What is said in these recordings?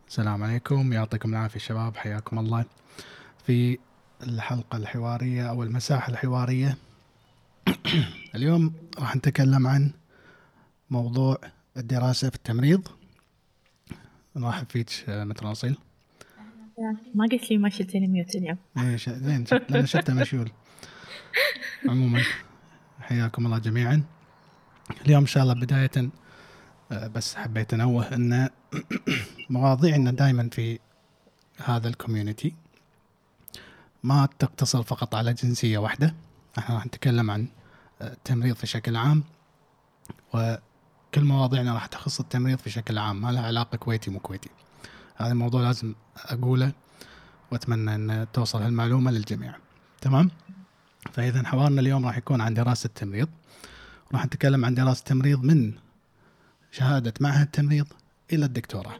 السلام عليكم، يعطيكم العافية شباب، حياكم الله في الحلقة الحوارية أو المساحة الحوارية. اليوم راح نتكلم عن موضوع الدراسة في التمريض. نرحب فيك متر أصيل. ما قلت لي ما شلتني ميوت اليوم. ايش زين، لأن شلته مشغول. عموما حياكم الله جميعا. اليوم إن شاء الله بداية بس حبيت أنوه أن مواضيعنا دائما في هذا الكوميونيتي ما تقتصر فقط على جنسية واحدة. احنا راح نتكلم عن التمريض في شكل عام، وكل مواضيعنا راح تخص التمريض في شكل عام، ما لها علاقة كويتي مو كويتي. هذا الموضوع لازم أقوله، وأتمنى أن توصل هالمعلومة للجميع. تمام؟ فإذا حوارنا اليوم راح يكون عن دراسة التمريض. راح نتكلم عن دراسة التمريض من شهادة معهد التمريض إلى الدكتوراه.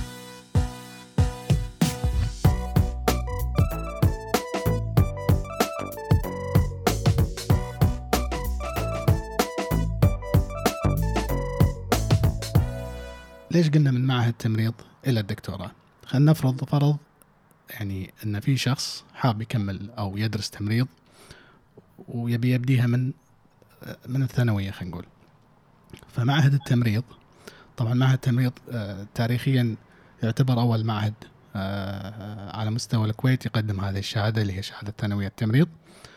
ليش قلنا من معهد التمريض إلى الدكتوراه؟ خلينا نفرض فرض يعني أن في شخص حاب يكمل أو يدرس تمريض ويبي يبديها من الثانوية، خلينا نقول. فمعهد التمريض، طبعا معهد التمريض تاريخيا يعتبر أول معهد على مستوى الكويت يقدم هذه الشهادة اللي هي شهادة ثانوية التمريض،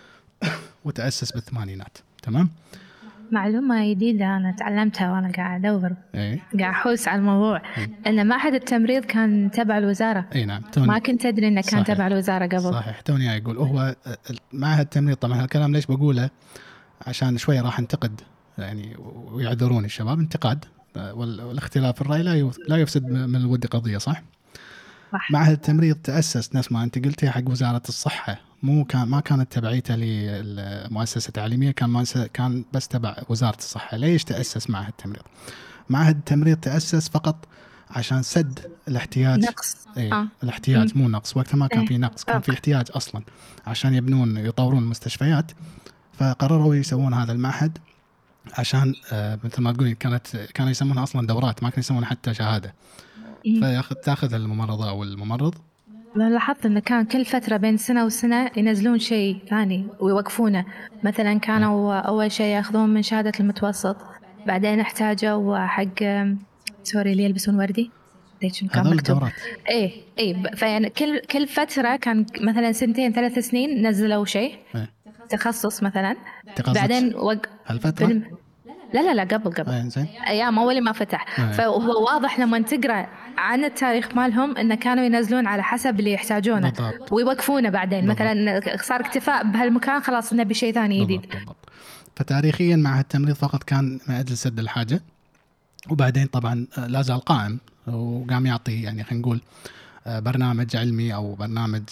وتأسس بالثمانينات. تمام؟ معلومة جديدة أنا تعلمتها وأنا قاعد أدور، قاعد أحوس على الموضوع. أن معهد التمريض كان تبع الوزارة. أي نعم، ما كنت أدري إنه كان تبع الوزارة قبل. صحيح، توني أقول هو معهد التمريض. طبعا هالكلام ليش بقوله؟ عشان شوي راح انتقد يعني، ويعذروني الشباب، انتقاد والاختلاف الرأي لا يفسد من الود قضية. صح؟ معهد التمريض تأسس نفس ما أنت قلتي حق وزارة الصحة، ما كانت تبعيته لمؤسسة تعليمية، كان بس تبع وزارة الصحة. ليش تأسس معهد التمريض؟ معهد التمريض تأسس فقط عشان سد الاحتياج. نقص. الاحتياج مو نقص، وقتها ما كان في نقص، كان في احتياج أصلا عشان يطورون المستشفيات. فقرروا يسوون هذا المعهد عشان مثل ما تقولين كانوا يسمونها أصلا دورات، ما كانوا يسمونها حتى شهادة. تاخذ الممرضة أو الممرض. لاحظت إنه كان كل فترة بين سنة وسنة ينزلون شيء ثاني ويوقفونه. مثلا كانوا أول شيء يأخذون من شهادة المتوسط، بعدين احتاجوا حق سوري اللي يلبسون وردي. هذول الدورات. فيعني كل فترة كان مثلا 2-3 سنين نزلوا شيء تخصص مثلا. بعدين هالفترة لا قبل ايام اول ما فتح. فهو واضح لما تقرا عن التاريخ مالهم انه كانوا ينزلون على حسب اللي يحتاجونه. بالضبط. ويوقفونه بعدين. بالضبط. مثلا صار اكتفاء بهالمكان، خلاص نبي شيء ثاني جديد. بالضبط. فتاريخيا معهد التمريض فقط كان من اجل سد الحاجه، وبعدين طبعا لا زال قائم وقام يعطي يعني خلينا نقول برنامج علمي او برنامج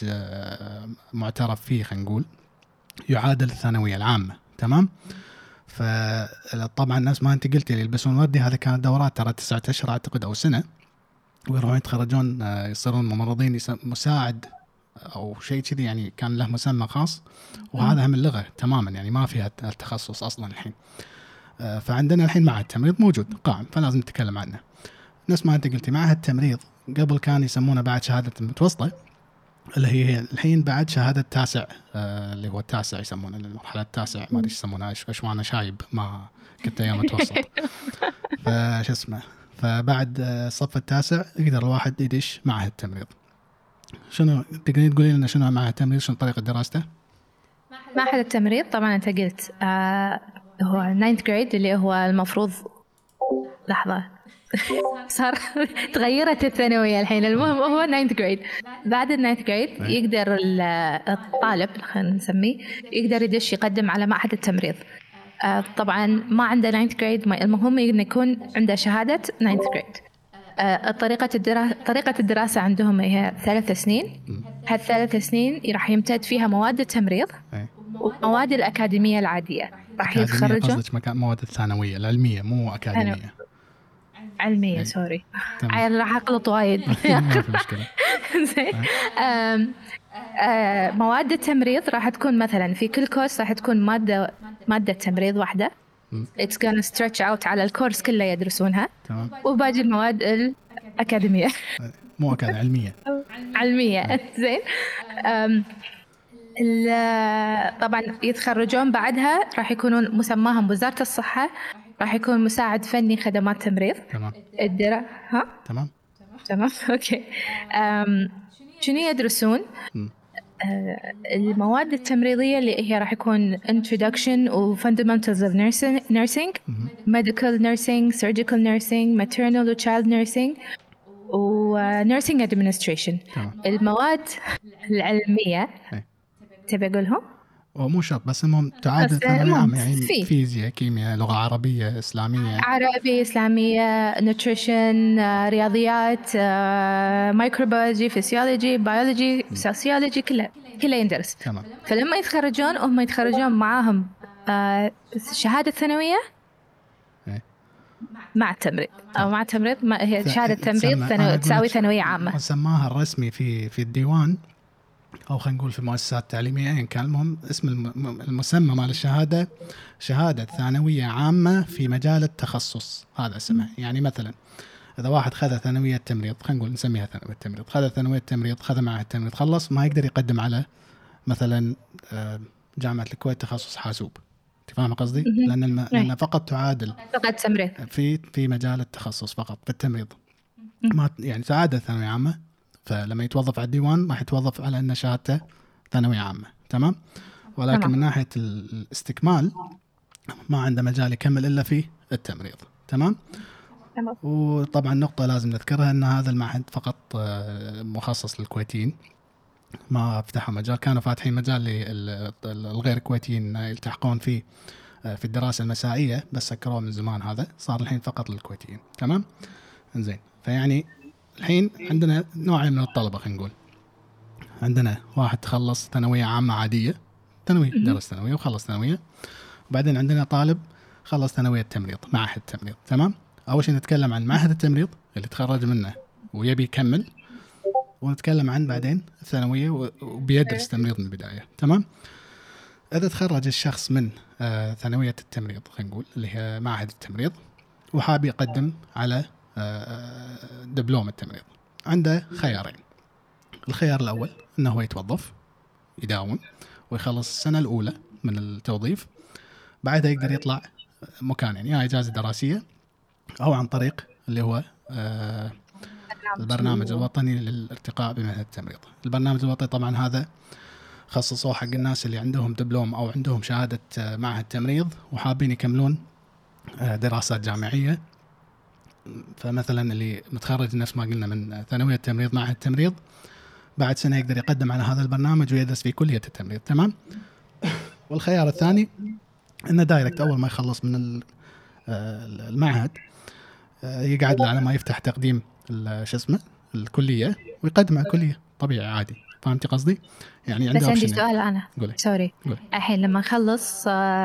معترف فيه، خلينا نقول يعادل الثانويه العامه. تمام. فطبعا الناس ما انت قلتي اللي يلبسون وردي، هذا كانت دورات ترى 9 أشهر اعتقد او سنه، ويروحون يتخرجون يصيرون ممرضين مساعد او شيء كذي، يعني كان له مسمى خاص. وهذا هم اللغه تماما، يعني ما فيها التخصص اصلا الحين. فعندنا الحين معهد التمريض موجود قائم، فلازم نتكلم عنه. نفس ما انت قلتي معهد التمريض قبل كان يسمونه بعد شهاده المتوسطه، اللي هي الحين بعد شهادة تاسع، اللي هو التاسع يسمونه، المرحلة التاسع ما أدري يسمونها إيش، وأنا شايب ما كنت أيام متوسط. فش اسمه، فبعد الصف التاسع يقدر الواحد يدش معهد التمريض. شنو تقدرين تقولين لنا شنو معهد التمريض، شنو طريقة دراسته؟ معهد التمريض طبعا أنت قلت هو 9th grade اللي هو المفروض لحظة صار تغيرت الثانوية الحين. المهم هو 9th grade. بعد 9th grade يقدر الطالب خلينا نسميه يقدر يدش يقدم على معهد التمريض. طبعا ما عنده 9th grade، المهم إنه يكون عنده شهادة 9th grade. طريقة الدراسة عندهم هي 3 سنين. هال3 سنين راح يمتد فيها مواد التمريض ومواد الأكاديمية العادية. راح يتخرجون. قصدك مكان مواد الثانوية العلمية مو أكاديمية؟ علمية سوري، راح أغلط وايد. ما في مشكلة. مواد التمريض راح تكون مثلا في كل كورس راح تكون مادة تمريض واحدة. It's gonna stretch out على الكورس كله يدرسونها. وباقي المواد أكاديمية مو أكاديمية، علمية. علمية. زين. طبعا يتخرجون بعدها راح يكونون مسماهم بوزارة الصحة، راح يكون مساعد فني خدمات تمريض. تمام. تمام. أوكي. شنو يدرسون؟ المواد التمريضية اللي هي راح يكون Introduction و Fundamentals of Nursing, Medical Nursing, Surgical Nursing, Maternal و Child Nursing و Nursing Administration. المواد العلمية تبي أقولهم؟ مو شرط، بس المهم تعاد ثانوية عامة، يعني فيزياء، كيمياء، لغة عربية، إسلامية، نوتريشن، رياضيات، مايكروبيولوجي، فيسيولوجي، بيولوجي، سوسيولوجي، كلها يندرس. تمام. فلما يتخرجون هم يتخرجون معاهم شهادة ثانوية مع التمريض، أو مع التمريض، هي شهادة تمريض تساوي ثانوية عامة. وسماها الرسمي في الديوان، أو خلينا نقول في المؤسسات التعليمية إن كان، المهم اسم المسمى مال الشهادة شهادة ثانوية عامة في مجال التخصص، هذا اسمها. يعني مثلا إذا واحد خذ ثانوية تمريض، خلينا نقول نسميها ثانوية تمريض، خذ ثانوية تمريض، خذ معها التمريض، خلص، ما يقدر يقدم على مثلا جامعة الكويت تخصص حاسوب. تفهم قصدي؟ لأن فقط تعادل فقط تمريض في مجال التخصص فقط في التمريض، ما يعني تعادل ثانوية عامة. فلما يتوظف على الديوان راح يتوظف على أن شهادته ثانوية عامة. تمام. ولكن من ناحية الاستكمال ما عنده مجال يكمل إلا في التمريض. تمام. وطبعا نقطة لازم نذكرها أن هذا المعهد فقط مخصص للكويتيين، ما فتحوا مجال. كانوا فاتحين مجال للغير الكويتيين يلتحقون فيه في الدراسة المسائية، بس سكروه من زمان. هذا صار الحين فقط للكويتيين. تمام. إنزين. فيعني الحين عندنا نوعين من الطلبة، خلينا نقول. عندنا واحد تخلص ثانوية عامة عادية، درس ثانوية وخلص ثانوية. وبعدين عندنا طالب خلص ثانوية تمريض، معهد تمريض. تمام. أول شيء نتكلم عن معهد التمريض اللي تخرج منه ويبي يكمل، ونتكلم عن بعدين الثانوية وبيدرس تمريض من البداية. تمام. إذا تخرج الشخص من ثانوية التمريض، خلينا نقول اللي هي معهد التمريض، وحاب يقدم على دبلوم التمريض، عنده خيارين. الخيار الأول أنه هو يتوظف، يداوم ويخلص السنة الأولى من التوظيف، بعدها يقدر يطلع مكانين، يا إجازة دراسية أو عن طريق اللي هو البرنامج الوطني للارتقاء بمهنة التمريض. البرنامج الوطني طبعا هذا خصصوه حق الناس اللي عندهم دبلوم أو عندهم شهادة معهد تمريض وحابين يكملون دراسات جامعية. فمثلا اللي متخرج نفس ما قلنا من ثانوية التمريض معهد التمريض، بعد سنة يقدر يقدم على هذا البرنامج ويدرس في كلية التمريض. تمام. والخيار الثاني إنه دايركت أول ما يخلص من المعهد يقعد على ما يفتح تقديم الكلية ويقدم على الكلية طبيعي عادي. فهمتي قصدي؟ يعني بس عندي سؤال أنا سوري. الحين لما نخلص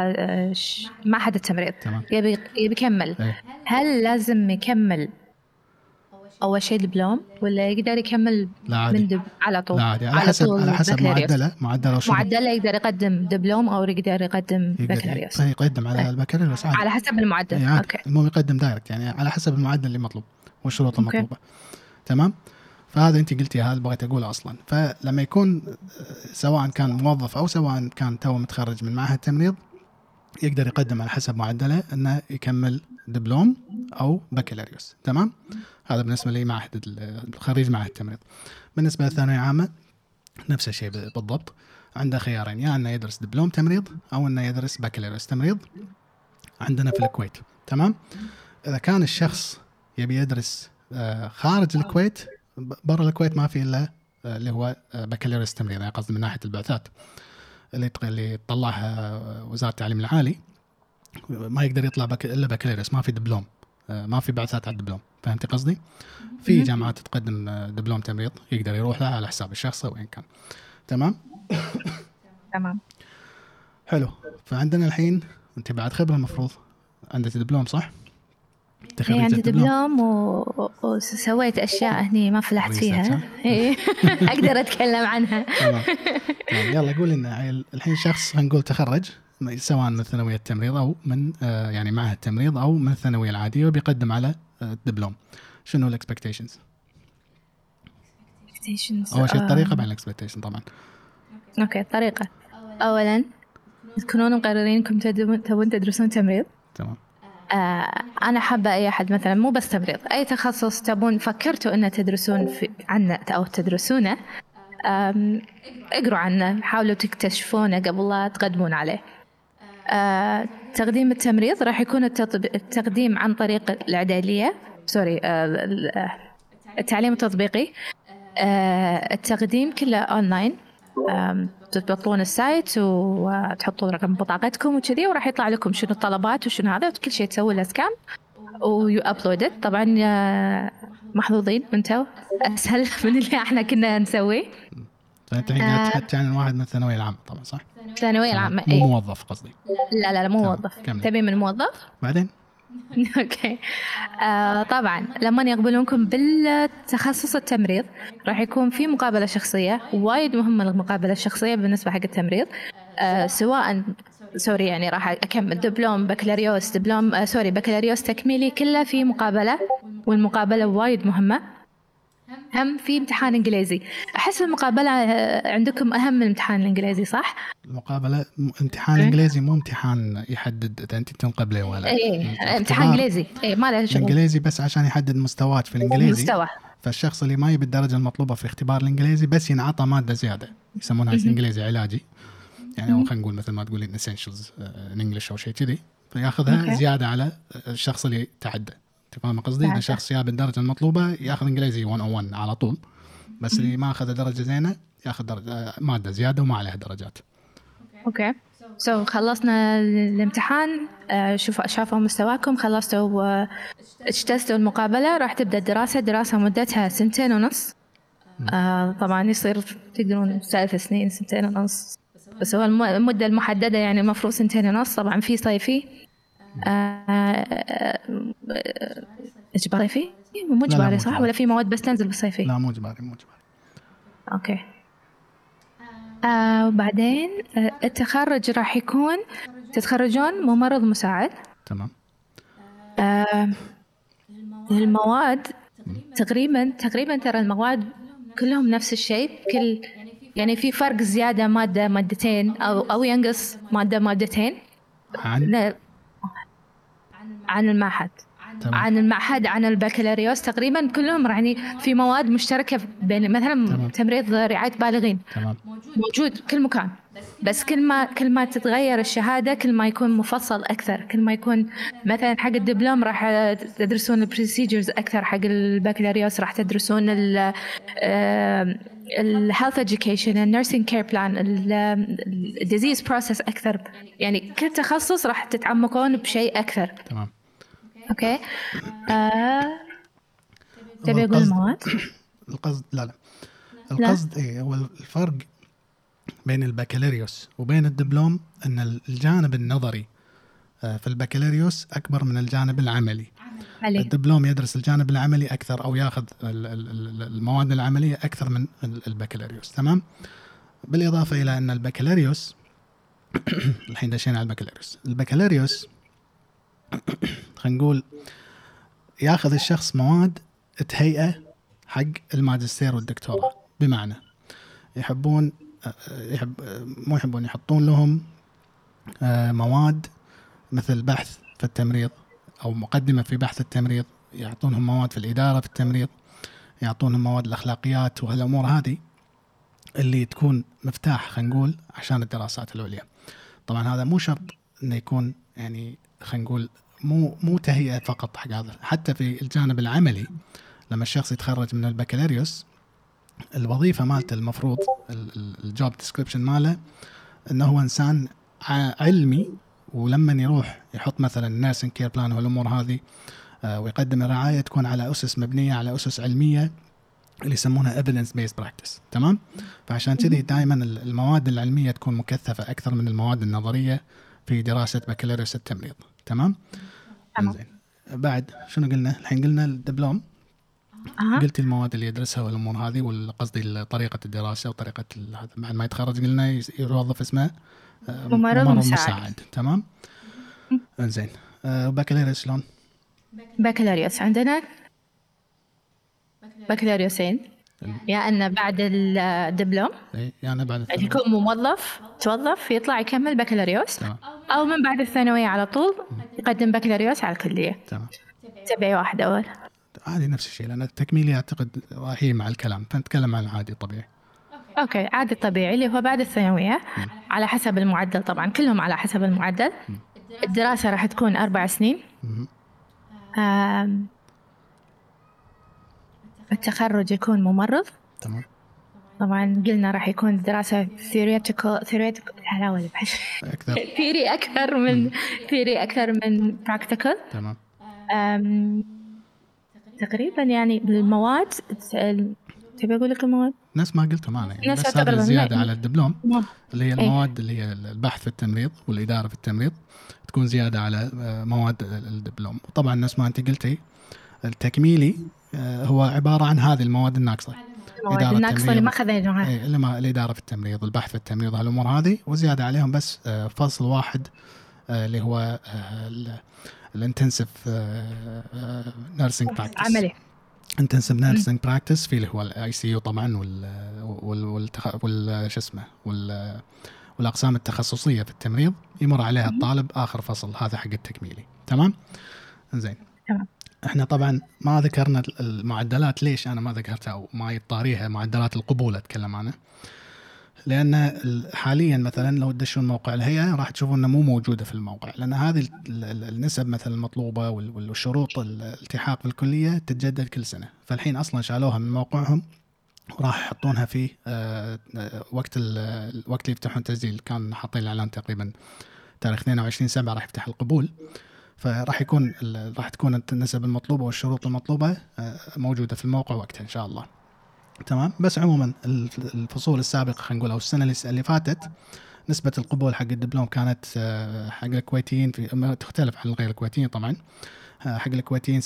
معهد التمريض يبي يكمل، هل لازم يكمل أول شيء دبلوم ولا يقدر يكمل من على طول؟ لا عادي، على حسب معدله يقدر يقدم دبلوم أو يقدر يقدم بكالوريوس. يقدم على البكالوريوس عادي، على حسب المعدل. يعني أوكي. المهم يقدم دايركت، يعني على حسب المعدل اللي مطلوب والشروط المطلوبة. تمام. فهذا أنت قلتي، هذا بغيت أقوله أصلا. فلما يكون سواء كان موظف أو سواء كان تو متخرج من معهد تمريض، يقدر يقدم على حسب معدله أنه يكمل دبلوم أو بكالوريوس. تمام. هذا بالنسبة لي معهد خريج معهد التمريض. بالنسبة للثانوية عامة نفس الشيء بالضبط، عنده خيارين، يا أنه يدرس دبلوم تمريض أو أنه يدرس بكالوريوس تمريض عندنا في الكويت. تمام. إذا كان الشخص يبي يدرس خارج الكويت، برا الكويت ما في إلا اللي هو بكالوريوس تمريض، يعني قصدي من ناحية البعثات اللي تطلعها وزارة التعليم العالي، ما يقدر يطلع إلا بكالوريوس، ما في دبلوم، ما في بعثات على الدبلوم. فهمتي قصدي؟ في جامعات تقدم دبلوم تمريض يقدر يروح لها على حساب الشخص وين كان. تمام. تمام. حلو. فعندنا الحين أنت بعد خبرة، المفروض عندك دبلوم صح؟ عندي دبلوم وسويت أشياء هني ما فلحت فيها. أقدر أتكلم عنها. تمام. يلا قول لنا الحين شخص هنقول تخرج سواء من ثانوية التمريض أو من يعني معهد التمريض أو من الثانوية العادية وبيقدم على الدبلوم. شنو الاكسبكتيشنز؟ اول شيء الطريقه بعد الاكسبكتيشن طبعا. اوكي الطريقه اولا تكونون مقررين انكم تبون تدرسون تمريض. تمام. انا حابه اي احد مثلا مو بس تمريض، اي تخصص تبون فكرتوا ان تدرسون عنه او تدرسونه، اقروا عنه، حاولوا تكتشفونه قبل لا تقدمون عليه. تقديم التمريض راح يكون التقديم عن طريق الإعدادية، التعليم التطبيقي. التقديم كله أونلاين، تضبطون السايت وتحطون رقم بطاقتكم وكذي، وراح يطلع لكم شنو الطلبات وشنو هذا، وكل شيء تسوي له سكان ويابلودد. طبعا محظوظين انتوا، اسهل من اللي احنا كنا نسويه. فانت الحين تحكي عن واحد من الثانويه العامه طبعا صح؟ الثانويه العامه مو موظف قصدي. لا مو موظف. تبي من موظف بعدين اوكي. طبعا لما يقبلونكم بالتخصص التمريض راح يكون في مقابله شخصيه، وايد مهمه المقابله الشخصيه بالنسبه حق التمريض. سواء يعني راح اكمل دبلوم بكالوريوس بكالوريوس تكميلي، كله في مقابله، والمقابله وايد مهمه. هم في امتحان انجليزي. احس المقابله عندكم اهم من الامتحان الانجليزي صح؟ المقابله امتحان انجليزي مو امتحان يحدد اذا انت تنقبلي ولا. امتحان انجليزي ما له شغل. الانجليزي بس عشان يحدد مستواك في الانجليزي. مستوى. فالشخص اللي ما يبي الدرجه المطلوبه في اختبار الانجليزي بس ينعطى ماده زياده يسمونها انجليزي علاجي، يعني او خلينا نقول مثل ما تقولين اسينشلز ان انجلش او شيء كذي، فياخذها زياده على الشخص اللي تعدى. تفهم قصدي؟ إذا شخص جاب الدرجة المطلوبة يأخذ إنجليزي 101 على طول، بس اللي ما أخذ درجة زينة يأخذ درجة مادة زيادة وما عليها درجات. أوكي. خلصنا الامتحان، شافوا مستواكم، خلصتوا اجتزتوا المقابلة، راح تبدأ الدراسة مدتها 2.5 سنين. طبعا يصير تقدرون 3 سنين 2.5 سنين، بس هو المدة المحددة يعني المفروض 2.5 سنين. طبعا في صيفي إجباري فيه مو إجباري صح؟ ولا في مواد بس تنزل بالصيفي؟ لا مو إجباري. أوكي. وبعدين التخرج راح يكون تتخرجون ممرض مساعد. تمام. المواد تقريبا ترى المواد كلهم نفس الشيء، يعني في فرق زيادة مادة مادتين أو ينقص مادة مادتين عن المعهد. عن المعهد عن البكالوريوس تقريبا كلهم يعني في مواد مشتركة بين مثلا تمريض رعاية بالغين موجود كل مكان، بس كل ما تتغير الشهادة كل ما يكون مفصل أكثر، كل ما يكون مثلا حق الدبلوم راح تدرسون البروسيجرز أكثر، حق البكالوريوس راح تدرسون الهيلث education النيرسينج كير بلان الديزيز بروسيس أكثر، يعني كل تخصص راح تتعمقون بشيء أكثر. تمام. اوكي. تبي اقول المواد؟ القصد لا القصد ايه هو الفرق بين البكالوريوس وبين الدبلوم ان الجانب النظري في البكالوريوس اكبر من الجانب العملي. الدبلوم يدرس الجانب العملي اكثر او ياخذ المواد العمليه اكثر من البكالوريوس. تمام. بالاضافه الى ان البكالوريوس الحين دشينا على البكالوريوس خلينا نقول ياخذ الشخص مواد تهيئة حق الماجستير والدكتوراه، بمعنى مو يحبون يحطون لهم مواد مثل بحث في التمريض أو مقدمة في بحث التمريض، يعطونهم مواد في الإدارة في التمريض، يعطونهم مواد الأخلاقيات وهالأمور هذه اللي تكون مفتاح خلينا نقول عشان الدراسات العليا. طبعا هذا مو شرط إنه يكون يعني خلينا نقول مو تهيئة فقط حق هذا، حتى في الجانب العملي لما الشخص يتخرج من البكالوريوس الوظيفة مالته المفروض الجوب ديسكريبشن ماله انه هو انسان علمي، ولما يروح يحط مثلا نيرسينج كير بلان والامور هذه ويقدم الرعاية تكون على اسس مبنية على اسس علمية اللي يسمونها evidence based practice. تمام. فعشان كذي دائما المواد العلمية تكون مكثفة اكثر من المواد النظرية في دراسة بكالوريوس التمريض. تمام. زين. بعد شنو قلنا الحين؟ قلنا الدبلوم. قلت المواد اللي يدرسها والامور هذه، والقصدي طريقه الدراسه وطريقه هذا. بعد ما يتخرج قلنا يوظف اسمه ممرض مساعد. تمام. زين. بكالوريوس شلون؟ بكالوريوس عندنا بكالوريوسين، يا أن بعد الدبلوم يعني بعد الثانوية يكون موظف توظف يطلع يكمل بكالوريوس، أو من بعد الثانوية على طول يقدم بكالوريوس على الكلية. تمام. تبعي واحد أول. عادي نفس الشيء، لأن التكميلي أعتقد هي مع الكلام، فنتكلم عن العادي الطبيعي. أوكي، عادي الطبيعي اللي هو بعد الثانوية على حسب المعدل، طبعا كلهم على حسب المعدل. الدراسة راح تكون 4 سنين. التخرج يكون ممرض. تمام. طبعا قلنا راح يكون دراسة theoretical حلاوة أكثر theory أكثر من practical. تمام. تقريبا يعني بالمواد تبي أقول لك المواد نفس ما قلت معنا يعني، بس هذا زيادة على الدبلوم اللي هي المواد اللي هي البحث في التمريض والإدارة في التمريض تكون زيادة على مواد الدبلوم. وطبعا نفس ما أنت قلتي التكميلي هو عبارة عن هذه المواد الناقصة، المواد الناقصة اللي ما خذيناها، اللي ما الإدارة في التمريض والبحث في التمريض هالأمور هذه، وزيادة عليهم بس فصل واحد اللي هو الانتنسيف نيرسينج براكتس، عملي انتنسيف نيرسينج براكتس، في اللي هو الاي سي يو طبعا وال شو اسمه والاقسام التخصصيه في التمريض يمر عليها الطالب اخر فصل، هذا حق التكميلي. تمام. زين. تمام. احنا طبعا ما ذكرنا المعدلات، ليش انا ما ذكرتها او ما يطاريها معدلات القبول اتكلم عنها؟ لأن حاليا مثلا لو تدشون موقع الهيئة راح تشوفون أنه مو موجودة في الموقع، لأن هذه النسب مثلا المطلوبة والشروط الالتحاق في الكلية تتجدد كل سنة، فالحين أصلا شالوها من موقعهم وراح يحطونها في وقت اللي يفتحون تسجيل، كان حاطين الإعلان تقريبا تاريخ 22/7 راح يفتح القبول، فراح راح تكون النسب المطلوبة والشروط المطلوبة موجودة في الموقع وقتها إن شاء الله. تمام. بس عموما الفصول السابقة خلينا نقول أو السنة اللي فاتت نسبة القبول حق الدبلوم كانت حق الكويتيين تختلف عن غير الكويتيين طبعا. حق الكويتيين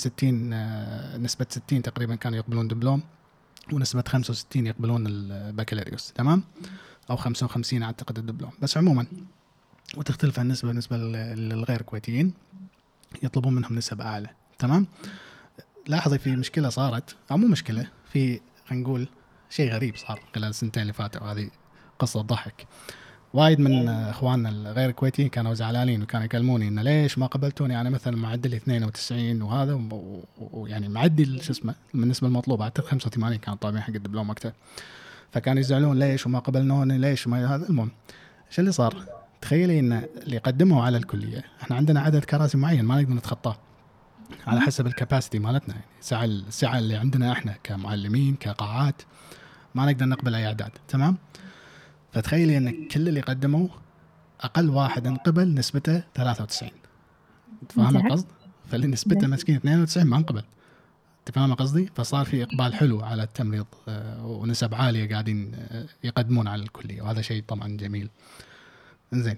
60 نسبة 60 تقريبا كانوا يقبلون دبلوم، ونسبة 65 يقبلون البكالوريوس. تمام. أو 55 أعتقد الدبلوم. بس عموما وتختلف النسبة بالنسبة للغير كويتيين يطلبون منهم نسب أعلى. تمام. لاحظي في مشكلة صارت، أو مو مشكلة، في خلينا نقول شيء غريب صار خلال السنتين اللي فاتوا، وهذه قصة ضحك. وايد من اخواننا الغير كويتيين كانوا زعلانين وكانوا يكلموني انه ليش ما قبلتوني، انا مثلا معدلي 92 وهذا ويعني معدل شو اسمه بالنسبه المطلوب اعتقد 85 كانوا طالبين حق الدبلوم وقتها، فكانوا يزعلون ليش وما قبلنوني ليش وما هذا. المهم ايش اللي صار؟ تخيلي ان اللي قدموا على الكليه احنا عندنا عدد كراسي معين ما نقدر نتخطاه على حسب الكاباسيتي مالتنا، يعني السعه اللي عندنا احنا كمعلمين كقاعات ما نقدر نقبل اي اعداد. تمام. فتخيلي ان كل اللي قدموا اقل واحد انقبل نسبته 93. تفهم القصد؟ فاللي نسبته مسكين 92 ما انقبل. تفهم قصدي؟ فصار في اقبال حلو على التمريض ونسب عاليه قاعدين يقدمون على الكليه، وهذا شيء طبعا جميل. انزين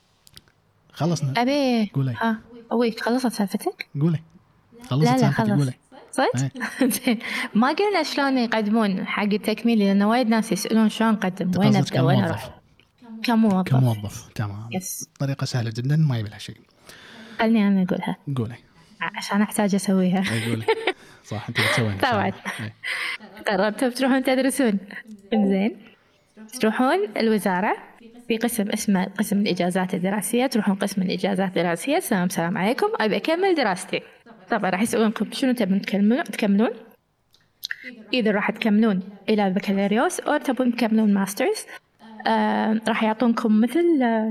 خلصنا. ابي قولي. اويك خلصت سالفتك؟ قولي. خلصت سالفتك. قولي. صدق؟ ما قلنا شلون يقدمون حق التكميلي، لأنه وايد ناس يسألون شلون نقدم، وين أبدأ، وين أروح. كموظف. تمام. طريقة سهلة جدا ما يبي لها شيء. خلني أنا أقولها. قولي. عشان أحتاج أسويها. قولي. صح أنت بتسويها. طبعا. قررتوا بتروحون تدرسون. إنزين. تروحون الوزارة في قسم اسمه قسم الإجازات الدراسية، تروحون قسم الإجازات الدراسية. السلام عليكم، أبي أكمل دراستي. طبعا راح يسألونكم شنو تبون تكملون. إذا راح تكملون إلى البكالوريوس أو تبون تكملون ماسترز. راح يعطونكم مثل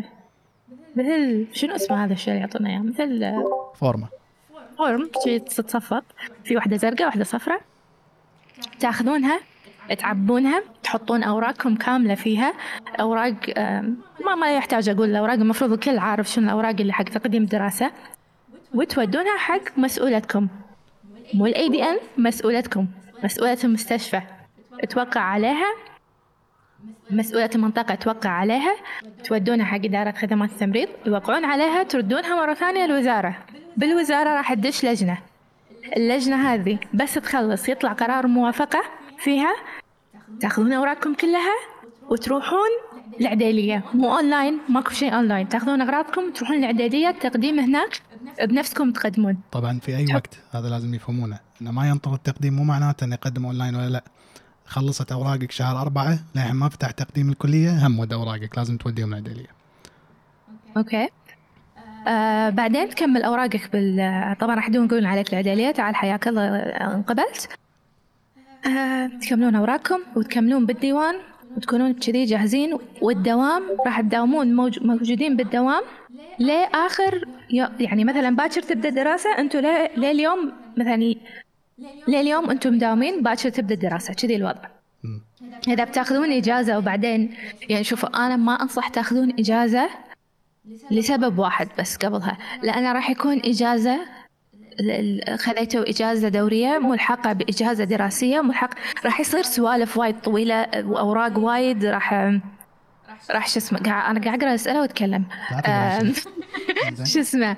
شنو اسمه هذا الشيء اللي يعطونا إياه، مثل فورم شيء تتصفق في واحدة زرقاء واحدة صفراء، تأخذونها تعبونها، تحطون أوراقكم كاملة فيها. أوراق ما يحتاج أقول الأوراق، المفروض الكل عارف شنو الأوراق اللي حق تقديم دراسة، وتودونها حق مسؤولتكم، مو الADN، مسؤولتكم، مسؤولة المستشفى توقع عليها، مسؤولة المنطقة توقع عليها، تودونها حق إدارة خدمات التمريض يوقعون عليها، تردونها مرة ثانية الوزارة. بالوزارة راح تدش لجنة، اللجنة هذه بس تخلص يطلع قرار موافقة فيها، تأخذون أوراقكم كلها وتروحون العديلية. مو أونلاين، ماكو شيء أونلاين، تأخذون أغراضكم تروحون العديلية، التقديم هناك بنفسكم تقدمون. طبعا في اي وقت، هذا لازم يفهمونه، انه ما ينطر التقديم مو معناته انه يقدم اونلاين ولا لا. خلصت اوراقك شهر 4 لحين ما فتح تقديم الكليه، هم ود اوراقك لازم توديهم العدليه. اوكي. بعدين تكمل اوراقك طبعا راح يقولون عليك العدليه، تعال حياك الله انقبلت. تكملون اوراقكم وتكملون بالديوان وتكونون كذي جاهزين، والدوام راح تداومون موجودين بالدوام لاخر يعني مثلا باكر تبدا الدراسه، انتم لليوم مثلا لليوم انتم مداومين، باكر تبدا الدراسه، كذي الوضع. اذا بتاخذون اجازه وبعدين يعني شوفوا، انا ما انصح تاخذون اجازه لسبب واحد بس قبلها، لأنه راح يكون إجازة خذيتوا إجازة دورية ملحقة بإجازة دراسية راح يصير سوالف وايد طويلة وأوراق وايد راح شو اسمه، أنا قاعد أقرأ أسئلة وأتكلم شو اسمه،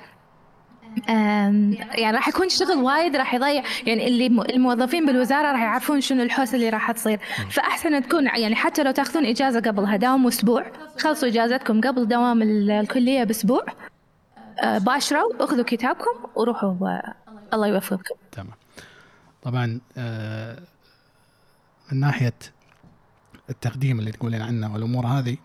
يعني راح يكون شغل وايد راح يضيع، يعني اللي الموظفين بالوزارة راح يعرفون شنو الحوسة اللي راح تصير. فأحسن تكون يعني حتى لو تاخذون إجازة قبلها، داوموا أسبوع، خلصوا إجازتكم قبل دوام الكلية بأسبوع، باشروا أخذوا كتابكم وروحوا، الله يوفقكم. تمام. طبعا من ناحية التقديم اللي تقولين عنه والأمور هذه،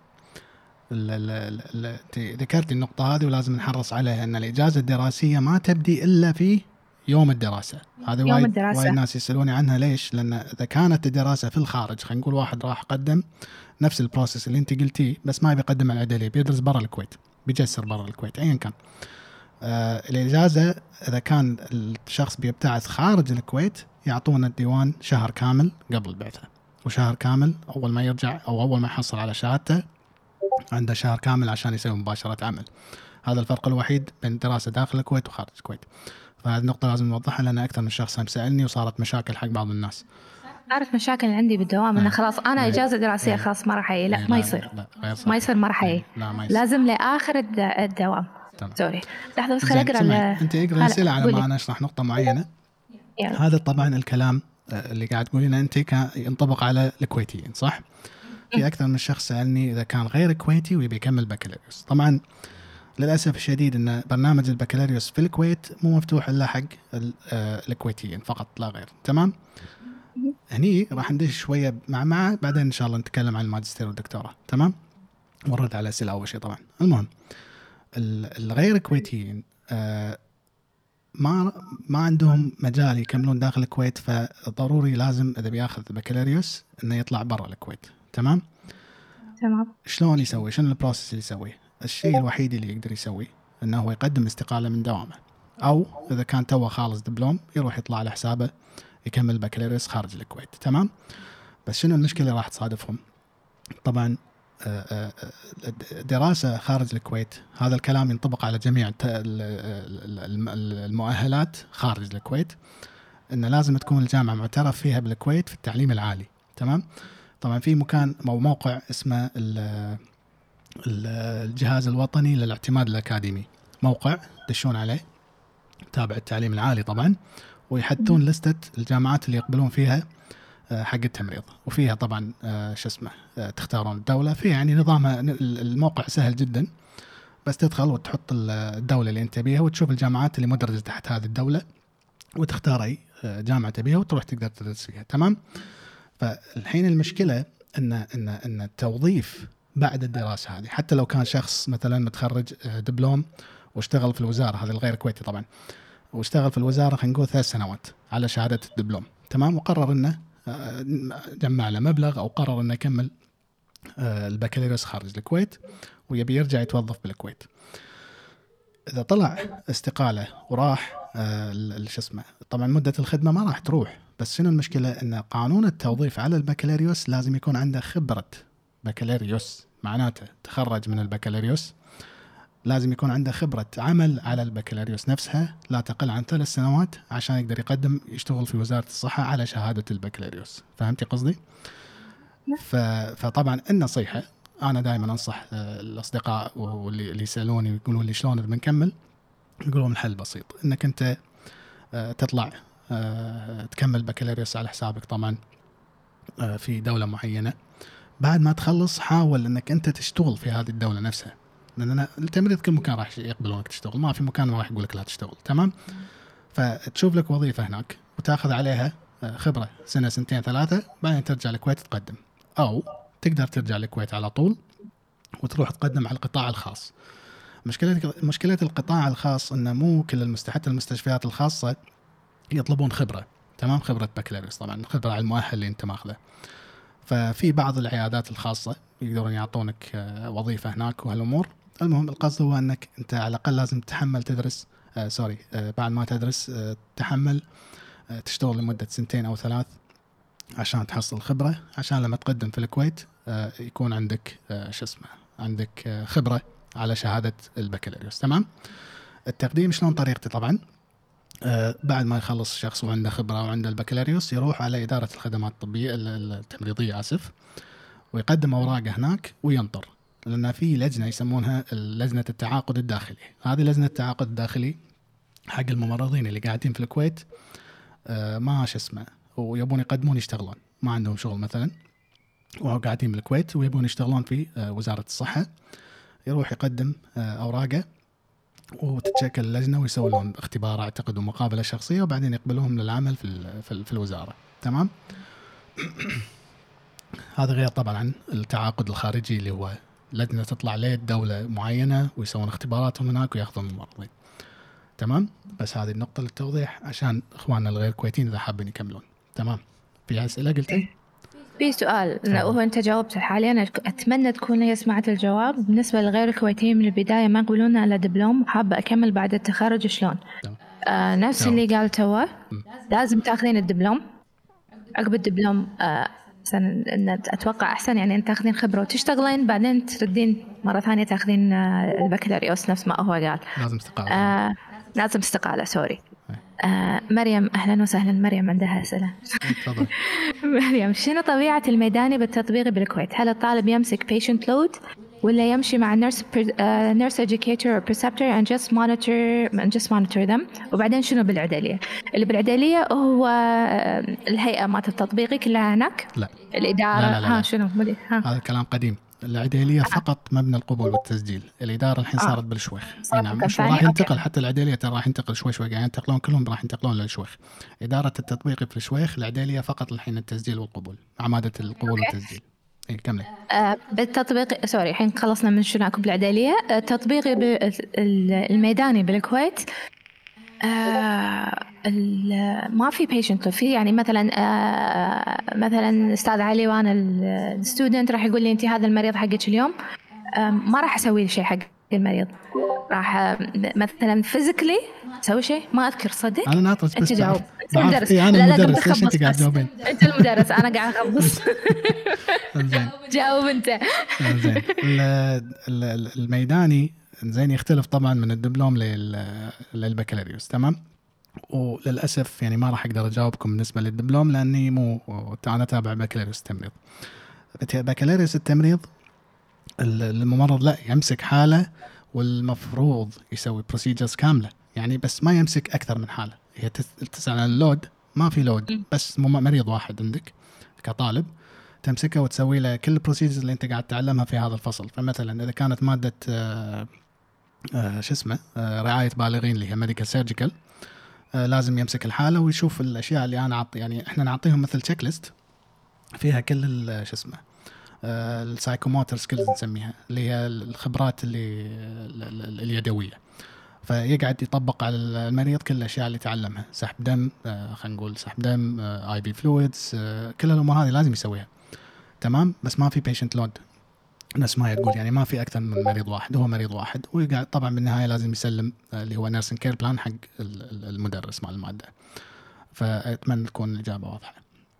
ذكرت النقطة هذه ولازم نحرص عليها، أن الإجازة الدراسية ما تبدي إلا في يوم الدراسة. هذا وايد ناس يسألوني عنها، ليش؟ لأن إذا كانت الدراسة في الخارج، خلينا نقول واحد راح قدم نفس البروسيس اللي أنت قلتيه، بس ما بيقدم العدلية، بيدرس برا الكويت، بيجسر برا الكويت أيا كان. الإجازة إذا كان الشخص بيبتعث خارج الكويت، يعطونا الديوان شهر كامل قبل البعثة، وشهر كامل أول ما يرجع أو أول ما يحصل على شهادته عنده شهر كامل عشان يسوي مباشرة عمل. هذا الفرق الوحيد بين دراسة داخل الكويت وخارج الكويت. فهذه النقطة لازم نوضحها، لأن أكثر من شخص هم سألني وصارت مشاكل حق بعض الناس. أعرف مشاكل عندي بالدوام أنه خلاص أنا إجازة دراسية خلاص ما راح لا ما يصير، ما يصير، ما راح لازم لآخر الدوام. سوري لحظة بس خليني أقرأ. أنت اقرأ أسئلة على ما أنا أشرح نقطة معينة. هذا طبعا الكلام اللي قاعد تقولينه أنت ينطبق على الكويتيين، صح؟ في أكثر من شخص سألني إذا كان غير كويتي ويبي يكمل بكالوريوس. طبعا للأسف الشديد أن برنامج البكالوريوس في الكويت مو مفتوح إلا حق الكويتيين فقط لا غير. تمام. هني راح ندش شوية مع بعدين إن شاء الله نتكلم عن الماجستير والدكتوراه. تمام. ورد على أسئلة أول شيء. طبعا المهم الغير كويتيين ما عندهم مجال يكملون داخل الكويت، فضروري لازم إذا بياخذ بكالوريوس إنه يطلع برا الكويت. تمام. شلون يسوي؟ شنو البروسيس اللي يسويه؟ الشيء الوحيد اللي يقدر يسويه انه هو يقدم استقالة من دوامه، او اذا كان توه خالص دبلوم يروح يطلع على حسابه يكمل بكالوريوس خارج الكويت. تمام. بس شنو المشكلة اللي راح تصادفهم؟ طبعا دراسة خارج الكويت، هذا الكلام ينطبق على جميع المؤهلات خارج الكويت، انه لازم تكون الجامعة معترف فيها بالكويت في التعليم العالي. تمام. طبعا في مكان أو موقع اسمه الجهاز الوطني للاعتماد الأكاديمي، موقع تدشون عليه تابع التعليم العالي طبعا، ويحدثون لستة الجامعات اللي يقبلون فيها حق التمريض، وفيها طبعا شو اسمه تختارون الدولة فيها، يعني نظامها الموقع سهل جدا، بس تدخل وتحط الدولة اللي انت بيها وتشوف الجامعات اللي مدرجة تحت هذه الدولة وتختار أي جامعة تبيها وتروح تقدر تدرس فيها. تمام. فالحين المشكلة إن التوظيف بعد الدراسة هذه، حتى لو كان شخص مثلا متخرج دبلوم واشتغل في الوزارة، هذا الغير كويتي طبعا، واشتغل في الوزارة خلينا نقول 3 سنوات على شهادة الدبلوم. تمام. وقرر إنه جمع له مبلغ أو قرر إنه يكمل البكالوريوس خارج الكويت ويبي يرجع يتوظف بالكويت. إذا طلع استقالة وراح شو اسمه، طبعا مدة الخدمة ما راح تروح، بس شنو المشكلة؟ إن قانون التوظيف على البكالوريوس لازم يكون عنده خبرة بكالوريوس، معناته تخرج من البكالوريوس لازم يكون عنده خبرة عمل على البكالوريوس نفسها لا تقل عن 3 سنوات عشان يقدر يقدم يشتغل في وزارة الصحة على شهادة البكالوريوس. فهمتي قصدي؟ فطبعا النصيحة أنا دائما أنصح الأصدقاء واللي يسألوني ويقولوا لي شلون بنكمل، يقولون الحل بسيط، إنك أنت تطلع تكمل بكالوريوس على حسابك طبعا في دولة معينة. بعد ما تخلص حاول إنك أنت تشتغل في هذه الدولة نفسها، لان أنا التمريض كل مكان راح يقبلونك تشتغل، ما في مكان ما راح يقول لك لا تشتغل. تمام. فتشوف لك وظيفه هناك وتاخذ عليها خبره سنه سنتين ثلاثه، بعدين ترجع الكويت تقدم، او تقدر ترجع الكويت على طول وتروح تقدم على القطاع الخاص. مشكله القطاع الخاص انه مو كل حتى المستشفيات الخاصه يطلبون خبره. تمام. خبره بكالوريوس طبعا، خبره على المؤهل اللي انت ماخذه. ففي بعض العيادات الخاصه يقدرون يعطونك وظيفه هناك وهالامور. المهم القصد هو انك انت على الاقل لازم تحمل تدرس بعد ما تدرس تحمل تشتغل لمده 2 أو 3 عشان تحصل خبره، عشان لما تقدم في الكويت يكون عندك عندك خبره على شهاده البكالوريوس. تمام. التقديم شلون طريقته؟ طبعا بعد ما يخلص الشخص وعنده خبره وعنده البكالوريوس يروح على اداره الخدمات الطبيه التمريضيه ويقدم اوراقه هناك وينطر، لان في لجنه يسمونها لجنه التعاقد الداخلي. هذه لجنه التعاقد الداخلي حق الممرضين اللي قاعدين في الكويت ما ويبون يقدمون يشتغلون، ما عندهم شغل مثلا وقاعدين بالكويت ويبون يشتغلون في وزاره الصحه، يروح يقدم اوراقه وتتشكل اللجنه ويسوي لهم اختبار اعتقد ومقابله شخصيه، وبعدين يقبلوهم للعمل في الوزاره. تمام. هذا غير طبعا عن التعاقد الخارجي اللي هو لجنه تطلع لدوله معينه ويسوون اختباراتهم هناك وياخذون الممرضين. تمام. بس هذه النقطه للتوضيح عشان اخواننا الغير كويتيين اذا حابين يكملون. تمام. في اسئله قلتي؟ في سؤال لو أنت جاوبت حاليا أتمنى تكون هي سمعت الجواب. بالنسبة لغير الكويتيين من البداية ما يقولون على دبلوم وحابة أكمل بعد التخرج شلون؟ نفس اللي قال توه، لازم تأخذين الدبلوم. عقب الدبلوم أتوقع أحسن يعني أنت تأخذين خبرة وتشتغلين، بعدين تردين مرة ثانية تأخذين البكالوريوس نفس ما هو قال. لازم استقالة سوري. مريم أهلا وسهلا. مريم عندها أسئلة. تفضل. مريم، شنو طبيعة الميداني بالتطبيق بالكويت؟ هل الطالب يمسك patient load ولا يمشي مع nurse educator or preceptor and just monitor them؟ وبعدين شنو بالعدلية؟ اللي بالعدلية هو الهيئة مالت التطبيقي كلها هناك؟ لا. الإدارة؟ لا. شنو؟ هذا كلام قديم. العديلية فقط مبنى القبول والتسجيل. الإدارة الحين صارت بالشويخ. نعم. مش راح ينتقل حتى العديلية ترى راح ينتقل شوي يعني ينتقلون كلهم راح ينتقلون للشويخ. إدارة التطبيق في الشويخ. العديلية فقط الحين التسجيل والقبول، عمادة القبول والتسجيل. كملي. بالتطبيق سوري الحين خلصنا من شنو أكو بالعديلية. التطبيقي الميداني بالكويت ما في patient في يعني مثلا أستاذ علي وأنا الستودنت راح يقول لي أنت هذا المريض حقك اليوم، ما راح أسوي شيء حق المريض. راح مثلا فيزيكلي أسوي شيء ما أذكر صدق. أنا ناطرت بس جاوب. أنت المدرس. أنا المدرس. ليش أنت قاعد تجاوبين؟ أنت المدرس أنا قاعد أخبص. زين. جاوب أنت. زين. الميداني زين يختلف طبعا من الدبلوم للبكالوريوس. تمام. وللأسف يعني ما راح أقدر أجاوبكم بالنسبة للدبلوم لأني أنا تابع بكالوريوس التمريض. بكالوريوس التمريض الممرض لا يمسك حالة والمفروض يسوي بروسيجرز كاملة يعني، بس ما يمسك أكثر من حالة. هي تسأل عن اللود، ما في لود، بس مريض واحد عندك كطالب تمسكه وتسوي له كل البروسيجرز اللي أنت قاعد تعلمها في هذا الفصل. فمثلا إذا كانت مادة رعاية بالغين اللي هي ميديكال سيرجيكال، لازم يمسك الحالة ويشوف الأشياء اللي أنا يعني إحنا نعطيهم مثل تشيك ليست فيها كل السايكوموتر سكيلز نسميها، اللي هي الخبرات اليدوية. فيقعد يطبق على المريض كل الأشياء اللي تعلمها، سحب دم، خلينا نقول سحب دم، اي بي فلويدز، كل الأمور هذه لازم يسويها. تمام. بس ما في بيشنت لود نفس ما تقول يعني ما في أكثر من مريض واحد، هو مريض واحد، ويقعد طبعا بالنهاية لازم يسلم اللي هو نيرسين كير بلان حق المدرس مع المادة. فأتمنى تكون الإجابة واضحة.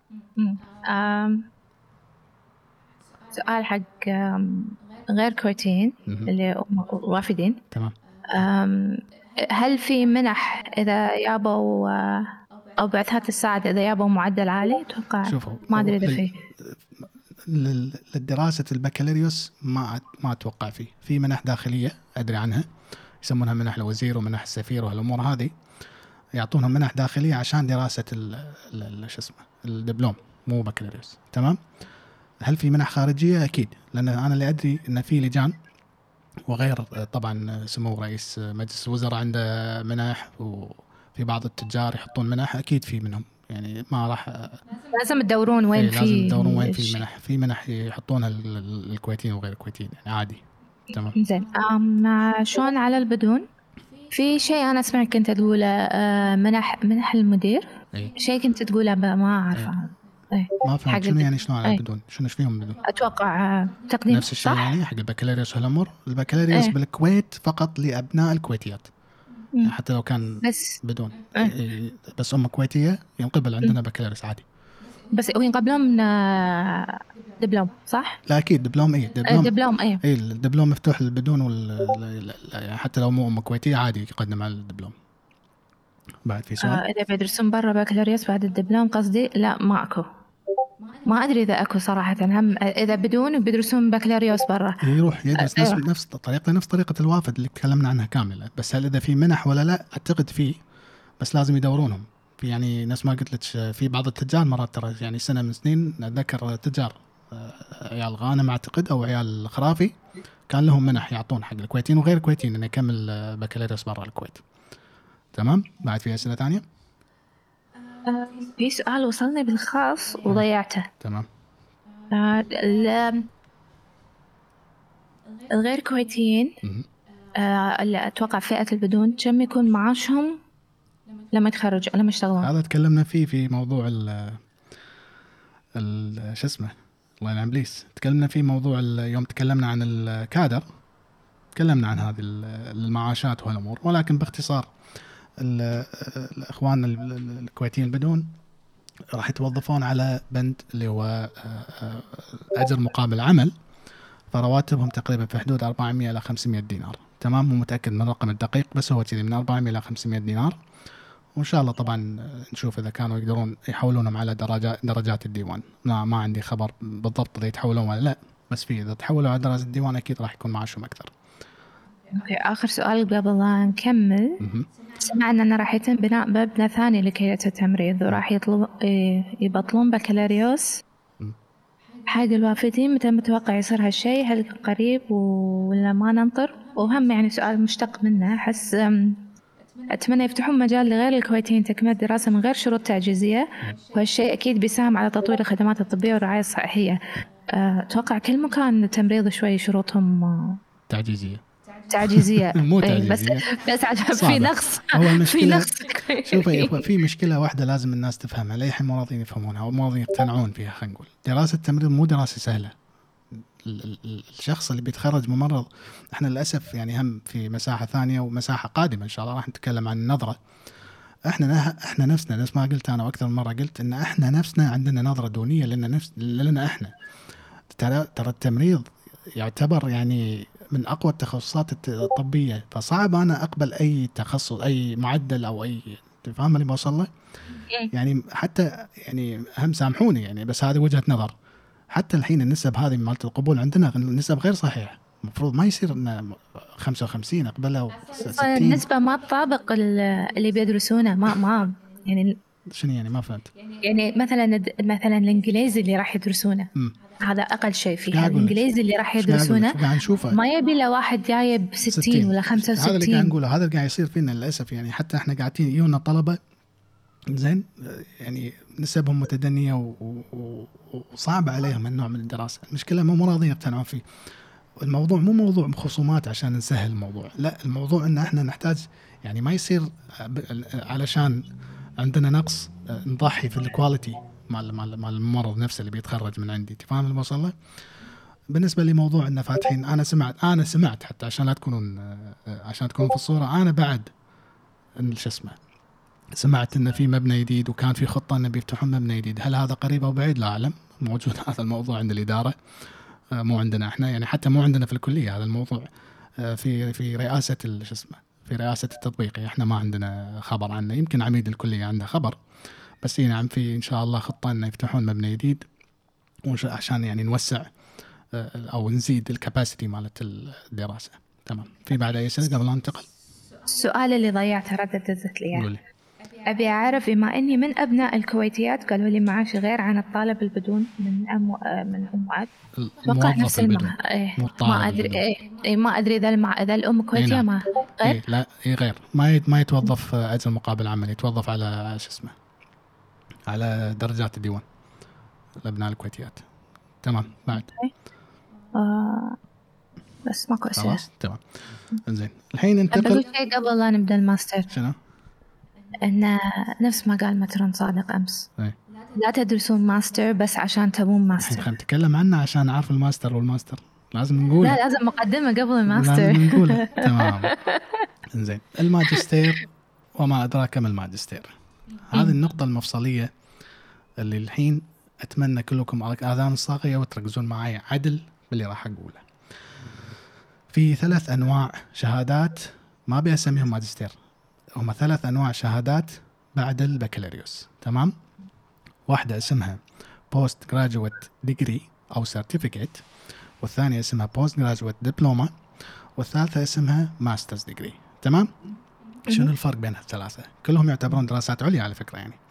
سؤال حق غير كويتيين اللي وافدين. تمام. هل في منح إذا يابوا أو بعثات الساعد إذا يابوا معدل عالي؟ أتوقع ما أدري إذا فيه. للدراسة البكالوريوس ما أتوقع فيه. في منح داخلية أدري عنها يسمونها منح الوزير ومنح السفير وهالأمور هذه، يعطونهم منح داخلية عشان دراسة الدبلوم مو بكالوريوس. تمام. هل في منح خارجية؟ أكيد، لأن أنا اللي أدري إن في لجان وغير طبعا سمو رئيس مجلس الوزراء عنده منح، وفي بعض التجار يحطون منح، اكيد في منهم يعني ما راح لازم تدورون وين في لازم تدورون وين في المنح. في منح يحطونها الكويتيين وغير الكويتيين يعني عادي. تمام. زين شلون على البدون؟ في شيء انا سمعت كنت تقوله منح المدير، شيء كنت تقوله ما اعرفه. ما فهمت شنو يعني شلون على البدون؟ شنو فيهم بدون؟ اتوقع تقديم نفس الشيء يعني حق البكالوريوس والامور. البكالوريوس بالكويت فقط لابناء الكويتيات، يعني حتى لو كان بس بدون بس كويتيه ينقبل عندنا بكالوريوس عادي. بس وينقبلون من دبلوم صح؟ لا اكيد دبلوم. دبلوم الدبلوم مفتوح للبدون يعني حتى لو مو كويتيه عادي يقدم على الدبلوم. بعد في سؤال؟ اذا بيدرسون برا بكالوريوس بعد الدبلوم قصدي؟ لا ما اكو، ما ادري اذا اكو صراحه. هم اذا بدون بيدرسون بكالوريوس برا يروح يدرس نفس طريقه الوافد اللي تكلمنا عنها كامله. بس هل اذا في منح ولا لا؟ اعتقد فيه، بس لازم يدورونهم. في يعني نفس ما قلت لك في بعض التجار مرات ترى يعني سنه من سنين اتذكر تجار عيال غانم اعتقد او عيال خرافي كان لهم منح يعطون حق الكويتيين وغير الكويتيين انه يكمل بكالوريوس برا الكويت. تمام. بعد في اسئله ثانيه؟ في سؤال وصلني بالخاص وضيعته. تمام. الغير كويتيين اللي اتوقع فئه البدون كم يكون معاشهم لما يتخرجوا لما يشتغلون؟ هذا تكلمنا فيه في موضوع شو اسمه الله ينعم بليس. تكلمنا في موضوع يوم تكلمنا عن الكادر، تكلمنا عن هذه المعاشات والامور، ولكن باختصار الاخوان الكويتيين البدون راح يتوظفون على بند اللي هو اجر مقابل عمل، فرواتبهم تقريبا في حدود 400 الى 500 دينار. تمام. مو متاكد من الرقم الدقيق بس هو كذي من 400 الى 500 دينار. وان شاء الله طبعا نشوف اذا كانوا يقدرون يحولونهم على درجات الديوان. ما عندي خبر بالضبط اذا يتحولون ولا لا، بس في اذا تحولوا على درجات الديوان اكيد راح يكون معاشهم اكثر. اوكي اخر سؤال قبل لا نكمل. سمعنا ان راح يتم بناء مبنى ثاني لكلية التمريض وراح يبطلون بكالوريوس حق الوافدين. متى متوقع يصير هالشيء؟ هل قريب ولا ما ننطر؟ وهم يعني سؤال مشتق منه، أحس أتمنى يفتحون مجال لغير الكويتيين تكملة دراسة من غير شروط تعجيزية، وهالشيء أكيد بيساهم على تطوير الخدمات الطبية والرعاية الصحية. أتوقع كل مكان التمريض شوي شروطهم تعجيزية مو تعجيزية بس في نقص. هو المشكلة شوفي في مشكلة واحدة لازم الناس تفهمها، للحين مو راضيين يفهمونها ومو راضيين يقتنعون فيها. خلينا نقول دراسة التمريض مو دراسة سهلة. الشخص اللي بيتخرج ممرض، احنا للأسف يعني هم في مساحة ثانية ومساحة قادمة إن شاء الله راح نتكلم عن النظرة. احنا نفسنا نفس ما قلت أنا وأكثر من مرة قلت إن احنا نفسنا عندنا نظرة دونية لنا احنا. ترى التمريض يعتبر يعني من أقوى التخصصات الطبية، فصعب أنا أقبل أي تخصص أي معدل أو أي، تفهم اللي بوصل له؟ يعني حتى يعني هم سامحوني يعني بس هذه وجهة نظر. حتى الحين النسب هذه مالت القبول عندنا نسب غير صحيحة. المفروض ما يصير إن 55 أقبلها 60. النسبة ما تطابق اللي بيدرسونه. ما يعني شنو يعني ما فهمت؟ يعني مثلا الإنجليزي اللي راح يدرسونه هذا أقل شيء فيه. الإنجليزي اللي راح يدرسونه ما يبي له واحد جايب 60 ولا 65. هذا اللي قاعد نقوله، هذا اللي قاعد يصير فينا للأسف. يعني حتى احنا قاعدين يجونا طلبة زين يعني نسبهم متدنية وصعب عليهم النوع من الدراسة. المشكلة مو راضين يقتنعون فيه. الموضوع مو موضوع خصومات عشان نسهل الموضوع، لا الموضوع ان احنا نحتاج يعني ما يصير علشان عندنا نقص نضحي في الكواليتي مال الممرض نفسه اللي بيتخرج من عندي. تفهم اللي بوصل له؟ بالنسبة لموضوع ان فاتحين، انا سمعت حتى عشان تكونون في الصورة، انا بعد شو اسمه سمعت ان في مبنى جديد وكان في خطة ان بيفتحون مبنى جديد. هل هذا قريب او بعيد؟ لا اعلم. موجود هذا الموضوع عند الإدارة، مو عندنا احنا يعني، حتى مو عندنا في الكلية هذا الموضوع. في رئاسة شو اسمه في رئاسة التطبيق احنا ما عندنا خبر عنه. يمكن عميد الكلية عنده خبر، بس نعم في ان شاء الله خطة ان يفتحون مبنى جديد عشان يعني نوسع او نزيد الكاباسيتي مالت الدراسة. تمام. في بعد اي سنة قبل لا ننتقل؟ السؤال اللي ضيعته رددت لي قولي. أبي أعرف بما إني من أبناء الكويتيات قالوا لي معاش غير عن الطالب البدون من أم وأب. أتوقع نفس ما أدري ما أدري إذا الأم كويتية ما غير. لا غير ما يتوظف أجر مقابل عمل، يتوظف على شو اسمه على درجات الديوان الأبناء الكويتيات. تمام بعد بس ماكو أسئلة. خلاص تمام. إنزين الحين ننتقل. أقول شيء قبل لا نبدأ الماستر. شنو؟ إن نفس ما قال مترن صادق أمس لا تدرسون ماستر بس عشان تبون ماستر. خلينا نتكلم عنه عشان نعرف الماستر والماستر لازم نقول. لا لازم مقدمة قبل الماستر. لازم نقول تمام. إنزين الماجستير وما أدراك ما الماجستير. هذه النقطة المفصلية اللي الحين أتمنى كلكم آذان صاغية وتركزون معي عدل باللي راح أقوله. في 3 أنواع شهادات ما بيسميهم ماجستير، هم 3 أنواع شهادات بعد البكالوريوس. تمام. واحدة اسمها Post Graduate Degree أو Certificate، والثانية اسمها Post Graduate Diploma، والثالثة اسمها Master's Degree. تمام. شنو الفرق بين الثلاثة؟ كلهم يعتبرون دراسات عليا على فكرة يعني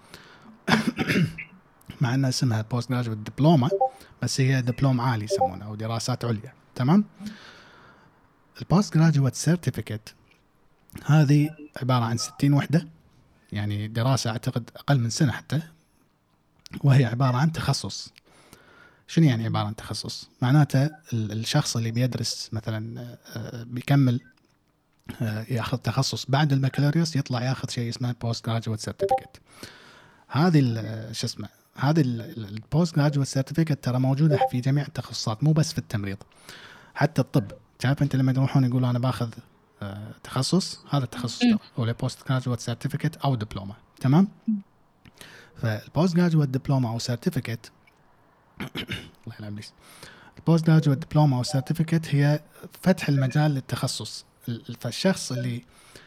مع أنها اسمها Post Graduate Diploma بس هي دبلوم عالي يسمونه أو دراسات عليا. تمام. البوست جراجويت سيرتيفيكت هذه عبارة عن 60 وحدة، يعني دراسة أعتقد أقل من سنة حتى، وهي عبارة عن تخصص. شنو يعني عبارة عن تخصص؟ معناته الشخص اللي بيدرس مثلا بيكمل ياخذ تخصص بعد البكالوريوس يطلع ياخذ شيء اسمه بوست جراجويت سيرتيفيكت. هذه شو اسمه هذه البوست جراجويت سيرتيفيكت ترى موجودة في جميع التخصصات مو بس في التمريض، حتى الطب. تعرف انت لما يروحون يقولوا انا باخذ تخصص، هذا التخصص هو البوست جراجويت سيرتيفيكت او دبلومه. تمام. فالبوست جراجويت دبلومه او سيرتيفيكت الله يلعن ليش البوست جراجويت دبلومه او سيرتيفيكت هي فتح المجال للتخصص. فالشخص اللي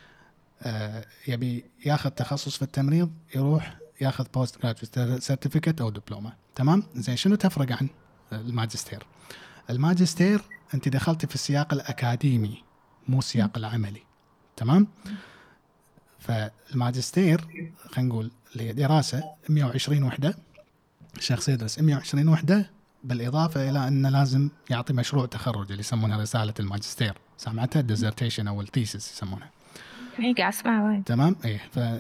يبي ياخذ تخصص في التمريض يروح ياخذ بوست جراجويت سيرتيفيكت او دبلومه. تمام. زين شنو تفرق عن الماجستير؟ الماجستير أنت دخلتي في السياق الأكاديمي مو السياق العملي. تمام. فالماجستير خلينا نقول دراسة 120 وحدة، الشخص يدرس 120 وحدة بالإضافة إلى أنه لازم يعطي مشروع تخرج اللي يسمونها رسالة الماجستير، سمعتها الديزرتيشن أو الثيسيس يسمونها. هيك أسمع وايد. تمام. إيه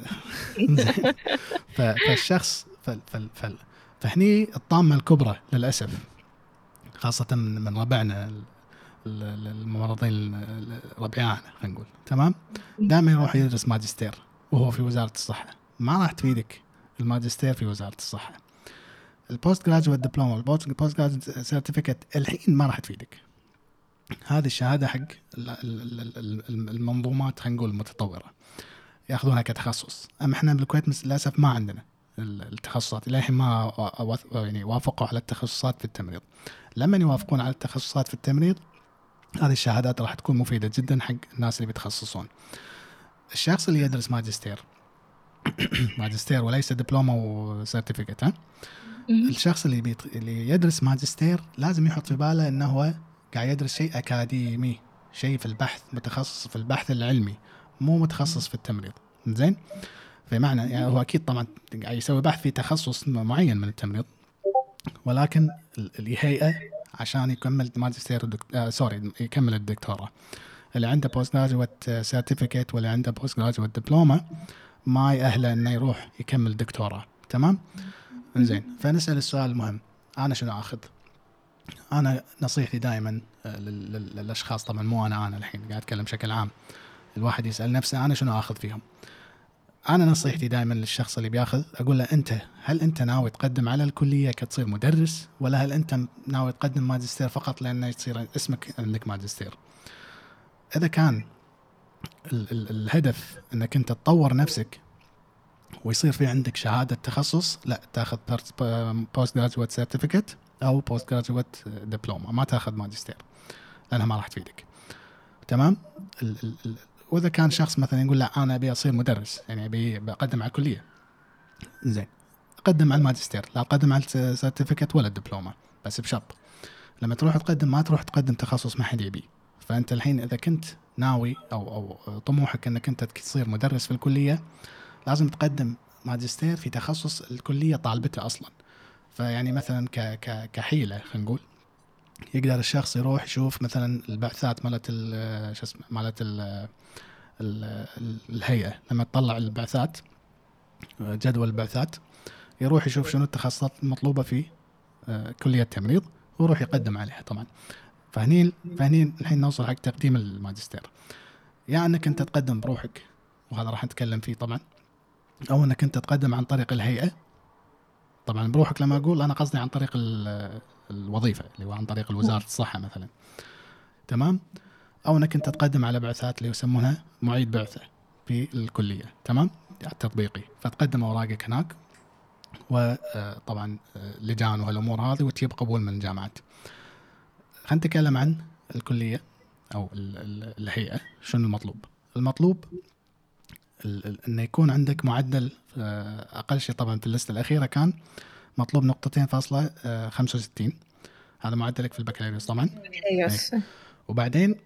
فالشخص فهني الطامة الكبرى للأسف خاصة من ربعنا الممرضين ربعانا خلينا نقول. تمام. دائما يروح يدرس ماجستير وهو في وزارة الصحة، ما راح تفيدك الماجستير في وزارة الصحة. البوست جراجويت دبلوما البوست جراجويت سيرتيفيكت الحين ما راح تفيدك. هذه الشهادة حق المنظومات خلينا نقول المتطورة ياخذونها كتخصص. أما احنا بالكويت للأسف ما عندنا التخصصات، الحين ما يعني وافقوا على التخصصات في التمريض. لما يوافقون على التخصصات في التمريض هذه الشهادات راح تكون مفيدة جدا حق الناس اللي بيتخصصون. الشخص اللي يدرس ماجستير وليس دبلومة وسيرتيفيكت، الشخص اللي يدرس ماجستير لازم يحط في باله انه هو قاعد يدرس شيء أكاديمي، شيء في البحث، متخصص في البحث العلمي، مو متخصص في التمريض. زين. فمعنى يعني هو أكيد طبعا قاعد يسوي بحث في تخصص معين من التمريض، ولكن الهيئة عشان يكمل ماجستير يكمل الدكتوراه. اللي عنده بوست جراجويت سيرتيفيكت واللي عنده بوست جراجويت دبلومة ما يأهله انه يروح يكمل دكتوراه. تمام. زين. فنسأل السؤال المهم، انا شنو اخذ؟ انا نصيحتي دائما للاشخاص، طبعا مو انا الحين قاعد اتكلم بشكل عام، الواحد يسأل نفسه انا شنو اخذ فيهم. انا نصيحتي دائما للشخص اللي بياخذ اقول له هل انت ناوي تقدم على الكليه كتصير مدرس، ولا هل انت ناوي تقدم ماجستير فقط لانه يصير اسمك عندك ماجستير؟ اذا كان الهدف انك انت تطور نفسك ويصير في عندك شهاده تخصص، لا تاخذ بوست جراجويت سيرتيفيكت او بوست جراجويت دبلومه، ما تاخذ ماجستير لانها ما راح تفيدك. تمام. واذا كان شخص مثلا يقول لا انا ابي اصير مدرس، يعني ابي بقدم على الكليه، زين اقدم على الماجستير، لا اقدم على السيرتيفيكت ولا الدبلومه، بس بشرط لما تروح تقدم ما تروح تقدم تخصص ما حد يبيه. فانت الحين اذا كنت ناوي او طموحك انك انت تصير مدرس في الكليه، لازم تقدم ماجستير في تخصص الكلية طالبته أصلا. فيعني مثلا كحيلة خلينا نقول، يقدر الشخص يروح يشوف مثلا البعثات مالت شو اسمه مالت الهيئة لما تطلع البعثات، جدول البعثات، يروح يشوف شنو التخصصات المطلوبة في كلية التمريض ويروح يقدم عليها. طبعا فهني الحين نوصل حق تقديم الماجستير. يعني انك انت تقدم بروحك، وهذا راح نتكلم فيه طبعا، او انك انت تقدم عن طريق الهيئة. طبعا بروحك لما اقول انا قصدي عن طريق الوظيفة اللي هو عن طريق وزارة الصحة مثلا، تمام. او انك انت تقدم على بعثات اللي يسمونها معيد بعثة في الكلية، تمام، التطبيقي، فتقدم اوراقك هناك، وطبعا لجان وهالامور هذه، وتجيب قبول من الجامعات. خلينا نتكلم عن الكلية او الهيئة. شنو المطلوب انه يكون عندك معدل اقل شيء. طبعا في الليسته الاخيره كان مطلوب 2.65، هذا معدلك في البكالوريوس طبعا. وبعدين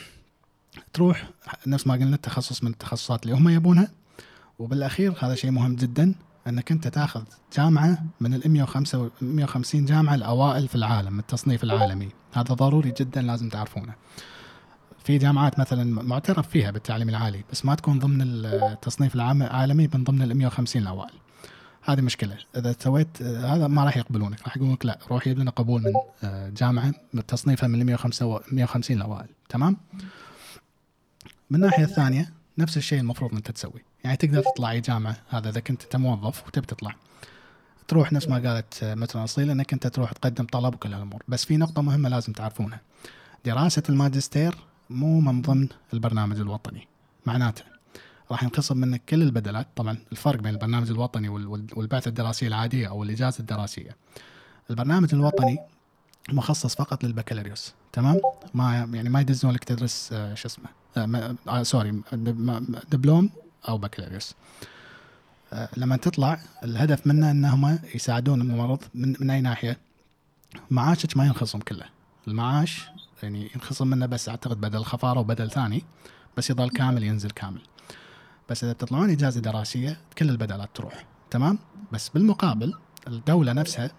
تروح نفس ما قلنا التخصص من التخصصات اللي هم يبونها. وبالاخير هذا شيء مهم جدا، انك انت تاخذ جامعه من ال 150 جامعه الاوائل في العالم، التصنيف العالمي. هذا ضروري جدا لازم تعرفونه. في جامعات مثلا معترف فيها بالتعليم العالي بس ما تكون ضمن التصنيف العالمي من ضمن ال 150 الاوائل. هذه مشكله، اذا سويت هذا ما راح يقبلونك، راح يقولون لك لا روح يجيب لنا قبول من جامعه من تصنيفها من ال 150 الاوائل، تمام. من الناحيه الثانيه نفس الشيء المفروض انت تسوي، يعني تقدر تطلع اي جامعه، هذا اذا كنت موظف وتبي تطلع تروح نفس ما قالت مثلا اصيل انك انت تروح تقدم طلب وكل هالامور. بس في نقطه مهمه لازم تعرفونها، دراسه الماجستير مو من ضمن البرنامج الوطني، معناته راح ينخصم منك كل البدلات. طبعا الفرق بين البرنامج الوطني والبعثة الدراسية العادية أو الإجازة الدراسية، البرنامج الوطني مخصص فقط للبكالوريوس، تمام. ما يدزون لك تدرس شو اسمه سوري دبلوم أو بكالوريوس. لما تطلع الهدف منه أنهم يساعدون الممرض من أي ناحية. معاشك ما ينخصم كله، المعاش يعني ينخصم منه بس أعتقد بدل خفارة وبدل ثاني، بس يضل كامل، ينزل كامل. بس إذا بتطلعون إجازة دراسية كل البدلات تروح، تمام. بس بالمقابل الدولة نفسها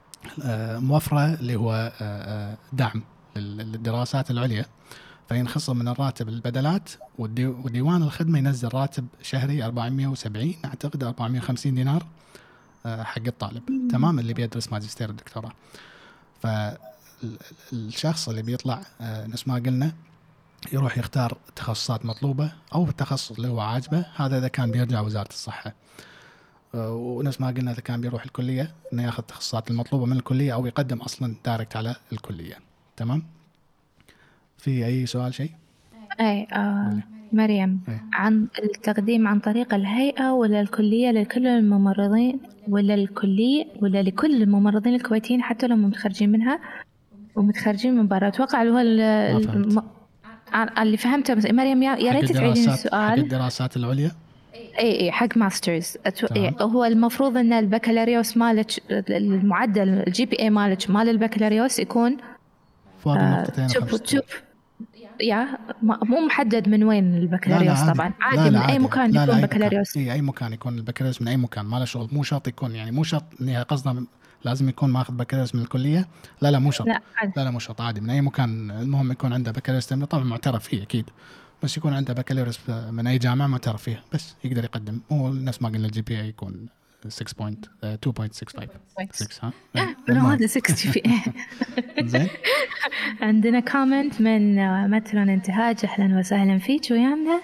موفرة اللي هو دعم للدراسات العليا، فينخصم من الراتب البدلات، وديوان الخدمة ينزل راتب شهري 470 أعتقد 450 دينار حق الطالب، تمام، اللي بيدرس ماجستير الدكتوراه. فالشخص اللي بيطلع نفس ما قلنا يروح يختار تخصصات مطلوبة أو التخصص اللي هو عاجبه، هذا إذا كان بيرجع وزارة الصحة. ونفس ما قلنا إذا كان بيروح الكلية إنه ياخذ التخصصات المطلوبة من الكلية أو يقدم أصلا دايركت على الكلية، تمام. في أي سؤال شيء؟ أي مريم، عن التقديم عن طريق الهيئة ولا الكلية لكل الممرضين، ولا الكلية ولا لكل الممرضين الكويتيين حتى لو متخرجين منها ومتخرجين من برا؟ أتوقع اللي فهمته مريم، يا ريت تعيدين السؤال. حق الدراسات العليا اي حق ماسترز هو المفروض ان البكالوريوس مالك، المعدل الجي بي اي مالك مال البكالوريوس يكون فوق نقطتين مو محدد من وين البكالوريوس. طبعا عادي من اي مكان يكون بكالوريوس. اي مكان يكون البكالوريوس، من اي مكان، ما له شغل. مو شرط يكون، يعني مو شرط انها قصدنا لازم يكون ماخذ بكالوريوس من الكليه، لا مو شرط. لا مو شرط، عادي من اي مكان، المهم يكون عنده بكالوريوس طبعا معترف فيه اكيد، بس يكون عنده بكالوريوس من اي جامعه معترف فيها بس يقدر يقدم. مو نفس ما قلنا الجي بي اي يكون 2.65 6 هذا 6 جي بي اي. زين. عندنا كومنت من مثلا انتهاج، اهلا وسهلا فيك ويانا.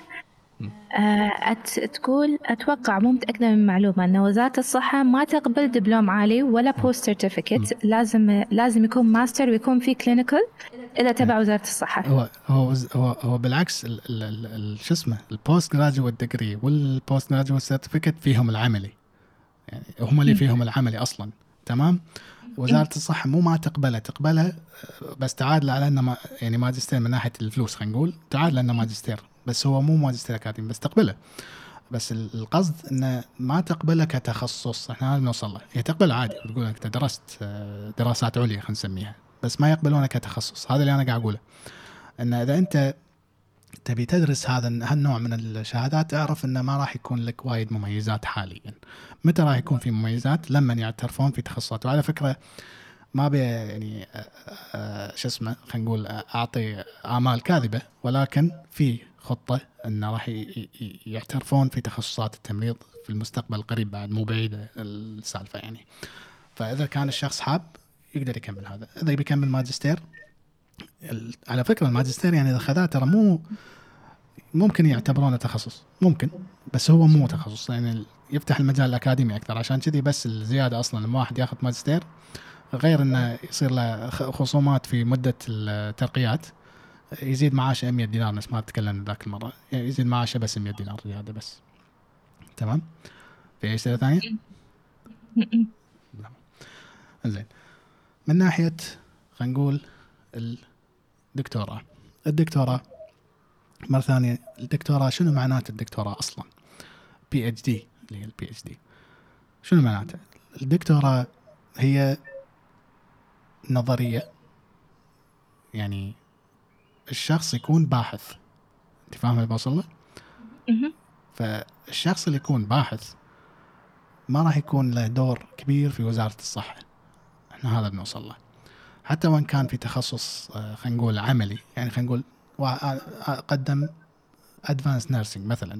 تقول أتوقع مو متأكدة من معلومة أن وزارة الصحة ما تقبل دبلوم عالي ولا بوست سيرتيفيكت، لازم يكون ماستر ويكون في كلينيكال إذا تبع وزارة الصحة. هو بالعكس، شو اسمه البوست جراجويت ديجري والبوست جراجويت سيرتيفيكت فيهم العملي، يعني هم اللي فيهم العملي أصلا، تمام. وزارة الصحة مو ما تقبله بس تعادل على أنه يعني ماجستير من ناحية الفلوس، خلينا نقول تعادل أنه ماجستير، بس هو مو ماجستير أكاديمي بس تقبله. بس القصد أنه ما تقبله كتخصص، إحنا نوصل له. هي تقبل عادي وتقول أنك درست دراسات عليا خلينا نسميها، بس ما يقبلونه كتخصص. هذا اللي أنا قاعد أقوله، أن إذا أنت تبي تدرس هالنوع من الشهادات، اعرف انه ما راح يكون لك وايد مميزات حاليا. متى راح يكون في مميزات؟ لما يعترفون في تخصصات. وعلى فكره ما بي يعني شو اسمه، خلينا نقول اعطي امال كاذبه، ولكن في خطه انه راح يعترفون في تخصصات التمريض في المستقبل القريب بعد، مو بعيده السالفه يعني. فاذا كان الشخص حاب يقدر يكمل هذا. اذا بيكمل ماجستير، على فكره الماجستير يعني اذا خذاه ترى مو ممكن يعتبرونه تخصص، ممكن، بس هو مو تخصص يعني، يفتح المجال الأكاديمي أكثر. عشان كذي بس الزيادة أصلا لما واحد ياخذ ماجستير، غير أنه يصير له خصومات في مدة الترقيات، يزيد معاشه 100 دينار نفس ما تكلمنا ذاك المرة، يعني يزيد معاشه بس 100 دينار زيادة بس. تمام. في أي أسئلة ثانية؟ زين. من ناحية خلينا نقول الدكتوراه مرة ثانية، الدكتوراه شنو معنات الدكتوراه أصلا؟ PhD اللي هي PhD شنو معناته؟ الدكتوراه هي نظرية، يعني الشخص يكون باحث. انت فاهم اللي بوصل له؟ فالشخص اللي يكون باحث ما راح يكون له دور كبير في وزارة الصحة، احنا هذا بنوصل له. حتى وان كان في تخصص خلينا نقول عملي، يعني خلينا نقول قدم advanced nursing مثلا،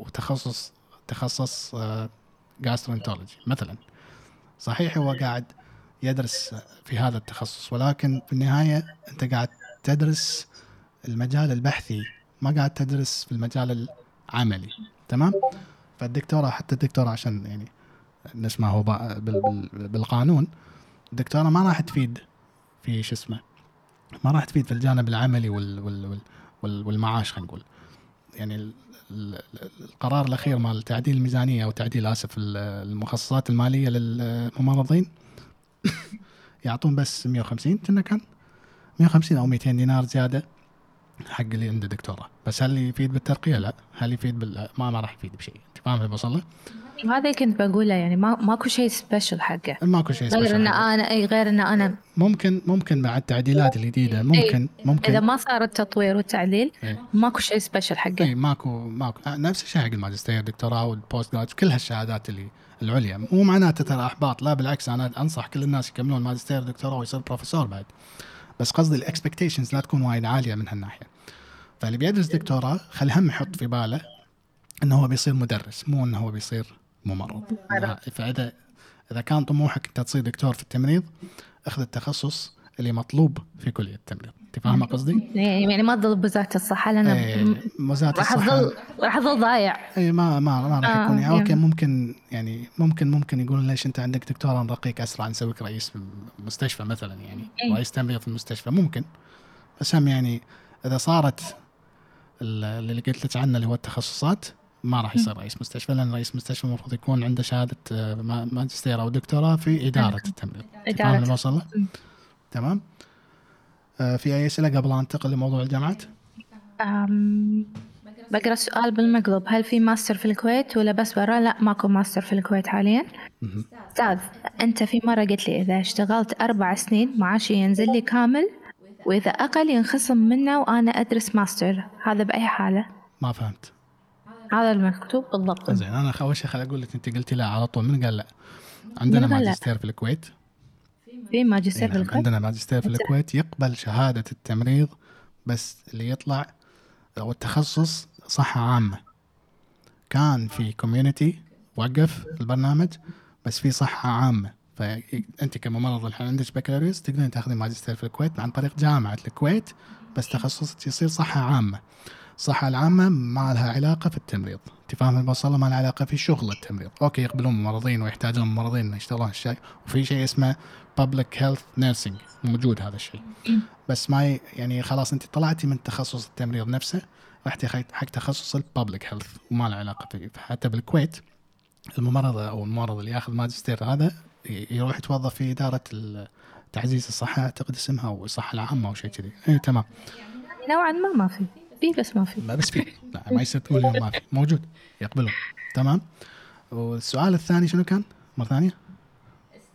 تخصص gastroenterology مثلا، صحيح هو قاعد يدرس في هذا التخصص، ولكن في النهاية أنت قاعد تدرس المجال البحثي، ما قاعد تدرس في المجال العملي. تمام. فالدكتوراه، حتى الدكتوراه عشان يعني نسمع هو بالقانون، الدكتوراه ما راح تفيد في شو اسمه، ما راح تفيد في الجانب العملي والمعاش. خلينا نقول يعني القرار الأخير مال تعديل الميزانية أو تعديل المخصصات المالية للممرضين يعطون بس 150 كان 150 أو 200 دينار زيادة حق اللي عنده دكتوراه. بس هل يفيد بالترقية؟ لا. هل يفيد ما راح يفيد بشيء. انت فاهم اللي بوصل له؟ هذا كنت بقوله، يعني ماكو شيء سبيشل حقه، ماكو شيء سبيشل غير ان انا غير ان انا ممكن مع التعديلات الجديدة ممكن اذا ما صار التطوير والتعديل ماكو شيء سبيشل حقه. ماكو نفس الشيء حق الماجستير، الدكتوراه والبوست جراد، كل هالشهادات اللي العليا. مو معناته ترى احباط، لا بالعكس، انا انصح كل الناس يكملون ماجستير دكتوراه ويصير بروفيسور بعد، بس قصدي الاكسبكتيشنز لا تكون وايد عاليه من هالناحيه. فاللي بيدرس دكتوراه خلي هم يحط في باله انه هو بيصير مدرس، مو انه هو بيصير ممرض. فاذا كان طموحك انت تصير دكتور في التمريض، اخذ التخصص اللي مطلوب في كليه التمريض. انت فاهمه قصدي؟ يعني ما تضل بوزاره الصحه، لان وزاره الصحه راح اظل ضايع. اي ما راح يكون يعني اوكي. ممكن يعني ممكن يقولون ليش انت عندك دكتوراه نرقيك اسرع، نسويك رئيس في المستشفى مثلا، يعني رئيس تمريض في المستشفى ممكن. بس هم يعني اذا صارت اللي قلت لك عنه اللي هو التخصصات، ما راح يصير رئيس مستشفى، لان رئيس مستشفى المفروض يكون عنده شهاده ماجستير او دكتوراه في اداره التمريض. فاهم الوصل له؟ تمام. في اي اسئله قبل ان انتقل لموضوع الجامعات؟ بقرا سؤال بالمقلوب، هل في ماستر في الكويت ولا بس برا؟ لا ماكو ماستر في الكويت حاليا. استاذ انت في مره قلت لي اذا اشتغلت 4 سنين معاشي ينزل لي كامل، واذا اقل ينخصم منه وانا ادرس ماستر، هذا باي حاله؟ ما فهمت. هذا المكتوب بالضبط. زين انا اول شيء خل اقول لك، انت قلتي لا على طول، من قال لا؟ عندنا ماجستير في الكويت، في ماجستير في الكويت، عندنا ماجستير في الكويت يقبل شهاده التمريض، بس اللي يطلع او التخصص صحه عامه. كان في كوميونتي وقف البرنامج، بس في صحه عامه. فانت كممرض الحين عندك بكالوريوس، تقدرين تاخذين ماجستير في الكويت عن طريق جامعه الكويت، بس تخصصك يصير صحه عامه. الصحة العامة ما لها علاقة في التمريض. انت فاهم البصلة؟ ما لها علاقة في شغل التمريض. اوكي يقبلون ممرضين ويحتاجون ممرضين يشتغلون الشيء، وفي شيء اسمه public health nursing موجود هذا الشيء، بس ما يعني خلاص انت طلعتي من تخصص التمريض نفسه، رحتي حق تخصص الببليك هيلث وما له علاقة فيه. حتى بالكويت الممرض او الممرض اللي ياخذ ماجستير هذا يروح يتوظف في إدارة تعزيز الصحة، اعتقد اسمها، او الصحة العامة او شيء كذي. اي تمام. نوعا ما في بس ما في. لا بس في، لا ما يصير تقول ما في، موجود يقبلون. تمام. والسؤال الثاني شنو كان مرة ثانية؟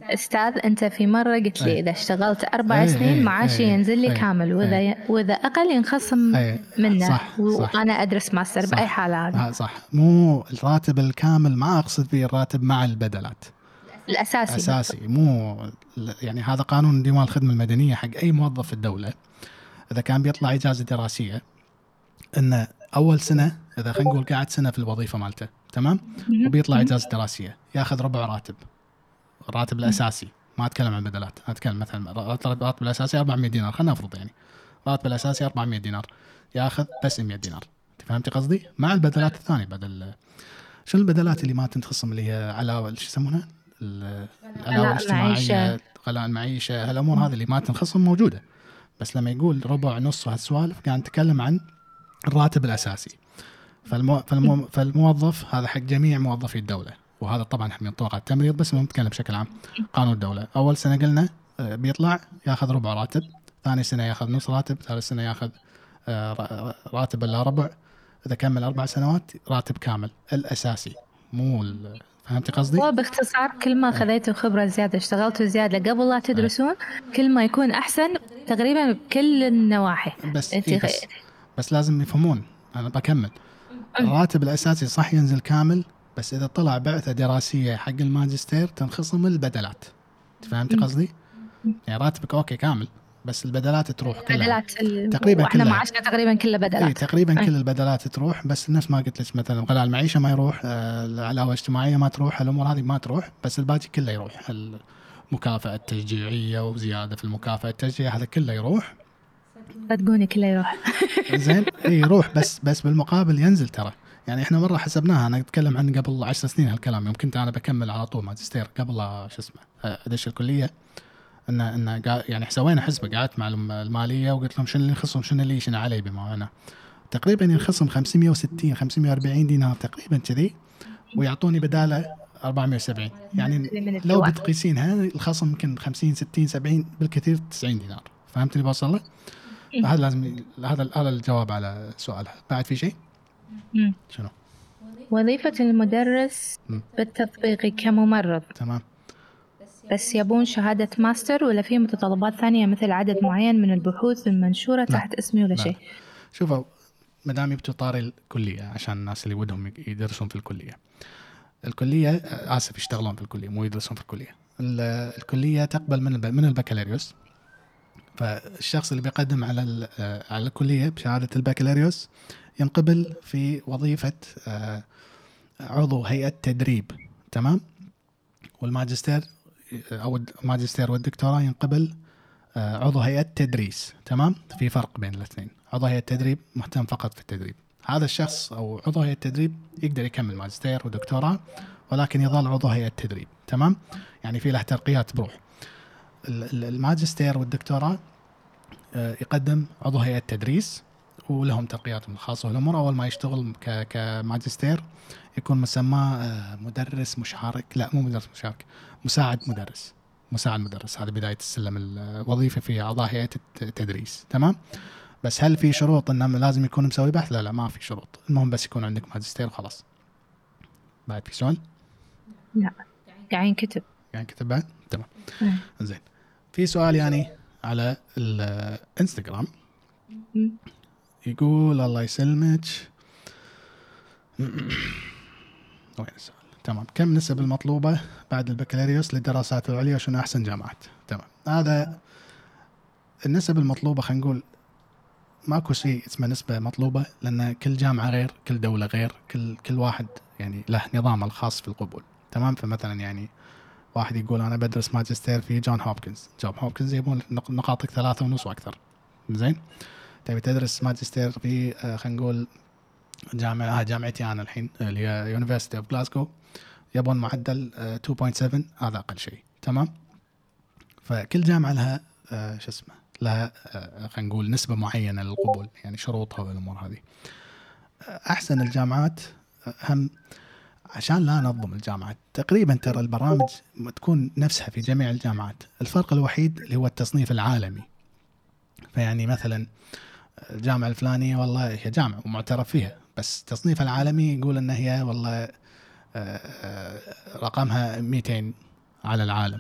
أستاذ أنت في مرة قلت لي إذا اشتغلت 4 سنين معاشي ينزل لي كامل، وإذا أقل ينخصم منه. صح. وأنا أدرس ماستر بأي حالة هذه. صح. مو الراتب الكامل، ما أقصد فيه الراتب مع البدلات الأساسي. أساسي. مو يعني هذا قانون ديوان الخدمة المدنية حق أي موظف في الدولة. إذا كان بيطلع إجازة دراسية، إن أول سنة إذا خلينا نقول قاعد سنة في الوظيفة مالته، تمام، وبيطلع إجازة دراسية، ياخذ ربع راتب، الراتب الأساسي. ما أتكلم عن بدلات، أتكلم مثلا الراتب الأساسي 400 دينار، خلنا نفرض يعني الراتب الأساسي 400 دينار، ياخذ بس 100 دينار. فهمتي قصدي؟ مع البدلات الثانية. بدل شنو البدلات اللي ما تنخصم، اللي هي علاوة شو يسمونها، العلاوة الاجتماعية، غلاء المعيشة، هالأمور هذه اللي ما تنخصم موجودة. بس لما يقول ربع نص هالسوالف قاعد نتكلم عن الراتب الأساسي. فالموظف هذا حق جميع موظفي الدولة، وهذا طبعا ينطبق على التمريض، بس نتكلم بشكل عام. قانون الدولة أول سنة قلنا بيطلع ياخذ ربع راتب، ثاني سنة ياخذ نص راتب، ثالث سنة ياخذ راتب إلا ربع، إذا كمل 4 سنوات راتب كامل الأساسي. مو فهمتي قصدي؟ هو باختصار كل ما خذيتوا خبرة زيادة، اشتغلتوا زيادة قبل لا تدرسون، كل ما يكون أحسن تقريبا بكل النواحي. بس لازم يفهمون. أنا بكمل. الراتب الأساسي صح ينزل كامل، بس إذا طلع بعثة دراسية حق الماجستير تنخصم البدلات. فهمتي قصدي؟ يعني راتبك أوكي كامل، بس البدلات تروح كلها تقريبا كلها. معاشنا تقريبا كلها بدلات. تقريبا كل البدلات تروح، بس الناس ما قلت لك مثلا غلاء المعيشة ما يروح، العلاوة الاجتماعية ما تروح، الأمور هذه ما تروح، بس الباقي كله يروح. المكافأة التشجيعية وزيادة في المكافأة التشجيعية هذا كله يروح. صدقوني كله يروح. زين يروح، بس بالمقابل ينزل ترى. يعني احنا مرة حسبناها، انا اتكلم عن قبل 10 سنين هالكلام، يوم كنت انا بكمل على طول ماجستير قبل شو اسمه ادش الكلية، ان يعني سوينا حسبة، قعدت مع المالية وقلت لهم شنو اللي يخصم شنو اللي يشنع علي، بما انا تقريبا ينخصم 560 540 دينار تقريبا كذي، ويعطوني بداله 470. يعني لو بتقيسينها الخصم يمكن 50 60 70 بالكثير 90 دينار. فهمت اللي بوصل له؟ هذا لازم، هذا الجواب على سؤالها. بعد في شيء؟ شنو؟ وظيفة المدرس بالتطبيقي كممرض، تمام، بس يبون شهادة ماستر ولا في متطلبات ثانية مثل عدد معين من البحوث المنشورة تحت اسمي ولا شيء؟ شوفوا، مدام يبتوا طاري الكلية عشان الناس اللي ودهم يدرسون في الكلية آسف يشتغلون في الكلية مو يدرسون في الكلية. الكلية تقبل من البكالوريوس. فالشخص اللي بيقدم على الكلية بشهادة البكالوريوس ينقبل في وظيفة عضو هيئة تدريب، تمام. والماجستير أو الماجستير والدكتوراه ينقبل عضو هيئة تدريس، تمام. في فرق بين الاثنين. عضو هيئة تدريب مهتم فقط في التدريب، هذا الشخص أو عضو هيئة تدريب يقدر يكمل ماجستير ودكتوراه، ولكن يظل عضو هيئة تدريب، تمام. يعني في له ترقيات بروح. الماجستير والدكتوراه يقدم عضو هيئة تدريس ولهم ترقياتهم الخاصة والأمور. أول ما يشتغل كماجستير يكون مسماه مدرس مشارك، لا مو مدرس مشارك، مساعد مدرس. هذا بداية السلم الوظيفي في أعضاء هيئة التدريس، تمام. بس هل في شروط إنه لازم يكون مسوي بحث؟ لا ما في شروط، المهم بس يكون عندك ماجستير وخلاص. بعد في سؤال؟ لا قاعدين كتب بعد، تمام. زين، في سؤال يعني على الانستغرام يقول الله يسلمك وين السؤال؟ تمام. كم نسب المطلوبة بعد البكالوريوس للدراسات العليا وشنو أحسن جامعات؟ تمام. هذا النسب المطلوبة خلينا نقول ماكو شيء اسمه نسبة مطلوبة، لأن كل جامعة غير، كل دولة غير، كل واحد يعني له نظام الخاص في القبول، تمام. فمثلا يعني واحد يقول أنا بدرس ماجستير في جون هوبكنز يبون نقاطك 3.5 وأكثر. زين، تبي تدرس ماجستير في خلينا نقول جامعتي أنا الحين اللي هي University of Glasgow يبون معدل 2.7، هذا أقل شيء، تمام. فكل جامعة لها شو اسمه، لها خلينا نقول نسبة معينة للقبول، يعني شروطها والأمور هذه. أحسن الجامعات هم عشان لا نظم الجامعات تقريبا ترى البرامج تكون نفسها في جميع الجامعات، الفرق الوحيد اللي هو التصنيف العالمي. فيعني مثلا الجامعة الفلانية والله هي جامعة ومعترف فيها، بس التصنيف العالمي يقول أن هي والله رقمها 200 على العالم،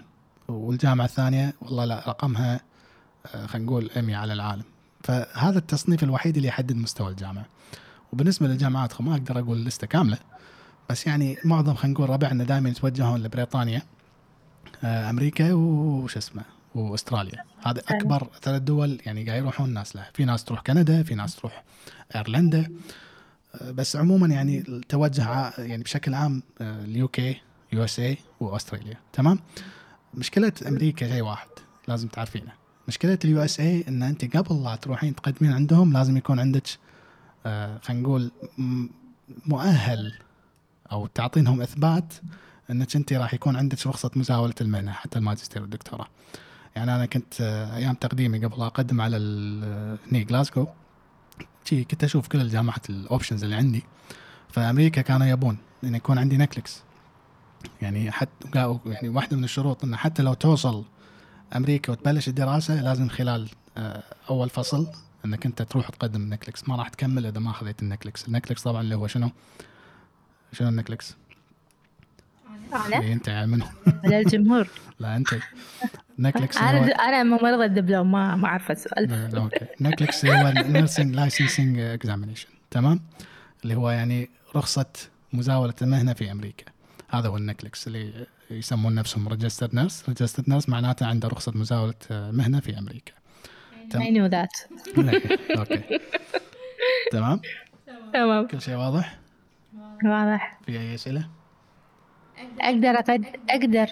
والجامعة الثانية والله لا رقمها خلينا نقول 100 على العالم. فهذا التصنيف الوحيد اللي يحدد مستوى الجامعة. وبالنسبة للجامعات ما أقدر أقول لستة كاملة، بس يعني معظم خلينا نقول ربعنا دائما يتوجهون لبريطانيا، أمريكا وش اسمه وأستراليا. هذا أكبر 3 دول يعني قاعد يروحون الناس لها. في ناس تروح كندا، في ناس تروح أيرلندا، بس عموما يعني التوجه يعني بشكل عام اليو كي يو اس اي واستراليا. تمام. مشكله امريكا شيء واحد لازم تعرفينه، مشكله اليو اس اي ان انت قبل لا تروحين تقدمين عندهم لازم يكون عندك خلينا نقول مؤهل او تعطينهم اثبات انك انت راح يكون عندك رخصه مزاوله المهنه حتى الماجستير والدكتوراه. يعني انا كنت ايام تقديمي قبل لا اقدم على هني جلاسكو كنت اشوف كل الجامعات الاوبشنز اللي عندي. فامريكا كانوا يبون ان يكون عندي نكلكس، يعني حتى يعني واحده من الشروط ان حتى لو توصل امريكا وتبلش الدراسه لازم خلال اول فصل انك انت تروح تقدم النكلكس، ما راح تكمل اذا ما اخذت النكلكس. النكلكس طبعا اللي هو شنو النكلكس اللي انت يعني منه للجمهور. لا انت نكلكس انا ممرضه الدبلوم ما اعرف السؤال. اوكي. نكلكس هو نيرسينج لايسنسنج اكزامينيشن، تمام، اللي هو يعني رخصه مزاوله المهنه في امريكا. هذا هو النكلكس اللي يسمون نفسهم ريجسترد نيرس. ريجسترد نيرس معناته عنده رخصه مزاوله مهنه في امريكا. I knew that. اوكي تمام تمام، كل شيء واضح. في اي اسئله؟ اقدر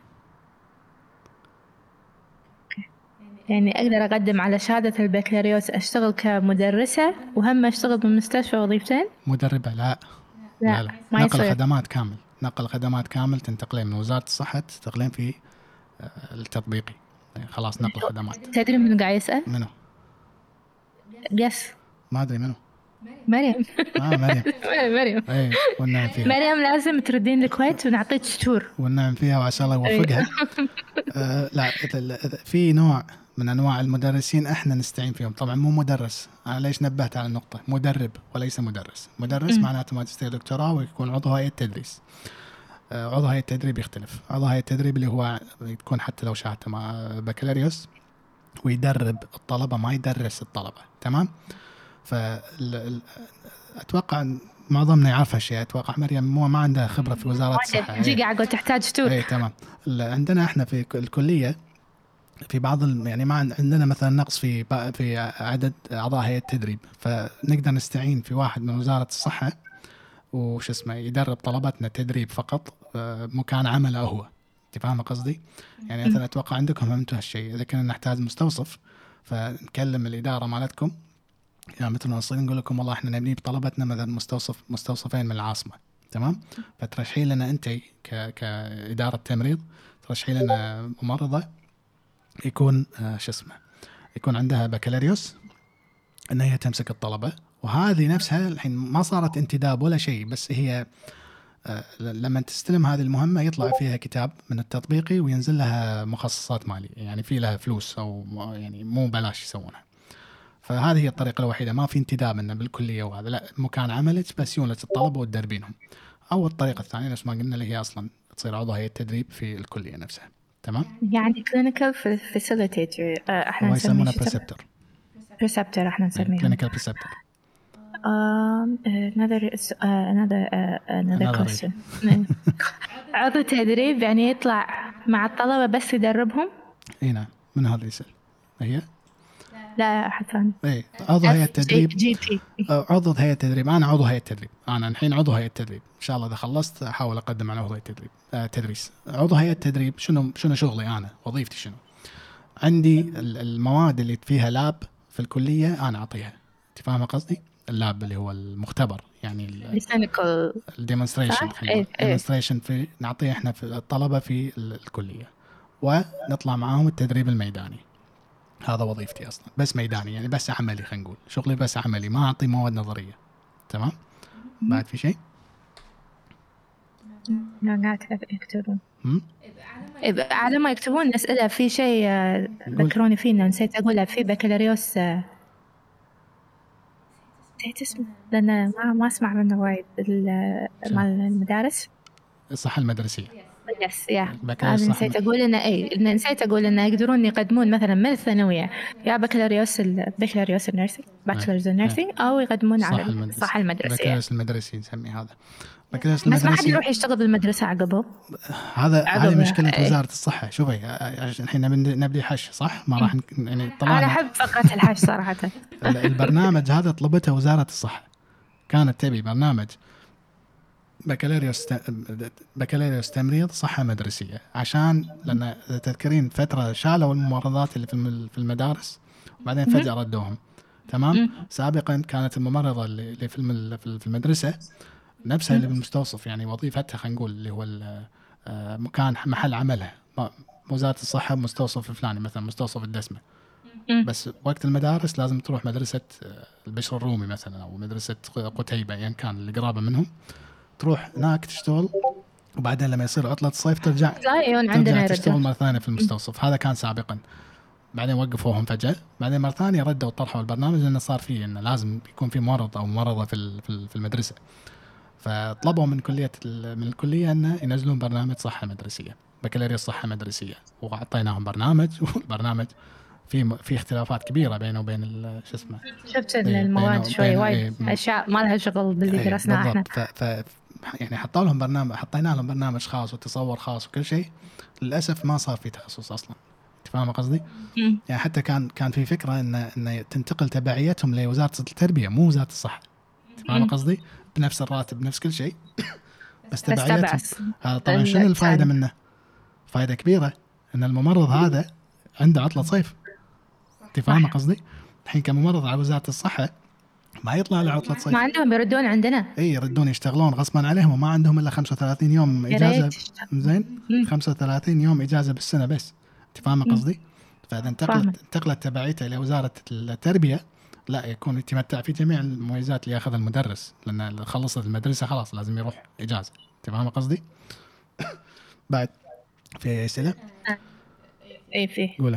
يعني اقدر اقدم على شهاده البكالوريوس اشتغل كمدرسه وهم اشتغل بالمستشفى وظيفتين؟ مدربه لا ما نقل يصير. خدمات كامل تنتقلين من وزاره الصحه تنتقلين في التطبيقي. خلاص نقل خدمات. تدري من قاعد يسال؟ منو؟ يس ما ادري منو. مريم. مريم اي والنعم فيها. مريم لازم تردين الكويت ونعطيك تور. والنعم فيها وعسى الله يوفقها. لا في نوع من انواع المدرسين احنا نستعين فيهم، طبعا مو مدرس. انا ليش نبهت على النقطه مدرب وليس مدرس. مدرس معناته ماجستير دكتوراه ويكون عضو هيئه تدريس. عضو هيئه التدريب يختلف. عضو هيئه التدريب اللي هو يكون حتى لو شهادته مع بكالوريوس ويدرب الطلبه ما يدرس الطلبه. تمام. اتوقع معظمنا يعرف هالشيء. اتوقع مريم ما عندها خبره في وزاره الصحه. جي قاعد تحتاج تور. اي تمام. عندنا احنا في الكليه في بعض يعني ما عندنا مثلا نقص في عدد اعضاء هيئه التدريب، فنقدر نستعين في واحد من وزاره الصحه وش اسمه يدرب طلبتنا تدريب فقط مكان عمله هو. انت فاهمه قصدي؟ يعني مثلا اتوقع عندكم فهمتوا هالشيء. اذا كنا نحتاج مستوصف فنكلم الاداره مالتكم يعني مثل المنصرين نقول لكم والله احنا نبني بطلبتنا مثلا مستوصفين من العاصمه. تمام. فترشحي لنا انت كاداره تمريض ترشحي لنا ممرضه يكون يكون عندها بكالوريوس ان هي تمسك الطلبه. وهذه نفسها الحين ما صارت انتداب ولا شيء، بس هي لما تستلم هذه المهمه يطلع فيها كتاب من التطبيقي وينزل لها مخصصات ماليه، يعني في لها فلوس او يعني مو بلاش يسوونها. فهذه هي الطريقه الوحيده، ما في انتداب انه بالكليه وهذا لا، مكان عملك بس يجون لك الطلبه وتدربينهم. او الطريقه الثانيه نفس ما قلنا اللي هي اصلا تصير عضو هيئه التدريب في الكليه نفسها. تمام. يعني كلينيكال فاسيليتيتور احنا يسمونه بريسبتور. بريسبتور احنا نسميه كلينيكال بريسبتور. another question. عضو تدريب يعني يطلع مع الطلبة بس يدربهم؟ اي نعم. من هذا يسأل؟ هي لا حسن. اي عضو هيئة التدريب. جي بي. عضو هيئة التدريب. انا عضو هيئة التدريب. انا الحين عضو هيئة التدريب. ان شاء الله اذا خلصت احاول اقدم على عضو هيئة التدريب تدريس. عضو هيئة التدريب شنو شغلي انا؟ وظيفتي شنو؟ عندي المواد اللي فيها لاب في الكلية انا اعطيها. انت فاهمه قصدي؟ اللاب اللي هو المختبر يعني الديمونستريشن. الديمونستريشن في نعطيه احنا في الطلبه في الكليه ونطلع معاهم التدريب الميداني. هذا وظيفتي اصلا بس ميداني يعني بس عملي. خلينا نقول شغلي بس عملي ما اعطي مواد نظريه. تمام. بعد في شيء؟ لا قاعد يكتبون. على ما يكتبون الأسئلة في شيء ذكروني فينا نسيت أقولها. في بكالوريوس نسيت اسمه لأن ما أسمع منه وايد مال المدارس. الصحة المدرسية. يس يا البكالوريوس هذا صحة نسيت أقول نسيت أقول إنه يقدرون يقدمون مثلا من الثانوية يا بكالوريوس النيرسينج باتشلرز النيرسينج أو يقدمون على الصحة المدرسية. البكالوريوس المدرسي نسميه هذا بكالوريوس بس ما حد المدرسي. يروح يشتغل بالمدرسة عقبه. هذه مشكلة وزارة الصحة. شوفي الحين نبدي حش صح، ما راح يعني طبعا أنا أحب فقرة الحش صراحة. البرنامج هذا طلبته وزارة الصحة، كانت تبي برنامج بكالوريوس تمريض صحة مدرسية، عشان لأن تذكرين فترة شالوا الممرضات اللي في المدارس وبعدين فجأة ردوهم. تمام. سابقا كانت الممرضة اللي في المدرسة نفسها اللي بالمستوصف، يعني وظيفتها خلينا نقول اللي هو مكان محل عملها وزارة الصحة مستوصف الفلاني، مثلا مستوصف الدسمة. بس وقت المدارس لازم تروح مدرسة البشر الرومي مثلا أو مدرسة قتيبة يعني كان اللي قرابة منهم، تروح هناك تشتغل، وبعدين لما يصير عطلة الصيف ترجع تشتغل مرة ثانية في المستوصف. هذا كان سابقا، بعدين وقفوهم فجأة، بعدين مرة ثانية ردوا طرحوا البرنامج لأنه صار فيه إنه لازم يكون في ممرض أو ممرضة في المدرسة، فطلبوا من الكلية أنه ينزلون برنامج صحة مدرسية، بكالوريوس صحة مدرسية، وعطيناهم برنامج. والبرنامج في اختلافات كبيرة بينه وبين شو اسمه، شفت المواد شوي وايد أشياء ما لها شغل باللي درسناه احنا. يعني حطينا لهم برنامج خاص وتصور خاص وكل شيء. للأسف ما صار في تخصص أصلا. تفهم قصدي؟ يعني حتى كان في فكرة إن تنتقل تبعيتهم لوزارة التربية مو وزارة الصحة. تفهم قصدي؟ بنفس الراتب بنفس كل شيء بس تبعيتهم. هذا طبعا شنو الفائدة منه؟ فائدة كبيرة إن الممرض هذا عنده عطلة صيف. تفهم قصدي؟ الحين كممرض على وزارة الصحة ما يطلع له عطلة صيف، ما عندهم يردون عندنا. يردون يشتغلون غصبا عليهم، وما عندهم إلا 35 يوم إجازة. زين 35 يوم إجازة بالسنة بس. تفهم قصدي؟ فإذا انتقلت تبعيته إلى وزارة التربية لا يكون يتمتع في جميع المميزات اللي ياخذها المدرس، لأن خلصت المدرسة خلاص لازم يروح إجازة. تفهم قصدي؟ بعد في أسئلة؟ فيه. قولي.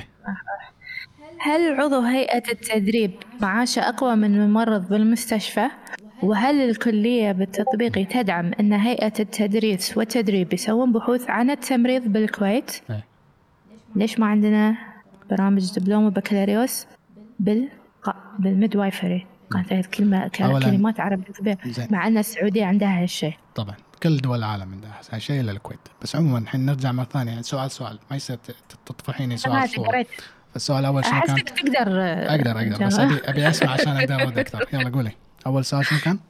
هل عضو هيئة التدريب معاشه أقوى من ممرض بالمستشفى؟ وهل الكلية بالتطبيق تدعم أن هيئة التدريس والتدريب يسوون بحوث عن التمريض بالكويت؟ ليش ما عندنا برامج دبلوم وبكالوريوس بالميدوايفري؟ كانت كلمات عربية كبيرة، مع أن السعودية عندها هالشيء. طبعا كل دول العالم عندها هالشيء إلا الكويت. بس عموما الحين نرجع مرة ثانية يعني سؤال ما يصير تطفحيني سؤال صورة. السؤال الأول شنو كان؟ أقدر بس أبي أسمع عشان أقدر أرد أكثر. يلا قولي أول سؤال شنو كان؟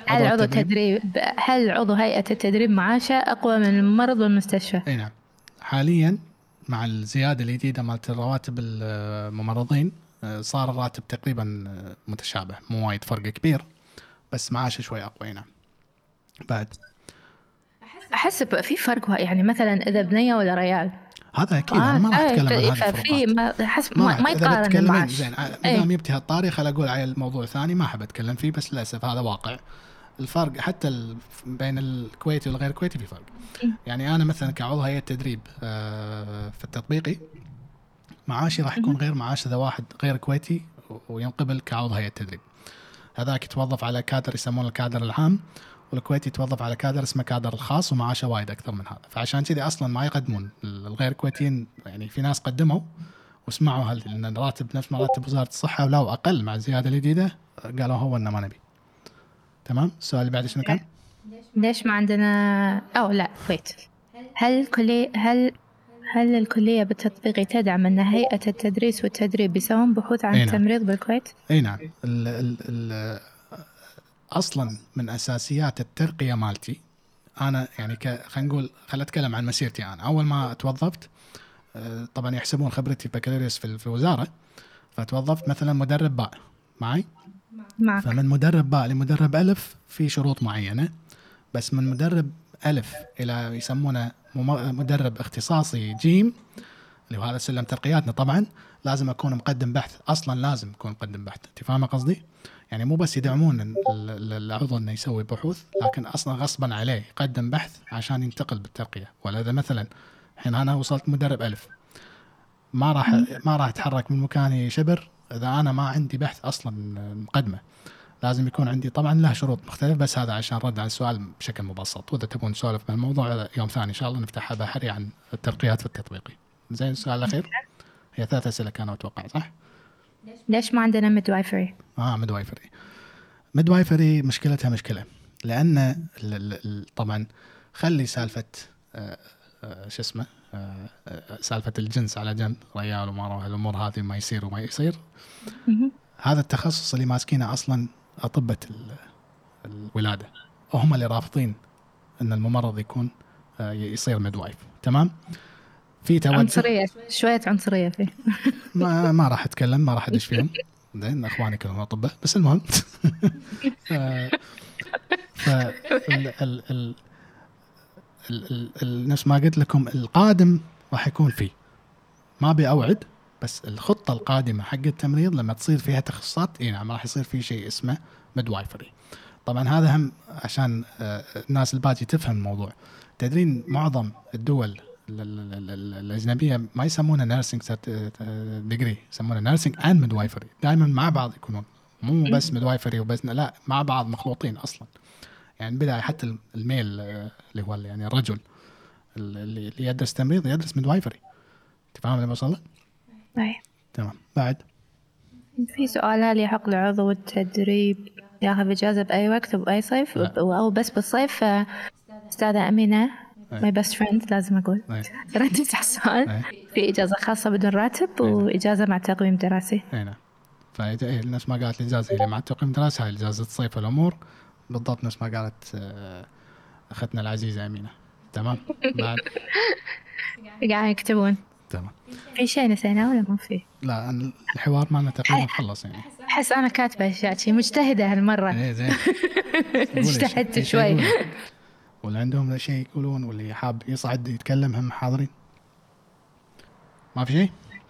هل عضو هيئة التدريب معاشه أقوى من الممرض والمستشفى؟ أي نعم. حاليا مع الزيادة الجديدة مالت رواتب الممرضين صار الراتب تقريبا متشابه، مو وايد فرق كبير، بس معاشه شوي أقوى. نعم. بعد أحس في فرق، يعني مثلا إذا بنية ولا ريال هذا أكيد. أنا ما راح أتكلم عن هذه الفروقات. ما يقارن المعاش. زين مدام يبتي هالطاري خل أقول على الموضوع ثاني ما أحب أتكلم فيه، بس للأسف هذا واقع. الفرق حتى بين الكويتي والغير كويتي في فرق. يعني أنا مثلا كعضو هيئة تدريب في التطبيقي معاشي راح يكون غير معاش إذا واحد غير كويتي وينقبل كعضو هيئة تدريب. هذاك يتوظف على كادر يسمونه الكادر العام، والكويتي يتوظف على كادر اسمه كادر الخاص ومعاشه وايد أكثر من هذا. فعشان كذي أصلا ما يقدمون الغير كويتيين. يعني في ناس قدموا وسمعوا لأن الراتب نفس مراتب وزارة الصحة ولو أقل مع الزيادة الجديدة، قالوا هو إنه ما نبي. تمام. السؤال اللي بعد شنو كان؟ ليش ما عندنا لا ويت. هل الكلية بالتطبيق تدعم أن هيئة التدريس والتدريب يسوون بحوث عن التمريض بالكويت؟ أي نعم. أصلا من أساسيات الترقية مالتي أنا يعني خلينا نقول أتكلم عن مسيرتي. أنا أول ما توظفت طبعا يحسبون خبرتي بكالوريوس في الوزارة، فتوظفت مثلا مدرب باء معي. فمن مدرب باء لمدرب ألف في شروط معينة، بس من مدرب ألف إلى يسمونه مدرب اختصاصي جيم اللي هو هذا سلم ترقياتنا، طبعا لازم أكون مقدم بحث. أصلا لازم أكون مقدم بحث. تفهم قصدي؟ يعني مو بس يدعمون العضو إنه يسوي بحوث، لكن أصلا غصبا عليه يقدم بحث عشان ينتقل بالترقية. ولا إذا مثلا الحين أنا وصلت مدرب ألف ما راح أتحرك من مكاني شبر إذا أنا ما عندي بحث أصلا مقدمة. لازم يكون عندي طبعا له شروط مختلفة، بس هذا عشان رد على السؤال بشكل مبسط. وإذا تبون نسولف بهالموضوع يوم ثاني إن شاء الله نفتحها بحري عن الترقيات في التطبيقي. زين السؤال الأخير، هي 3 أسئلة كانوا أتوقع صح؟ ليش ما عندنا ميدوايفري؟ ميدوايفري مشكلتها مشكلة، لأن طبعا خلي سالفة شو اسمه سالفة الجنس على جنب، ريال وما روح، الأمور هذه ما يصير وما يصير. هذا التخصص اللي ماسكينه أصلا أطباء الولادة، وهم اللي رافضين أن الممرض يكون يصير ميدوايف. تمام. في توجه عنصرية، شوية عنصرية فيه. ما راح أتكلم، ما راح أدش فيهم، لأن أخواني كلهم أطباء. بس المهم نفس ما قلت لكم القادم راح يكون فيه، ما بأوعد، بس الخطة القادمة حق التمريض لما تصير فيها تخصصات نعم راح يصير في شيء اسمه ميدوايفري. طبعا هذا هم عشان الناس الباقي تفهم الموضوع. تدرين معظم الدول الأجنبية ما يسمونه نيرسينج ديجري، يسمونه نيرسينج اند ميدوايفري، دائما مع بعض يكونون، مو بس ميدوايفري وبس، لا مع بعض مخلوطين أصلا. يعني بداية حتى الميل اللي هو يعني الرجل اللي يدرس تمريض يدرس ميدوايفري. تفهم اللي بوصل له؟ أي. تمام. بعد في سؤال، هل يحق لعضو التدريب ياخذ إجازة بأي وقت وبأي صيف أو بس بالصيف؟ أستاذة أمينة my best friend لازم أقول ردت على السؤال. في إجازة خاصة بدون راتب وإجازة مع تقويم دراسي. نعم. فالناس ما قالت الإجازة اللي مع تقويم دراسي هاي إجازة الصيف والأمور بالضبط نفس ما قالت أختنا العزيزة أمينة. تمام. بعد قاعد يكتبون. تمام. في شيء نسيناه ولا ما في؟ لا الحوار مالنا تقريبا خلص يعني. أحس أنا كاتبة أشياء شيء مجتهدة هالمرة. إيه زين. اجتهدت شوي. واللي عندهم شيء يقولون واللي حاب يصعد يتكلم هم حاضرين. ما في شيء؟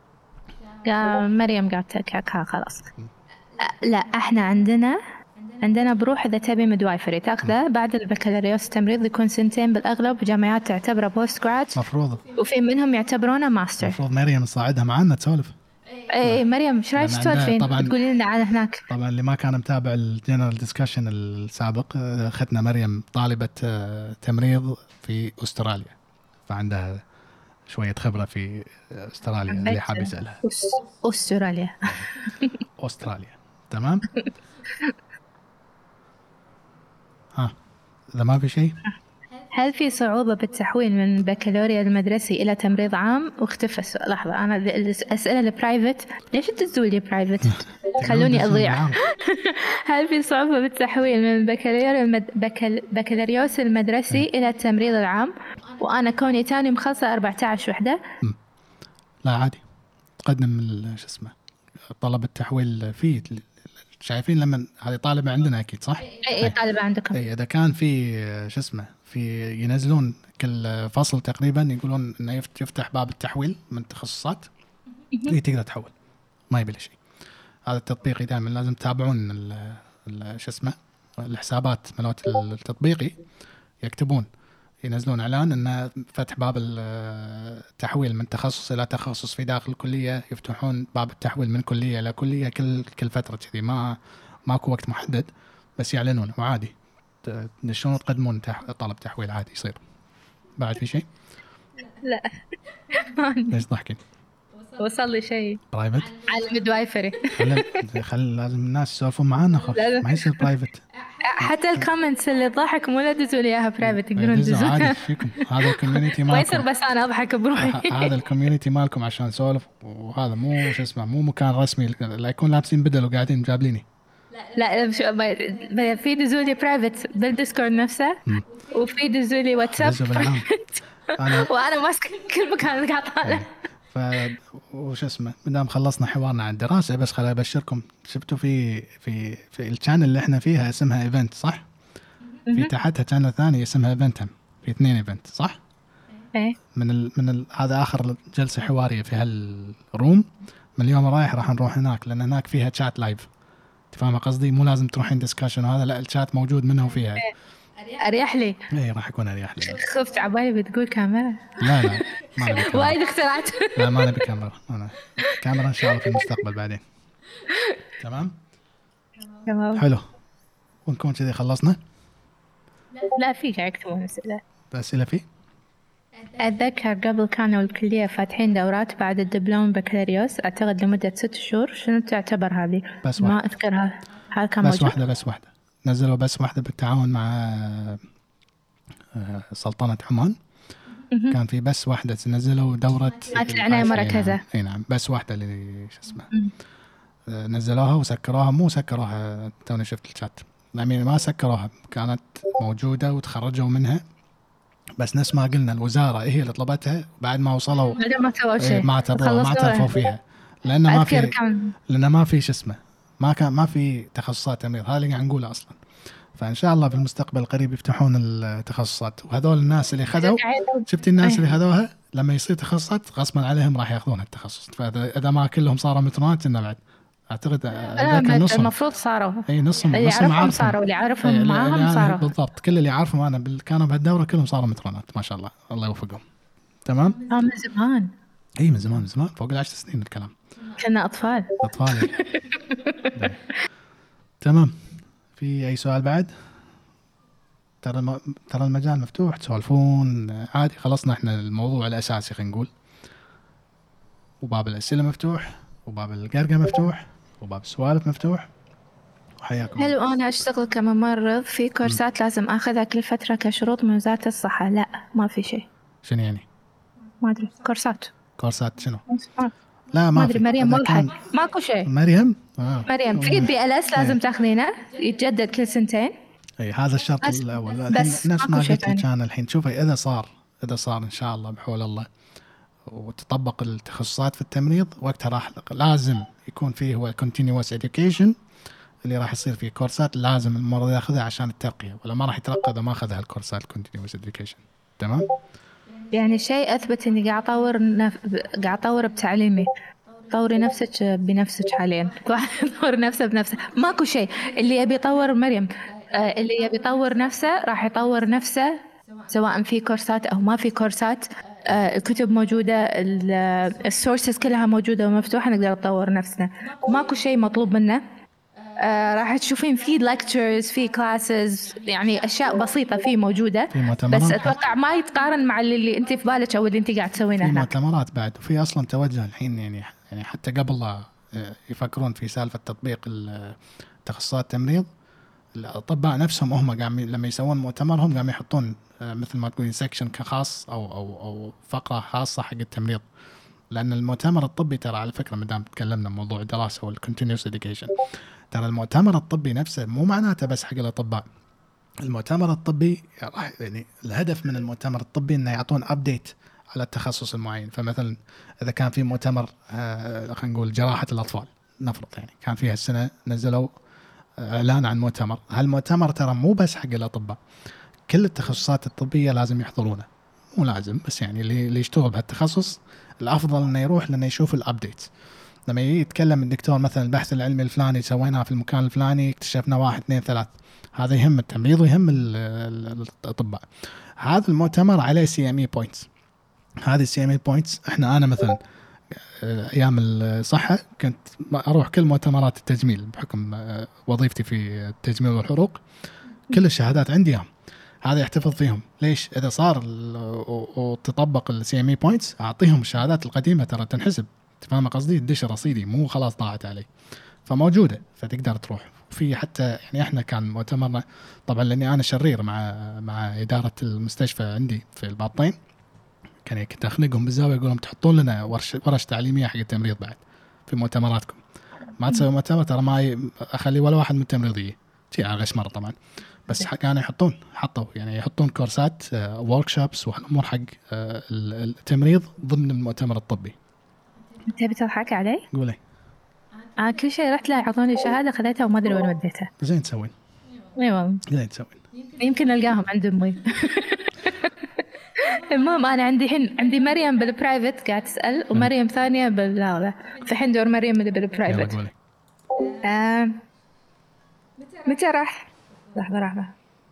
مريم قاعدة تكاكا خلاص. لا احنا عندنا بروح إذا تبي ميدوايفري تاخذه بعد البكالوريوس. التمريض يكون 2 بالأغلب، وجامعات تعتبره بوست جراد مفروض، وفي منهم يعتبرونه ماستر. مفروض مريم نصعدها معنا تسولف. اي مريم ايش رايك تسولفين تقولين لنا على هناك؟ طبعا اللي ما كان متابع الجنرال ديسكشن السابق، اخذنا مريم طالبة تمريض في أستراليا، فعندها شوية خبرة في أستراليا اللي حاب يسألها. أستراليا. تمام. إذا ما في شيء، هل في صعوبة بالتحويل من البكالوريا المدرسي إلى تمريض عام؟ واختفى السؤال. لحظة، أنا الأسئلة البرايفت ليش تدزوا لي برايفت؟ خلوني أضيع. هل في صعوبة بالتحويل من البكالوريوس المدرسي إلى التمريض العام؟ وأنا كوني تاني مخلصة 14 وحدة. لا عادي، تقدم شو اسمه طلب التحويل فيه. شايفين لما هذه طالبة عندنا أكيد صح؟ أي طالبة عندكم. أي إذا كان في شو اسمه في ينزلون كل فصل تقريبا يقولون إنه يفتح باب التحويل من التخصصات اللي تقدر تحول، ما يبي شيء. هذا التطبيقي دائما لازم تتابعون شو اسمه الحسابات مالت التطبيقي، يكتبون ينزلون إعلان إن فتح باب التحويل من تخصص إلى تخصص في داخل الكلية، يفتحون باب التحويل من كلية إلى كلية كل فترة كذي، ماكو وقت محدد بس يعلنون، وعادي تدشون وتقدمون طلب تحويل عادي يصير. بعد في شيء؟ لا. ليش ضحكين؟ وصل لي شيء برايفت على الميدوايفري. لازم الناس يسولفون معانا، ما يصير برايفت. حتى الكومنتس اللي ضحك مو لا تدزوا لي اياها برايفت، يقولون دزوا عادي فيكم. هذا الكوميونتي مالكم ما يصير بس انا اضحك بروحي. هذا الكوميونتي مالكم عشان نسولف، وهذا مو شو اسمه مو مكان رسمي لا يكون لابسين بدل وقاعدين جابليني. لا في دزوا لي برايفت بالديسكورد نفسه، وفي دزوا لي واتساب وانا ماسك كل مكان قاعد طالع. وش اسمه مدام خلصنا حوارنا عن الدراسة، بس خليني أبشركم، شفتوا في الشانل اللي احنا فيها اسمها ايفنت صح؟ في تحتها شانل ثاني اسمها ايفنتم، في 2 ايفنت صح؟ ايه هذا آخر جلسة حوارية في هالروم. من اليوم رايح راح نروح هناك، لأن هناك فيها شات لايف. تفهم قصدي؟ مو لازم تروحين ديسكشن وهذا، لا الشات موجود منه وفيها. أريح لي. ايه راح يكون أريح لي. خفت عبالي بتقول كاميرا. لا ما نبي كاميرا. وايد اخترعت. لا ما نبي كاميرا، كاميرا إن شاء الله في المستقبل بعدين. تمام. حلو. ونكون كذي خلصنا. لا في قاعد يكتبون أسئلة. أسئلة فيه. أتذكر قبل كانوا الكلية فاتحين دورات بعد الدبلوم بكالوريوس أعتقد لمدة 6 شهور. شنو تعتبر هذه؟ بس ما واحدة. أذكرها. هذا كان بس موجود؟ بس واحدة نزلوا بس واحدة بالتعاون مع سلطنة عمان. كان في بس واحدة نزلوا دورة العناية المركزة. اي نعم بس واحدة اللي شو اسمه نزلوها وسكروها. مو سكروها توني شفت الشات يعني ما سكروها كانت موجودة وتخرجوا منها بس نفس ما قلنا الوزارة هي اللي طلبتها بعد ما وصلوا ما سووا شيء ما اعترفوا فيها لأن ما في شو اسمه ما في تخصصات تمريض. هذا اللي قاعد نقوله أصلا. فإن شاء الله في المستقبل القريب يفتحون التخصصات وهذول الناس اللي خذوا شفتي الناس اللي خذوها لما يصير تخصصات غصبا عليهم راح ياخذون التخصص. فإذا ما كلهم صاروا مترونات إنه بعد أعتقد المفروض صاروا أي نصهم صاروا اللي عارفهم معاهم صاروا بالضبط. كل اللي عارفهم أنا كانوا بهالدورة كلهم صاروا مترونات ما شاء الله الله يوفقهم. تمام. من زمان. أي من زمان فوق 10 سنين الكلام. كنا أطفال. تمام. في أي سؤال بعد؟ ترى المجال مفتوح تسولفون عادي. خلصنا احنا الموضوع الأساسي خلينا نقول وباب الأسئلة مفتوح وباب القرقة مفتوح وباب السوالف مفتوح. وحياكم. هل أنا أشتغل كممرض في كورسات لازم أخذها كل فترة كشروط من وزارة الصحة؟ لا ما في شيء. شنو يعني؟ ما أدري. كورسات شنو؟ لا ما أدري. مريم ملحق ماكو شيء. مريم في BLS لازم تاخذينه يتجدد كل سنتين. اي هذا الشرط الاول. بس نفس ما قلت لك انا الحين شوفي اذا صار ان شاء الله بحول الله وتطبق التخصصات في التمريض وقتها راح لازم يكون فيه هو continuous education اللي راح يصير فيه كورسات لازم الممرض ياخذها عشان الترقيه ولا ما راح يترقى اذا ما اخذ هالكورسات continuous education. تمام. يعني شيء اثبت اني قاعد اطور بتعليمي. طوري نفسك بنفسك حاليا. طور نفسه بنفسه. ماكو شيء. اللي يبي يطور مريم اللي يبي يطور نفسه راح يطور نفسه سواء في كورسات او ما في كورسات. الكتب موجودة السورسز كلها موجودة ومفتوحة نقدر نطور نفسنا. ماكو شيء مطلوب منا. راح تشوفين في lectures في classes يعني أشياء بسيطة في موجودة بس أتوقع ما يتقارن مع اللي أنت في بالك أو اللي أنت قاعد تسوينه هنا. في مؤتمرات بعد وفي أصلا توجه الحين يعني حتى قبل لا يفكرون في سالفة تطبيق تخصصات التمريض الأطباء نفسهم هم قاعدين لما يسوون مؤتمرهم قاعدين يحطون مثل ما تقولين سكشن خاص أو فقرة خاصة حق التمريض. لأن المؤتمر الطبي ترى على فكرة مدام تكلمنا موضوع الدراسة والcontinuous education ترى المؤتمر الطبي نفسه مو معناته بس حق الأطباء. المؤتمر الطبي يعني الهدف من المؤتمر الطبي إنه يعطون أبديت على التخصص المعين. فمثلا إذا كان في مؤتمر خلينا نقول جراحة الأطفال نفرض يعني كان فيها السنة نزلوا إعلان عن مؤتمر. هالمؤتمر ترى مو بس حق الأطباء كل التخصصات الطبية لازم يحضرونه. مو لازم بس يعني اللي يشتغل بهالتخصص الأفضل إنه يروح لأنه يشوف الأبديت. لما يتكلم الدكتور مثلا البحث العلمي الفلاني سويناه في المكان الفلاني اكتشفنا 1 2 3 هذا يهم التمريض ويهم الأطباء. هذا المؤتمر عليه CME points. هذه CME points أنا مثلا أيام الصحة كنت أروح كل مؤتمرات التجميل بحكم وظيفتي في التجميل والحروق. كل الشهادات عندي هذا يحتفظ فيهم. ليش؟ إذا صار وتطبق CME points أعطيهم الشهادات القديمة ترى تنحسب. تفهم قصدي؟ تدش رصيدي مو خلاص ضاعت علي. فموجودة فتقدر تروح. في حتى يعني احنا كان مؤتمرنا طبعا لاني انا شرير مع اداره المستشفى عندي في الباطين كنت اخنقهم بالزاويه اقول لهم تحطون لنا ورش تعليميه حق التمريض بعد في مؤتمراتكم. ما تسوي مؤتمر ترى ما اخلي ولا واحد من التمريضيه شيء على غش مره طبعا بس كانوا حطوا يعني يحطون كورسات وركشوبس وامور حق التمريض ضمن المؤتمر الطبي. تبي تضحك علي؟ قولي. كل شيء رحت له اعطوني شهاده خذيتها وما ادري وين وديتها. زين تسوين. اي والله. زين تسوين. يمكن القاهم عند امي. المهم انا عندي مريم بالبرايفت قاعد تسال ومريم ثانيه بالهذا فحين دور مريم اللي بالبرايفت. متى راح لحظه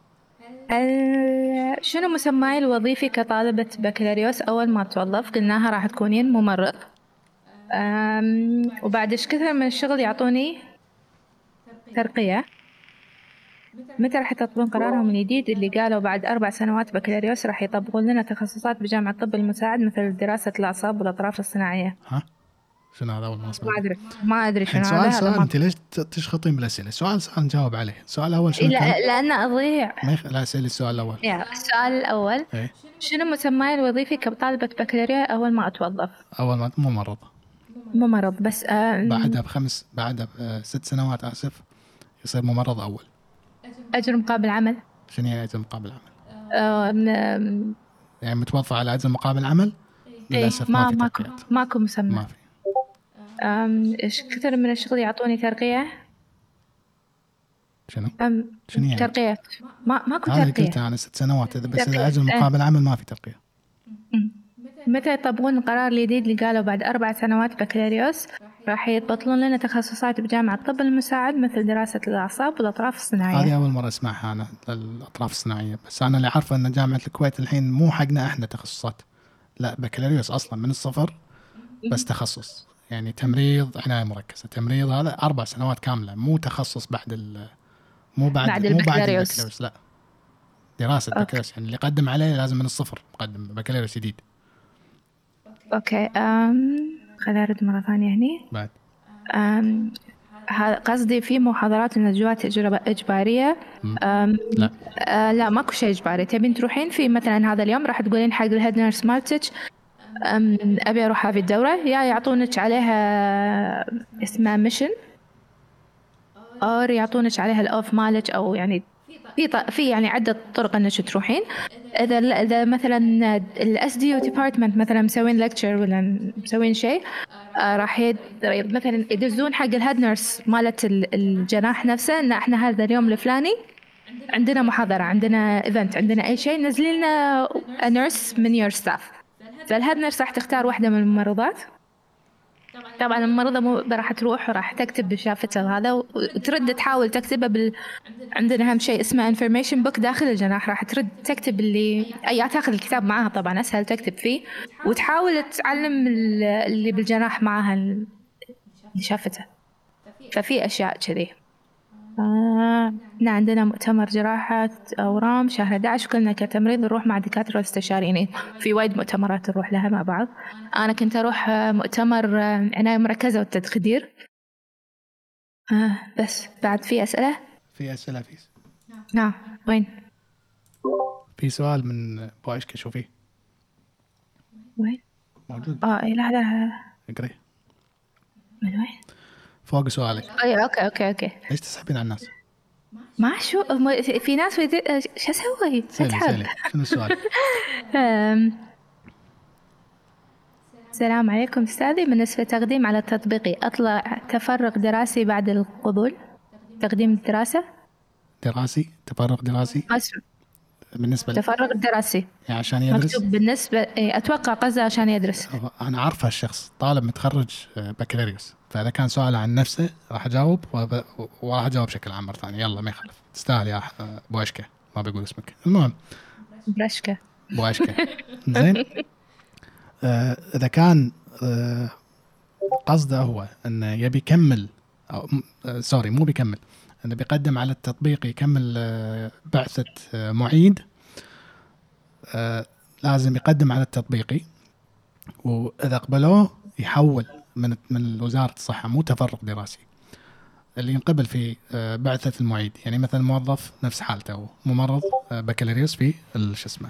شنو مسماي الوظيفي كطالبة بكالوريوس أول ما توظف؟ قلناها راح تكونين ممرض. وبعد إيش كثر من الشغل يعطوني ترقية. متى راح يطبقون قرارهم الجديد اللي قالوا بعد 4 سنوات بكالوريوس راح يطبقون لنا تخصصات بجامعة الطب المساعد مثل دراسة الأعصاب والأطراف الصناعية؟ ها شنو هذا؟ أول ما أسمع. ما أدري شنو سؤال هذا. سؤال أنت ليش تشخطين بالأسئلة؟ سؤال نجاوب عليه. السؤال الأول شنو كان؟ لأن أضيع. لا سألي السؤال الأول. السؤال الأول إيه؟ شنو مسماي الوظيفي كطالبة بكالوريا أول ما أتوظف؟ أول ما ممرض بس بعدها ب6 سنوات آسف يصير ممرض أول. أجر مقابل عمل؟ شنو يعني أجر مقابل عمل؟ يعني متوظف على أجر مقابل عمل؟ للأسف ما في ترقيات. ماكو مسمى. ما في. إيش كثر من الشغل يعطوني ترقية؟ شنو يعني؟ ترقية ماكو ترقية. أنا قلت أنا 6 سنوات بس إذا أجر مقابل عمل ما في ترقية. متى يطبقون القرار الجديد اللي قالوا بعد 4 سنوات بكالوريوس راح يبطلون لنا تخصصات بجامعة الطب المساعد مثل دراسة الأعصاب والأطراف الصناعية؟ هذه أول مرة أسمعها أنا الأطراف الصناعية. بس أنا اللي عارفة أن جامعة الكويت الحين مو حقنا إحنا تخصصات، لا بكالوريوس أصلا من الصفر بس تخصص يعني تمريض عناية مركزة. تمريض هذا 4 سنوات كاملة مو تخصص مو بعد البكالوريوس لا دراسة بكالوريوس يعني اللي يقدم عليه لازم من الصفر مقدم بكالوريوس جديد. أوكي خليني أرد مرة ثانية هني بعد. قصدي في محاضرات النجوات إجبارية. لا ماكو شيء إجباري. تبين تروحين في مثلا هذا اليوم راح تقولين حق الهيد نيرس مالتك أبي أروح هذه الدورة، يا يعطونك عليها اسمها ميشن أو يعطونك عليها الأوف مالك، أو يعني في يعني عدة طرق إنك تروحين. إذا مثلا الأس دي ديبارتمنت مثلا مسوين لكتشر ولا مسوين شيء راح مثلا يدزون حق الهيد نيرس مالت الجناح نفسه إن إحنا هذا اليوم الفلاني عندنا محاضرة، عندنا إيفنت، عندنا أي شيء، نزلي لنا نيرس من يور ستاف. فالهيد نيرس راح تختار واحدة من الممرضات. طبعا الممرضة مو راح تروح وراح تكتب بشافتها هذا وترد تحاول تكتبها عندنا أهم شيء اسمه information book داخل الجناح، راح ترد تكتب أي تاخذ الكتاب معها طبعا أسهل تكتب فيه وتحاول تعلم اللي بالجناح معها اللي شافتها. ففي أشياء كذي. عندنا مؤتمر جراحة أورام شهر 11 كلنا كتمريض نروح مع دكاترة واستشاريين. في وايد مؤتمرات نروح لها مع بعض. أنا كنت أروح مؤتمر عناية مركزة والتخدير. بس بعد في أسئلة؟ في أسئلة في. نعم وين؟ في سؤال من بوعشكة شوفيه. وين؟ موجود. إيه لحظة. اقري. من وين؟ فوق سؤالك. اوكي. ليش تسحبين على الناس؟ ما شو في ناس شو اسوي؟ سألي. شنو السؤال؟ السلام عليكم استاذي، بالنسبة تقديم على التطبيقي اطلع تفرغ دراسي بعد القبول؟ تقديم دراسي تفرغ دراسي بالنسبة تفرغ دراسي يعني عشان يدرس مكتوب بالنسبة أتوقع قصده عشان يدرس. أنا عارفه الشخص طالب متخرج بكالوريوس، فإذا كان سؤاله عن نفسه راح أجاوب وراح أجاوب بشكل عام مرة ثانية. يلا ما يخالف تستاهل يا بوعشكة، ما بيقول اسمك. المهم بوعشكة زين. إذا كان قصده هو أنه يبي يكمل سوري مو بيكمل، أنه بيقدم على التطبيق يكمل بعثة معيد، لازم يقدم على التطبيقي، وإذا قبلوه يحول من وزارة الصحة، مو تفرغ دراسي. اللي ينقبل في بعثة المعيد يعني مثلا موظف نفس حالته ممرض بكالوريوس في شو اسمه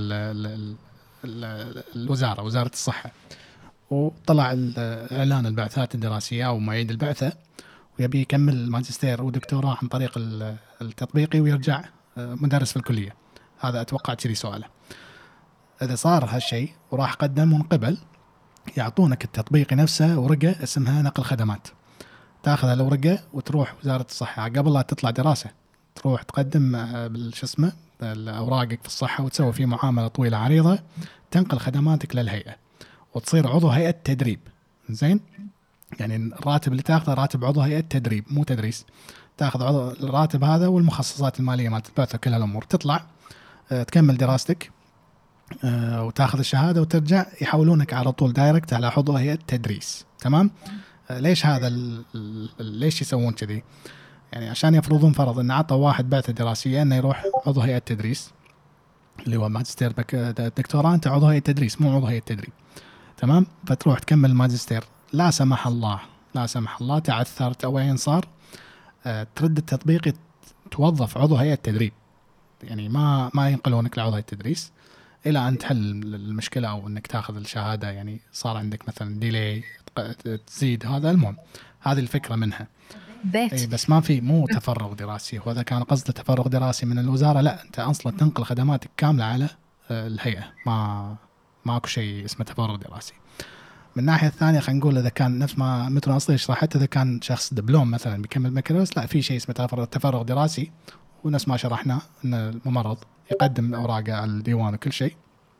الوزارة وزارة الصحة، وطلع إعلان البعثات الدراسية أو معيد البعثة ويبي يكمل الماجستير ودكتوراه عن طريق التطبيقي ويرجع مدرس في الكلية. هذا أتوقع كذي سؤاله. إذا صار هالشيء وراح قدم ونقبل، يعطونك التطبيقي نفسه ورقة اسمها نقل خدمات، تاخذ الورقة وتروح وزارة الصحة قبل لا تطلع دراسة، تروح تقدم بالشو اسمه أوراقك في الصحة وتسوي فيه معاملة طويلة عريضة، تنقل خدماتك للهيئة وتصير عضو هيئة تدريب. زين، يعني الراتب اللي تاخذه راتب عضو هيئة تدريب مو تدريس، تاخذ عضو الراتب هذا والمخصصات المالية مالت البعثة كل هالأمور، تطلع تكمل دراستك وتاخذ الشهادة وترجع، يحولونك على طول دايركت على عضو هيئة تدريس. تمام. ليش هذا ليش يسوون كذي؟ يعني عشان يفرضون فرض ان عطوا واحد بعثه دراسيه انه يروح عضو هيئه تدريس اللي هو ماجستير دكتوراه، انت عضو هيئه تدريس مو عضو هيئه تدريب، تمام؟ فتروح تكمل الماجستير، لا سمح الله لا سمح الله تعثرت او اين صار، ترد التطبيق توظف عضو هيئه تدريب، يعني ما ينقلونك لعضو هيئه تدريس الى ان تحل المشكله او انك تاخذ الشهاده، يعني صار عندك مثلا ديلي تزيد. هذا المهم هذه الفكره منها بيت. بس ما في مو تفرغ دراسي، وهذا كان قصده تفرغ دراسي من الوزاره، لا انت اصلا تنقل خدماتك كامله على الهيئه، ماكو شيء اسمه تفرغ دراسي. من الناحيه الثانيه خلينا نقول اذا كان نفس ما مترو اصلي شرحت، اذا كان شخص دبلوم مثلا بيكمل بكالوريوس، لا في شيء اسمه تفرغ دراسي، ونفس ما شرحنا ان الممرض يقدم اوراقه على الديوان وكل شيء،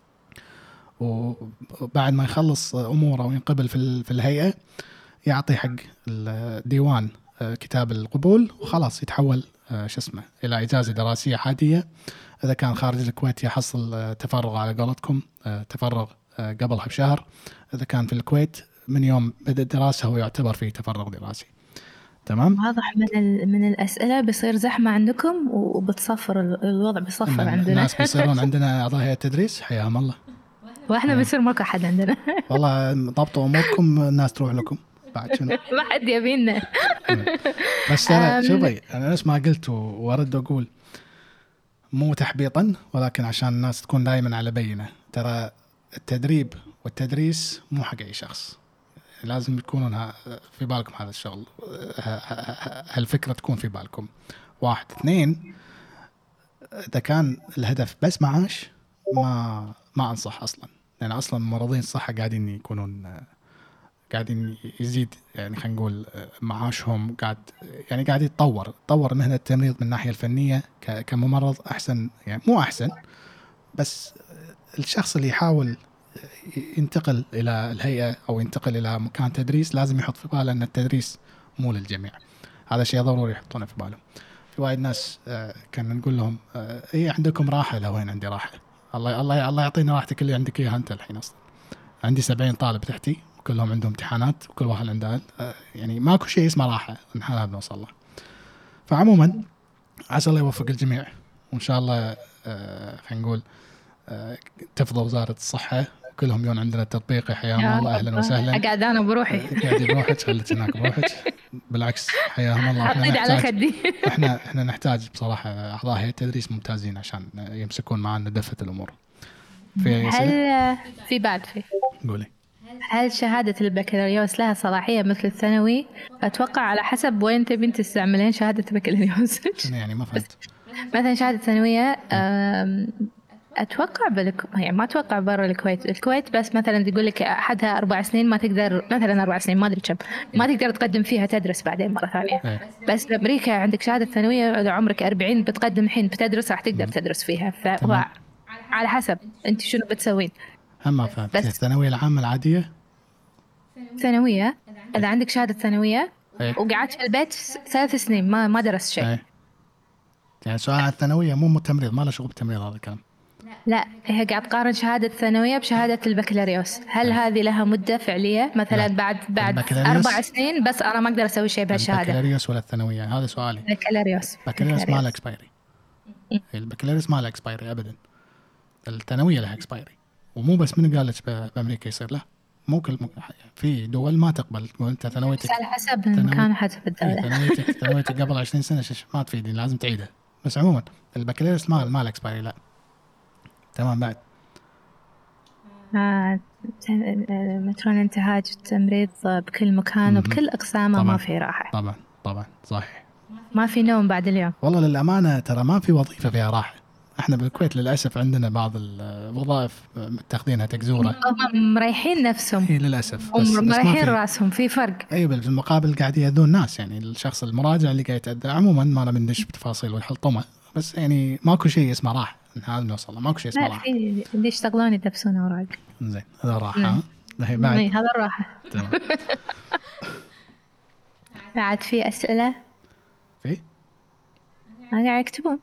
وبعد ما يخلص اموره وينقبل في الهيئه يعطي حق الديوان كتاب القبول، وخلاص يتحول الى اجازه دراسيه عاديه. اذا كان خارج الكويت يحصل تفرغ على قولتكم، تفرغ قبلها بشهر. اذا كان في الكويت من يوم بدء الدراسه هو يعتبر فيه تفرغ دراسي. تمام. واضح من الاسئله بيصير زحمه عندكم وبتصفر الوضع، بيصفر عندنا. الناس بيصيرون عندنا اعضاء هيئه التدريس حياهم الله، واحنا بيصير ماكو حد عندنا. والله ضبطوا اموركم، الناس تروح لكم بعد شنو. ما حد يبينا. بس أنا شوفي انا نفس ما قلت وارد اقول مو تحبيطا، ولكن عشان الناس تكون دائما على بينه، ترى التدريب والتدريس مو حق اي شخص، لازم تكونون في بالكم هذا الشغل، هالفكرة تكون في بالكم. 1 2 إذا كان الهدف بس معاش ما أنصح أصلا، لأن أصلا ممرضين الصحة قاعدين يزيد، يعني خلينا نقول معاشهم قاعد يتطور مهنة التمريض من الناحية الفنية كممرض أحسن، يعني مو أحسن، بس الشخص اللي يحاول ينتقل إلى الهيئة أو ينتقل إلى مكان تدريس لازم يحط في باله أن التدريس مو للجميع، هذا شيء ضروري يحطونه في بالهم. في وايد ناس كنا نقول لهم إيه عندكم راحة؟ لا وين عندي راحة؟ الله يعطينا راحتك اللي عندك إياها أنت الحين. أصلا عندي 70 طالب تحتي وكلهم عندهم امتحانات وكل واحد عنده يعني ماكو شيء اسمه راحة، نحن بنوصل له. فعموما عسى الله يوفق الجميع، وإن شاء الله خلينا نقول تفضل وزارة الصحة كلهم يون عندنا التطبيق. حياهم الله، أهلا وسهلا. أقعد أنا بروحي. قاعدي بروحك، خليك هناك بروحك، بالعكس حياهم الله. حطيت على خدي. احنا نحتاج بصراحة أعضاء هيئة التدريس ممتازين عشان يمسكون معنا دفة الأمور. هل قولي، هل شهادة البكالوريوس لها صلاحية مثل الثانوي؟ أتوقع على حسب وين تبين تستعملين شهادة البكالوريوس. يعني ما فهمت. مثلا شهادة ثانوية أتوقع يعني ما أتوقع برا الكويت بس مثلا تقول لك أحدها 4 سنين، ما تقدر مثلا 4 سنين ما أدري كم، ما تقدر تقدم فيها تدرس بعدين مرة ثانية. بس بأمريكا عندك شهادة ثانوية إذا عمرك 40 بتقدم الحين بتدرس راح تقدر تدرس فيها، فهو على حسب أنت شنو بتسوين. ما فهمت. الثانوية العامة العادية ثانوية إذا عندك شهادة ثانوية وقعدت في البيت 3 سنين ما درست شيء. يعني سؤال عن الثانوية مو تمريض، ما له شغل بالتمريض هذا الكلام. لا هي قاعد تقارن شهادة الثانوية بشهادة البكالوريوس، هل هذه لها مدة فعلية مثلا بعد 4 سنين بس أنا ما أقدر أسوي شيء بهالشهادة؟ البكالوريوس ولا الثانوية؟ هذا سؤالي. البكالوريوس ما له اكسبايري. البكالوريوس ما له اكسبايري أبدا، الثانوية لها اكسبايري. ومو بس من قالت بأمريكا يصير له، مو كل في دول ما تقبل تقول أنت ثانويتك على حسب المكان حسب الدولة. ثانويتك قبل 20 سنة ما تفيدني، لازم تعيدها. بس عموما البكالوريوس ما له اكسبايري. لا تمام. بعد مترون انتهاج التمريض بكل مكان وبكل أقسامه، ما في راحة. طبعا صحيح، ما في نوم بعد اليوم. والله للأمانة ترى ما في وظيفة فيها راحة. احنا بالكويت للأسف عندنا بعض الوظائف تاخذينها تكزورة، هم مريحين نفسهم. للأسف بس مريحين راسهم، في فرق. أيوة، في المقابل قاعد يأذون ناس، يعني الشخص المراجع اللي قاعد يتأذى. عموما ما أنا بندش بتفاصيل والحلطمة، بس يعني ماكو شيء اسمه راحة، هذا نوصل له، ماكو شيء اسمه راحة. اللي يشتغلون يدبسون أوراق. زين هذا راحة. هذا الراحة. تمام. بعد في أسئلة؟ أنا قاعد يكتبون.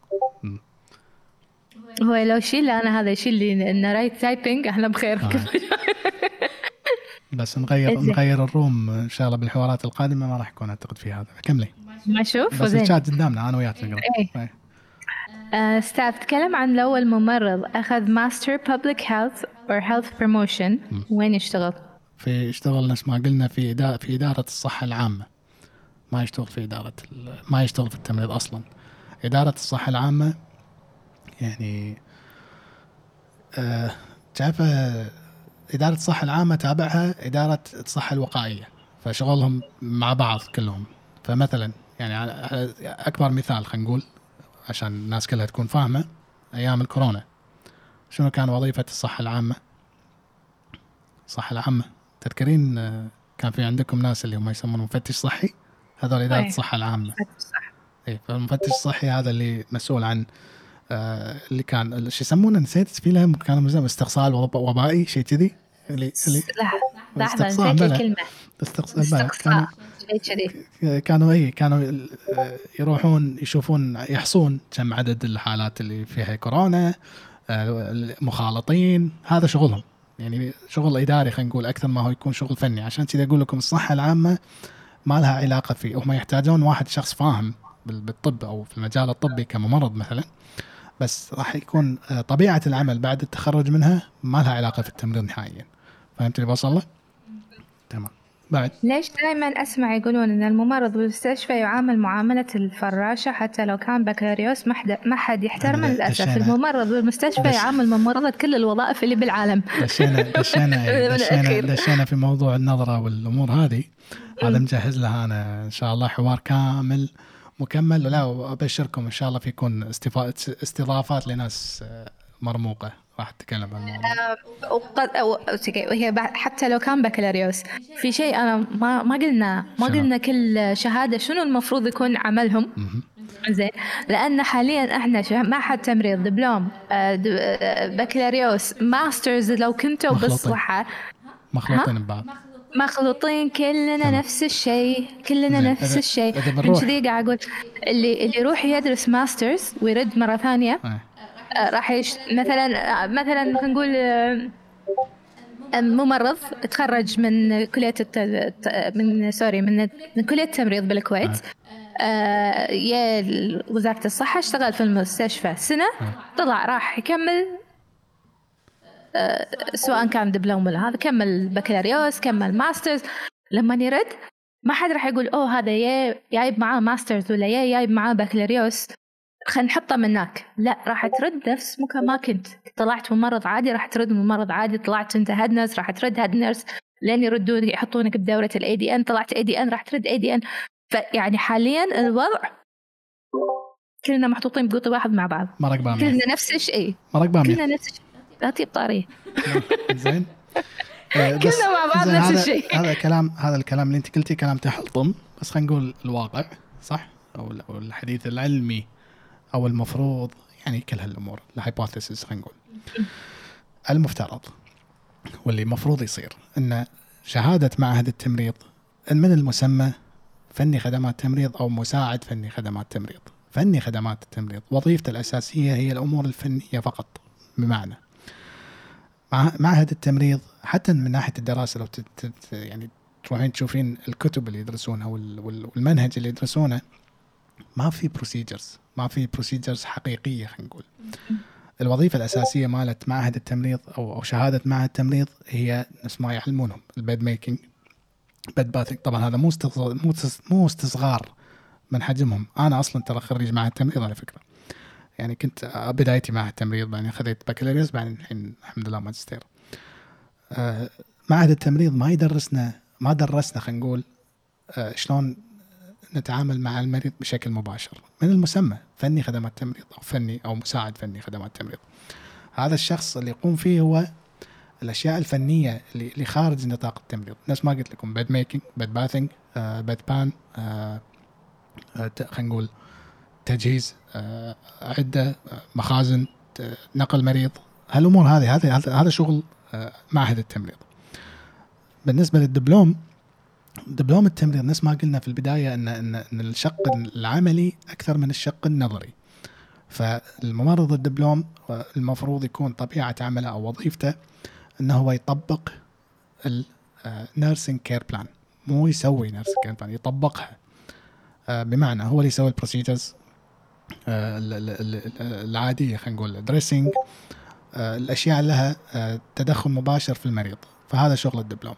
هو لو شيء أنا هذا الشيء اللي إنه رايت تايبينج احنا بخير. بس نغير الروم إن شاء الله بالحوارات القادمة، ما راح يكون أعتقد في هذا. كملي. ما اشوف بس زين. الشات قدامنا انا وياك نقرا. ايه ستاف تكلم عن لو الممرض اخذ ماستر بابليك هيلث or health promotion وين يشتغل؟ يشتغل نفس ما قلنا في إدارة الصحة العامة. ما يشتغل في ما يشتغل في التمريض أصلا. إدارة الصحة العامة يعني تعرف إدارة الصحة العامة تابعها إدارة الصحة الوقائية، فشغلهم مع بعض كلهم. فمثلا يعني على أكبر مثال خلينا نقول عشان الناس كلها تكون فاهمة، أيام الكورونا شنو كان وظيفة الصحة العامة؟ الصحة العامة تذكرين كان في عندكم ناس اللي هم يسمونه مفتش صحي، هذول إدارة الصحة العامة. إيه، فالمفتش الصحي هذا اللي مسؤول عن اللي كان شو يسمونه، نسيت في لهم كانوا استقصاء وبائي شيء كذي اللي لحظة نسيت الكلمة. استقصاء كانوا يروحون يشوفون يحصون كم عدد الحالات اللي فيها كورونا، مخالطين، هذا شغلهم. يعني شغل إداري خلينا نقول أكثر ما هو يكون شغل فني. عشان كذا أقول لكم الصحة العامة ما لها علاقة فيه، هم يحتاجون واحد شخص فاهم بالطب أو في المجال الطبي كممرض مثلا، بس راح يكون طبيعة العمل بعد التخرج منها ما لها علاقة في التمريض نهائيا. فهمت اللي بوصل له؟ تمام. بعد ليش دائما أسمع يقولون أن الممرض بالمستشفى يعامل معاملة الفراشة حتى لو كان بكالوريوس؟ ما حد يحترمه للأسف. الممرض بالمستشفى يعامل ممرضة كل الوظائف اللي بالعالم. دشينا في موضوع النظرة والأمور هذه. هذا مجهز لها أنا إن شاء الله حوار كامل مكمل، ولا وأبشركم إن شاء الله فيكون استضافات لناس مرموقة راح تتكلم عن وهي حتى لو كان بكالوريوس. في شيء أنا ما قلنا كل شهادة شنو المفروض يكون عملهم. زين، لأن حاليا إحنا ما حد تمريض دبلوم بكالوريوس ماسترز لو كنتوا بالصحة مخلوطين ببعض، مخلوطين كلنا نفس الشيء، كلنا نفس الشيء. من كذي قاعد أقول اللي يروح يدرس ماسترز ويرد مرة ثانية راح مثلا نقول ممرض تخرج من كلية من كلية التمريض بالكويت، يا وزارة الصحة، اشتغل في المستشفى سنة، طلع راح يكمل سواء كان دبلوم ولا هذا، كمل بكالوريوس كمل ماسترز. لما يرد ما حد راح يقول اوه هذا جايب معاه ماسترز ولا جايب معاه بكالوريوس خلينا نحطه منك. لا، راح ترد نفس ما كنت طلعت ممرض عادي، راح ترد ممرض عادي. طلعت انت هيد نيرس راح ترد هيد نيرس، لين يردون يحطونك بدورة ADN. طلعت ADN راح ترد ADN. فيعني حاليا الوضع كلنا محطوطين بقوط واحد مع بعض، كلنا نفس الشيء، كلنا نفس الشيء. لا تجيب طاريه زين. كلنا مع بعض نفس الشيء. هذا الكلام اللي انت قلتي كلام تحلطم، بس خلينا نقول الواقع صح، او الحديث العلمي او المفروض، يعني كل هالامور الهايبوثيسيس خلينا نقول المفترض واللي مفروض يصير ان شهاده معهد التمريض من المسمى فني خدمات تمريض او مساعد فني خدمات تمريض. فني خدمات التمريض وظيفته الاساسيه هي الامور الفنيه فقط. بمعنى معهد التمريض حتى من ناحيه الدراسه لو يعني تروحين تشوفين الكتب اللي يدرسونها والمنهج اللي يدرسونه، ما في بروسيجرز حقيقيه. خلينا نقول الوظيفه الاساسيه مالت معهد التمريض او شهاده معهد التمريض هي نفس ما يعلمونهم البيد ميكينج، بيد باثينج. طبعا هذا مو استصغار من حجمهم. انا اصلا ترى خريج معهد التمريض على فكره، يعني كنت بدايتي معهد التمريض، بعدين خذيت بكالوريوس، بعدين الحين الحمد لله ماجستير. معهد التمريض ما درسنا خلينا نقول شلون نتعامل مع المريض بشكل مباشر. من المسمى فني خدمات تمريض او فني او مساعد فني خدمات تمريض، هذا الشخص اللي يقوم فيه هو الاشياء الفنيه اللي خارج نطاق التمريض. نفس ما قلت لكم بيد ميكينج، بيد باثينج، بيد بان، خلينا نقول تجهيز عده، مخازن، نقل مريض. هالامور هذا شغل معهد التمريض. بالنسبه للدبلوم، دبلوم التمريض نفس ما قلنا في البدايه ان الشق العملي اكثر من الشق النظري. فالممرض الدبلوم المفروض يكون طبيعه عمله او وظيفته انه هو يطبق النيرسينج كير بلان، مو يسوي نيرسينج كير بلان، يطبقها. بمعنى هو اللي يسوي البروسيجرز العادية، خلينا نقول دريسنج، الأشياء لها تدخل مباشر في المريض، فهذا شغل الدبلوم.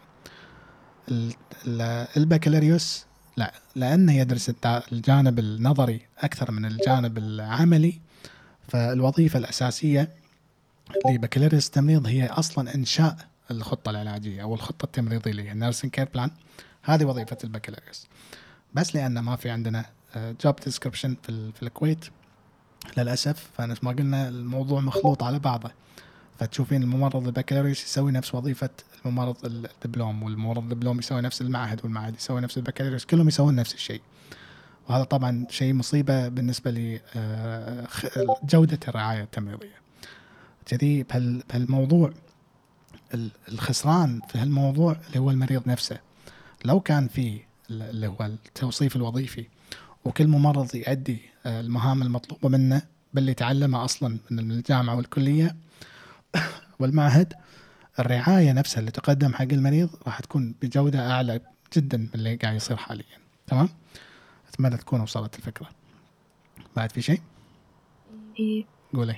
البكالوريوس لا، لأنه يدرس الجانب النظري أكثر من الجانب العملي، فالوظيفة الأساسية لبكالوريوس التمريض هي أصلا إنشاء الخطة العلاجية أو الخطة التمريضية اللي هي النيرسينج كير بلان. هذه وظيفة البكالوريوس. بس لأن ما في عندنا جوب ديسكريبشن في الكويت للأسف، فنفس ما قلنا الموضوع مخلوط على بعضه، فتشوفين الممرض البكالوريوس يسوي نفس وظيفة الممرض الدبلوم، والممرض الدبلوم يسوي نفس المعهد، والمعهد يسوي نفس البكالوريوس، كلهم يسوون نفس الشيء. وهذا طبعا شيء مصيبة بالنسبة لجودة الرعاية التمريضية. كذي بهالموضوع الخسران في هالموضوع اللي هو المريض نفسه. لو كان في اللي هو التوصيف الوظيفي وكل ممرض يؤدي المهام المطلوبة منه باللي تعلمه أصلا من الجامعة والكلية والمعهد، الرعاية نفسها اللي تقدم حق المريض راح تكون بجودة أعلى جدا من اللي قاعد يصير حاليا. تمام؟ أتمنى تكون وصلت الفكرة. بعد في شيء؟ إيه. قولي.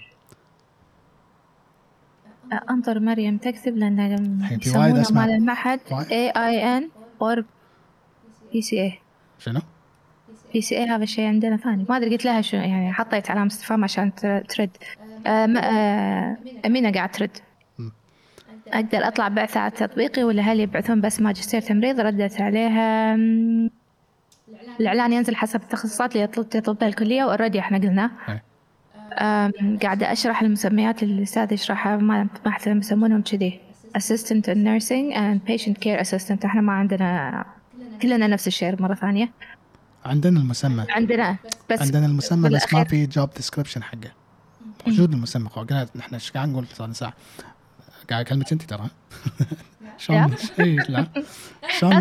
أنطر مريم تكتب لأنها يسمونه مال المعهد AIN or PCA. شنو؟ PCA هذا الشيء عندنا ثاني، ما أدري قلت لها شو يعني، حطيت علامة استفهام عشان ترد. أمينة قاعد ترد. أقدر أطلع بعثة على تطبيقي ولا هل يبعثون بس ماجستير تمريض؟ ردت عليها الإعلان ينزل حسب التخصصات اللي تطلبها الكلية، وأوريدي إحنا قلنا. قاعدة أشرح المسميات اللي الأستاذ يشرحها، ما أحسن يسمونهم كذي Assistant in Nursing and Patient Care Assistant. إحنا ما عندنا كلنا نفس الشيء مرة ثانية. عندنا المسمى، بس عندنا المسمى بس ما في job description حقه. موجود المسمى، قلنا نحن ايش قاعد نقول صار ساعة قاعد كلمة انت ترى. شلون شيء لا شلون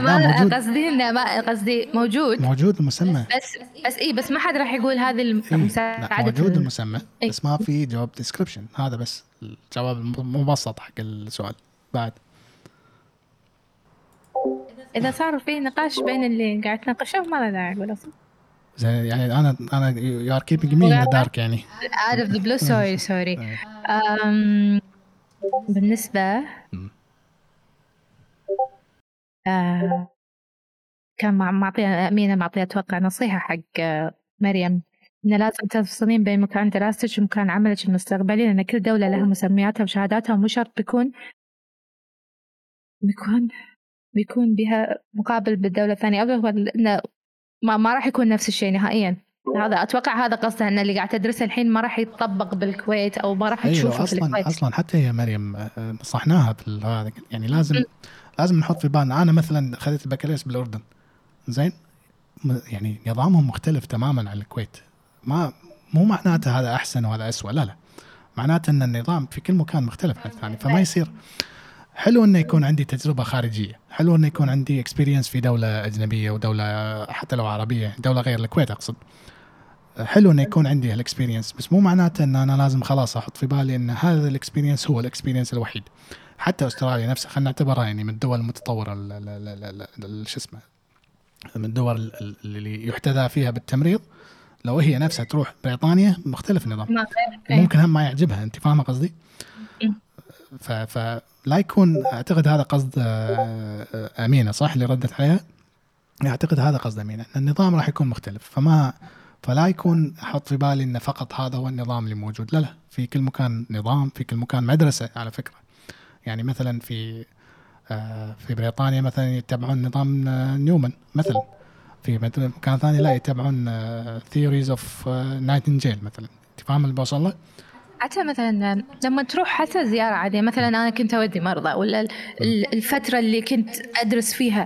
قصدي موجود المسمى، بس اي بس ما حد راح يقول هذه المساعدة. موجود المسمى بس ما في job description. هذا بس الجواب المبسط حق السؤال. بعد إذا صار في نقاش بين اللي قاعد تناقشهم ما له داعي ولا صح. يعني أنا you are keeping me in the dark يعني. out of the blue. sorry. بالنسبة كان معطيها أمينة، معطيها أتوقع نصيحة حق مريم إن لازم تفصلين بين مكان دراستك ومكان عملك المستقبلي، لأن كل دولة لها مسمياتها وشهاداتها، ومو شرط بيكون بها مقابل بالدولة الثانية، أو ما راح يكون نفس الشيء نهائيا. هذا أتوقع هذا قصدها، أن اللي قاعد تدرسه الحين ما راح يطبق بالكويت أو ما راح تشوفه في الكويت. أصلا حتى يا مريم نصحناها هذا يعني لازم نحط في بالنا. أنا مثلا أخذت البكالوريوس بالأردن، زين، يعني نظامهم مختلف تماما عن الكويت. مو معناته هذا أحسن وهذا أسوأ، لا معناته أن النظام في كل مكان مختلف عن الثاني. فما يصير حلو أنه يكون عندي تجربة خارجية، حلو أنه يكون عندي إكسبيرينس في دولة أجنبية ودولة حتى لو عربية، دولة غير الكويت أقصد. حلو أنه يكون عندي هالإكسبيرينس، بس مو معناته أن أنا لازم خلاص أحط في بالي أن هذا الإكسبيرينس هو الإكسبيرينس الوحيد. حتى أستراليا نفسها خلنا نعتبرها يعني من الدول المتطورة، شو اسمه، من الدول اللي يحتذى فيها بالتمريض. لو هي نفسها تروح بريطانيا مختلف النظام، ممكن هم ما يعجبها. أنت فاهمة قصدي؟ فلا يكون، أعتقد هذا قصد أمينة صح اللي ردت عليها. أعتقد هذا قصد أمينة، أن النظام راح يكون مختلف. فلا يكون أحط في بالي أن فقط هذا هو النظام اللي موجود. لا في كل مكان نظام، في كل مكان مدرسة على فكرة. يعني مثلا في بريطانيا مثلا يتبعون نظام نيومان مثلا، في مكان ثاني لا يتبعون theories of Nightingale مثلا. تفهم اللي بوصل له؟ حتى مثلا لما تروح حتى زيارة عادية، مثلا أنا كنت أودي مرضى، ولا الفترة اللي كنت أدرس فيها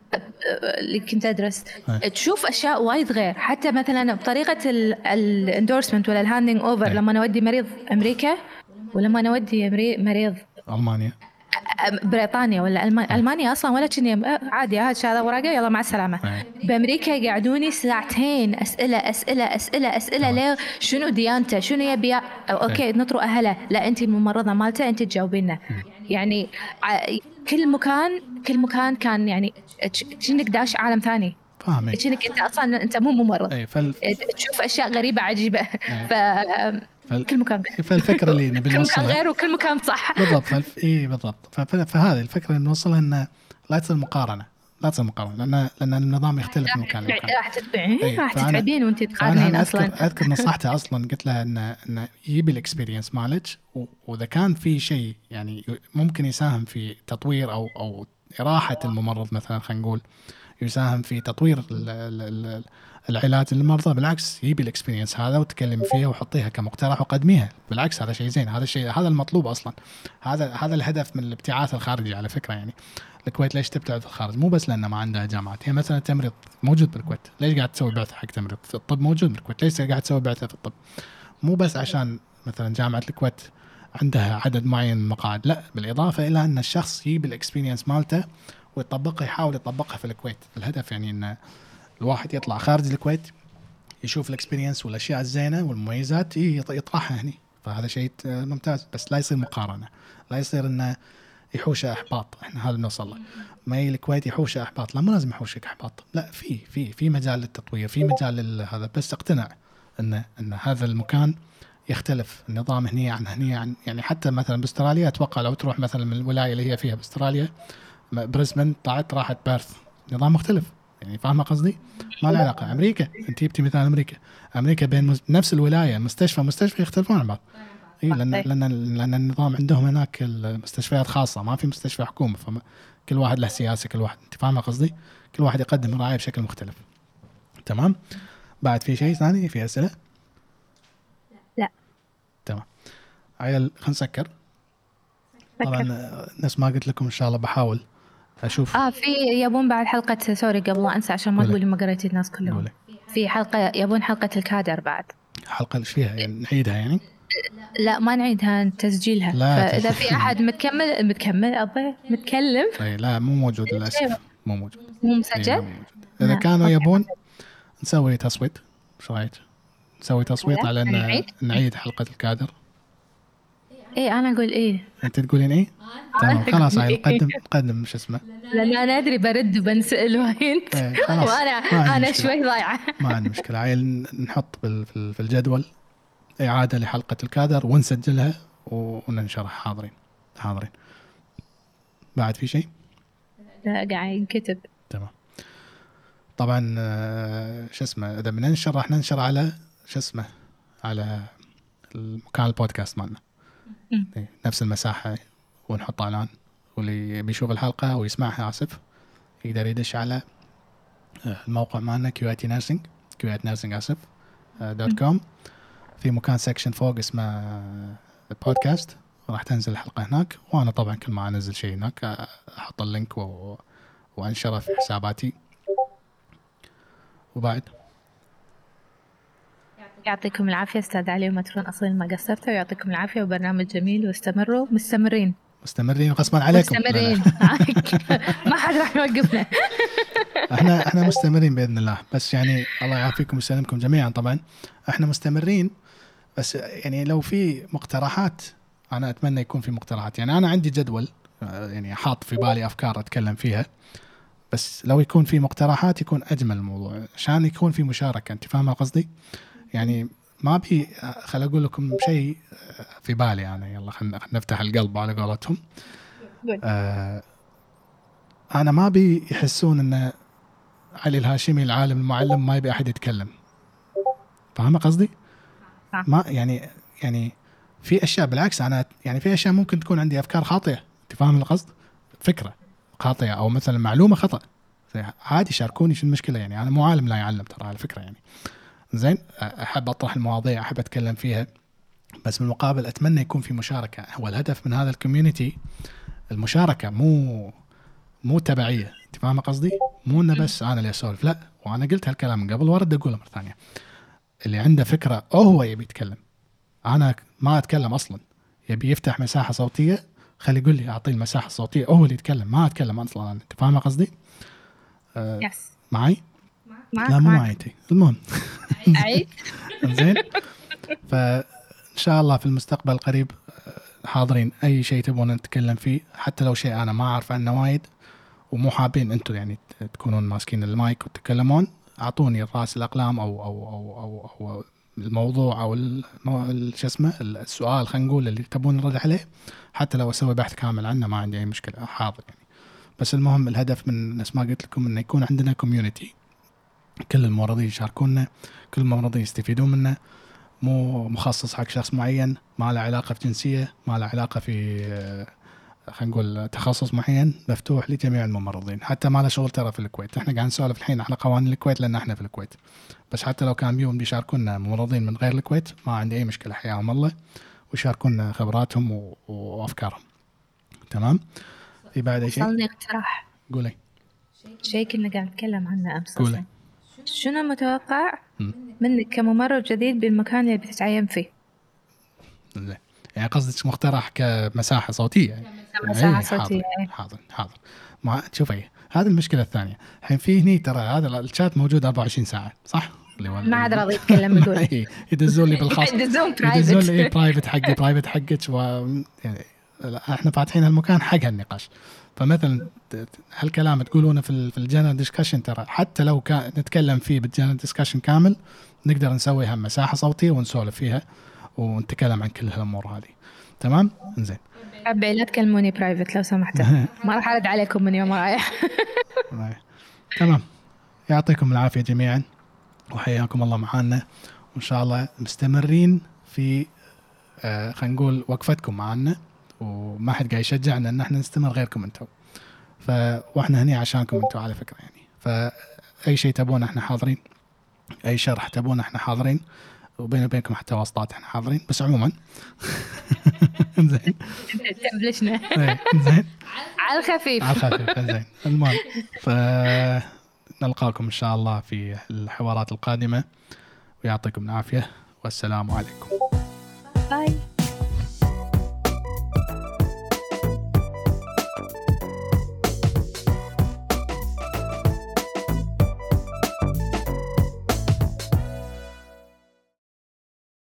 تشوف أشياء وايد غير. حتى مثلا بطريقة الاندورسمنت ولا الهاندينج أوفر، لما نودي مريض أمريكا ولما نودي مريض ألمانيا بريطانيا ولا ألمانيا أصلا ولا كني عادي، هذا ورقة يلا مع السلامة. بأمريكا يقعدوني ساعتين أسئلة ليه شنو ديانته، شنو يبي، أوكي نطروا أهله، لا أنت الممرضة مالته أنت تجاوبيننا. يعني كل مكان كان يعني كأنك داش عالم ثاني. فاهمك كأنك انت اصلا انت مو ممرض. اي تشوف اشياء غريبه عجيبه. كل مكان فالفكره اللي نبي كل مكان نوصلها غير وكل مكان صح. بالضبط. اي بالضبط. فهذه الفكره اللي نوصلها انه لا تصير مقارنه لان النظام يختلف من مكان لمكان. راح تتعبين وانت تقارنين اصلا. اذكر نصحتها اصلا، قلت لها ان يجيب الاكسبيرينس مالك، واذا كان في شيء يعني ممكن يساهم في تطوير او اراحه الممرض مثلا، خلينا نقول يساهم في تطوير العلاج للمرضى، بالعكس يجيب الاكسبيرينس هذا وتكلم فيها وحطيها كمقترح وقدميها. بالعكس هذا شيء زين، هذا المطلوب اصلا. هذا الهدف من الابتعاث الخارجي على فكره. يعني الكويت ليش تبتعث في الخارج؟ مو بس لأنه ما عندها جامعات. هي مثلا التمريض موجود بالكويت، ليش قاعد تسوي بعثة حق تمريض؟ في الطب موجود بالكويت، ليش قاعد تسوي بعثة في الطب؟ مو بس عشان مثلا جامعة الكويت عندها عدد معين من المقاعد، لا، بالإضافة إلى أن الشخص يجيب الإكسبيرينس مالته ويطبقها، يحاول يطبقها في الكويت. الهدف يعني أن الواحد يطلع خارج الكويت يشوف الإكسبيرينس والأشياء الزينة والمميزات يطرحها هني. فهذا شيء ممتاز، بس لا يصير مقارنة، لا يصير أنه يحوش احباط. احنا هذا نوصل له. ما هي الكويت يحوش احباط، لا مو لازم يحوشك احباط، لا، في مجال للتطوير، في مجال هذا. بس اقتنع ان هذا المكان يختلف النظام هني عن يعني حتى مثلا باستراليا. اتوقع لو تروح مثلا من الولايه اللي هي فيها باستراليا بريسبن، راحت بيرث، نظام مختلف. يعني فاهمه قصدي؟ ما له علاقه. امريكا، انت جبتي مثال امريكا بين نفس الولايه مستشفى يختلفون عن بعض. إيه، لأن النظام عندهم هناك المستشفيات خاصة، ما في مستشفى حكومة، فكل واحد له سياسة، كل واحد، أنت فاهمة قصدي؟ كل واحد يقدم الرعاية بشكل مختلف. تمام. بعد في شيء ثاني؟ في أسئلة؟ لا. تمام. عيل خلينا نسكر. طبعا نفس ما قلت لكم إن شاء الله بحاول أشوف. في يبون بعد حلقة، سوري قبل لا أنسى عشان ما تقولي ما قريتي الناس كلهم. في حلقة يبون حلقة الكادر بعد. حلقة إيش فيها يعني؟ نعيدها يعني؟ لا ما نعيدها، تسجيلها. فإذا في أحد متكلم لا مو موجود للأسف، مو مسجل. إذا كانوا يبون نسوي تصويت، شو رأيك؟ نسوي تصويت على أن نعيد حلقة الكادر. إيه أنا أقول إيه. أنت تقولين إيه؟ تمام خلاص. هاي نقدم شو اسمه. لا أنا أدري برد وبنسأل وأنت وأنا شوي ضايعة. ما عندي مشكلة. عيل نحط في الجدول إعادة لحلقة الكادر ونسجلها وننشرها. حاضرين. بعد في شيء؟ لا قاعد ينكتب. تمام. طبعا شو اسمه، إذا بننشر راح ننشر على شو اسمه، على المكان البودكاست مالنا نفس المساحة، ونحط إعلان، واللي بيشوف الحلقة ويسمعها يقدر يدش على الموقع مالنا QITnursing.com. في مكان سيكشن فوق اسمه البودكاست، راح تنزل الحلقة هناك. وأنا طبعا كل ما أنزل شيء هناك أحط اللينك وأنشره في حساباتي. وبعد يعطيكم العافية أستاذ علي ومترون، أصلا ما قصرتوا. ويعطيكم العافية وبرنامج جميل، واستمروا مستمرين غصبا عليكم. مستمرين. ما حد راح يوقفنا. احنا مستمرين بإذن الله. بس يعني الله يعافيكم ويسلمكم جميعا. طبعا احنا مستمرين، بس يعني لو في مقترحات، أنا أتمنى يكون في مقترحات. يعني أنا عندي جدول، يعني حاط في بالي أفكار أتكلم فيها، بس لو يكون في مقترحات يكون أجمل الموضوع عشان يكون في مشاركة. أنت فاهمة قصدي؟ يعني ما بي خل أقول لكم شيء في بالي يعني. يلا خلنا نفتح القلب على قولتهم. أنا ما بي يحسون أن علي الهاشمي العالم المعلم ما يبي أحد يتكلم. فاهمة قصدي؟ ما يعني في أشياء بالعكس، أنا يعني في أشياء ممكن تكون عندي أفكار خاطئة. أنت فاهم القصد؟ فكرة خاطئة أو مثلا معلومة خطأ، عادي شاركوني، شو المشكلة يعني؟ أنا مو عالم لا يعلم ترى على فكرة يعني. زين، أحب أطرح المواضيع، أحب أتكلم فيها، بس بالمقابل أتمنى يكون في مشاركة. هو الهدف من هذا الكوميونيتي المشاركة، مو تبعية. أنت فاهم قصدي؟ مو إنه بس أنا اللي أسولف، لا. وأنا قلت هالكلام من قبل وارد أقوله مرة ثانية. اللي عنده فكرة هو يبي يتكلم، أنا ما أتكلم أصلا. يبي يفتح مساحة صوتية، خلي يقول لي، أعطيه المساحة الصوتية، هو اللي يتكلم، ما أتكلم أصلا. أنت فاهم قصدي؟ معي؟ لا مو معي أنت. المهم عيد. زين. فإن شاء الله في المستقبل القريب حاضرين أي شيء تبون نتكلم فيه، حتى لو شيء أنا ما أعرف عنه وايد ومو حابين انتم يعني تكونون ماسكين المايك وتتكلمون، اعطوني راس الاقلام او الموضوع او شو اسمه السؤال خلينا نقول اللي تبون نرد عليه، حتى لو اسوي بحث كامل عنه ما عندي اي مشكله، حاضر يعني. بس المهم الهدف من نفس ما قلت لكم انه يكون عندنا كوميونتي، كل الممرضين يشاركونا، كل الممرضين يستفيدون منه، مو مخصص حق شخص معين، ما له علاقه في جنسيه، ما له علاقه في خلينا نقول تخصص معين، مفتوح لجميع الممرضين. حتى ما له شغل ترى في الكويت، احنا قاعد نسولف الحين على قوانين الكويت لان احنا في الكويت، بس حتى لو كان بيهم بيشاركونا ممرضين من غير الكويت ما عندي اي مشكله، حياهم الله، ويشاركونا خبراتهم وافكارهم. تمام. في بعد اي شيء؟ وصلني اقتراح. قولي. شيء كنا قاعد نتكلم عنه امس. قولي. شنو متوقع منك كممرض جديد بالمكان اللي بتتعين فيه؟ يعني قصدك مقترح كمساحه صوتيه يعني. مساحه صوتيه. حاضر. ما شوفي هذه المشكله الثانيه، الحين في هني ترى هذا الشات موجود 24 ساعه صح؟ ما عاد راضي يتكلم يقول يدزون لي بالخاص، يدزون لي برايفت حقي برايفت حقك يعني احنا فاتحين المكان حق هالنقاش. فمثلا هالكلام تقولونه في الجنرال ديسكشن، ترى حتى لو كان نتكلم فيه بالجنرال ديسكشن كامل نقدر نسويها مساحه صوتيه ونسولف فيها ونتكلم عن كل هالامور هذه. تمام. زين حبي لا تكلموني برايفت لو سمحتوا ما راح ارد عليكم من يوم رايح. تمام. يعطيكم العافيه جميعا وحياكم الله معنا، وان شاء الله مستمرين في خلينا نقول وقفتكم معنا، وما حد قاعد يشجعنا ان احنا نستمر غيركم انتم، واحنا هني عشانكم انتم على فكره يعني. فاي شيء تبون احنا حاضرين، اي شرح تبون احنا حاضرين، وبيني وبينكم حتى واسطات احنا حاضرين، بس عموما زين تبلشنا زين على الخفيف زين. المهم نلقاكم ان شاء الله في الحوارات القادمه، ويعطيكم العافيه والسلام عليكم. باي.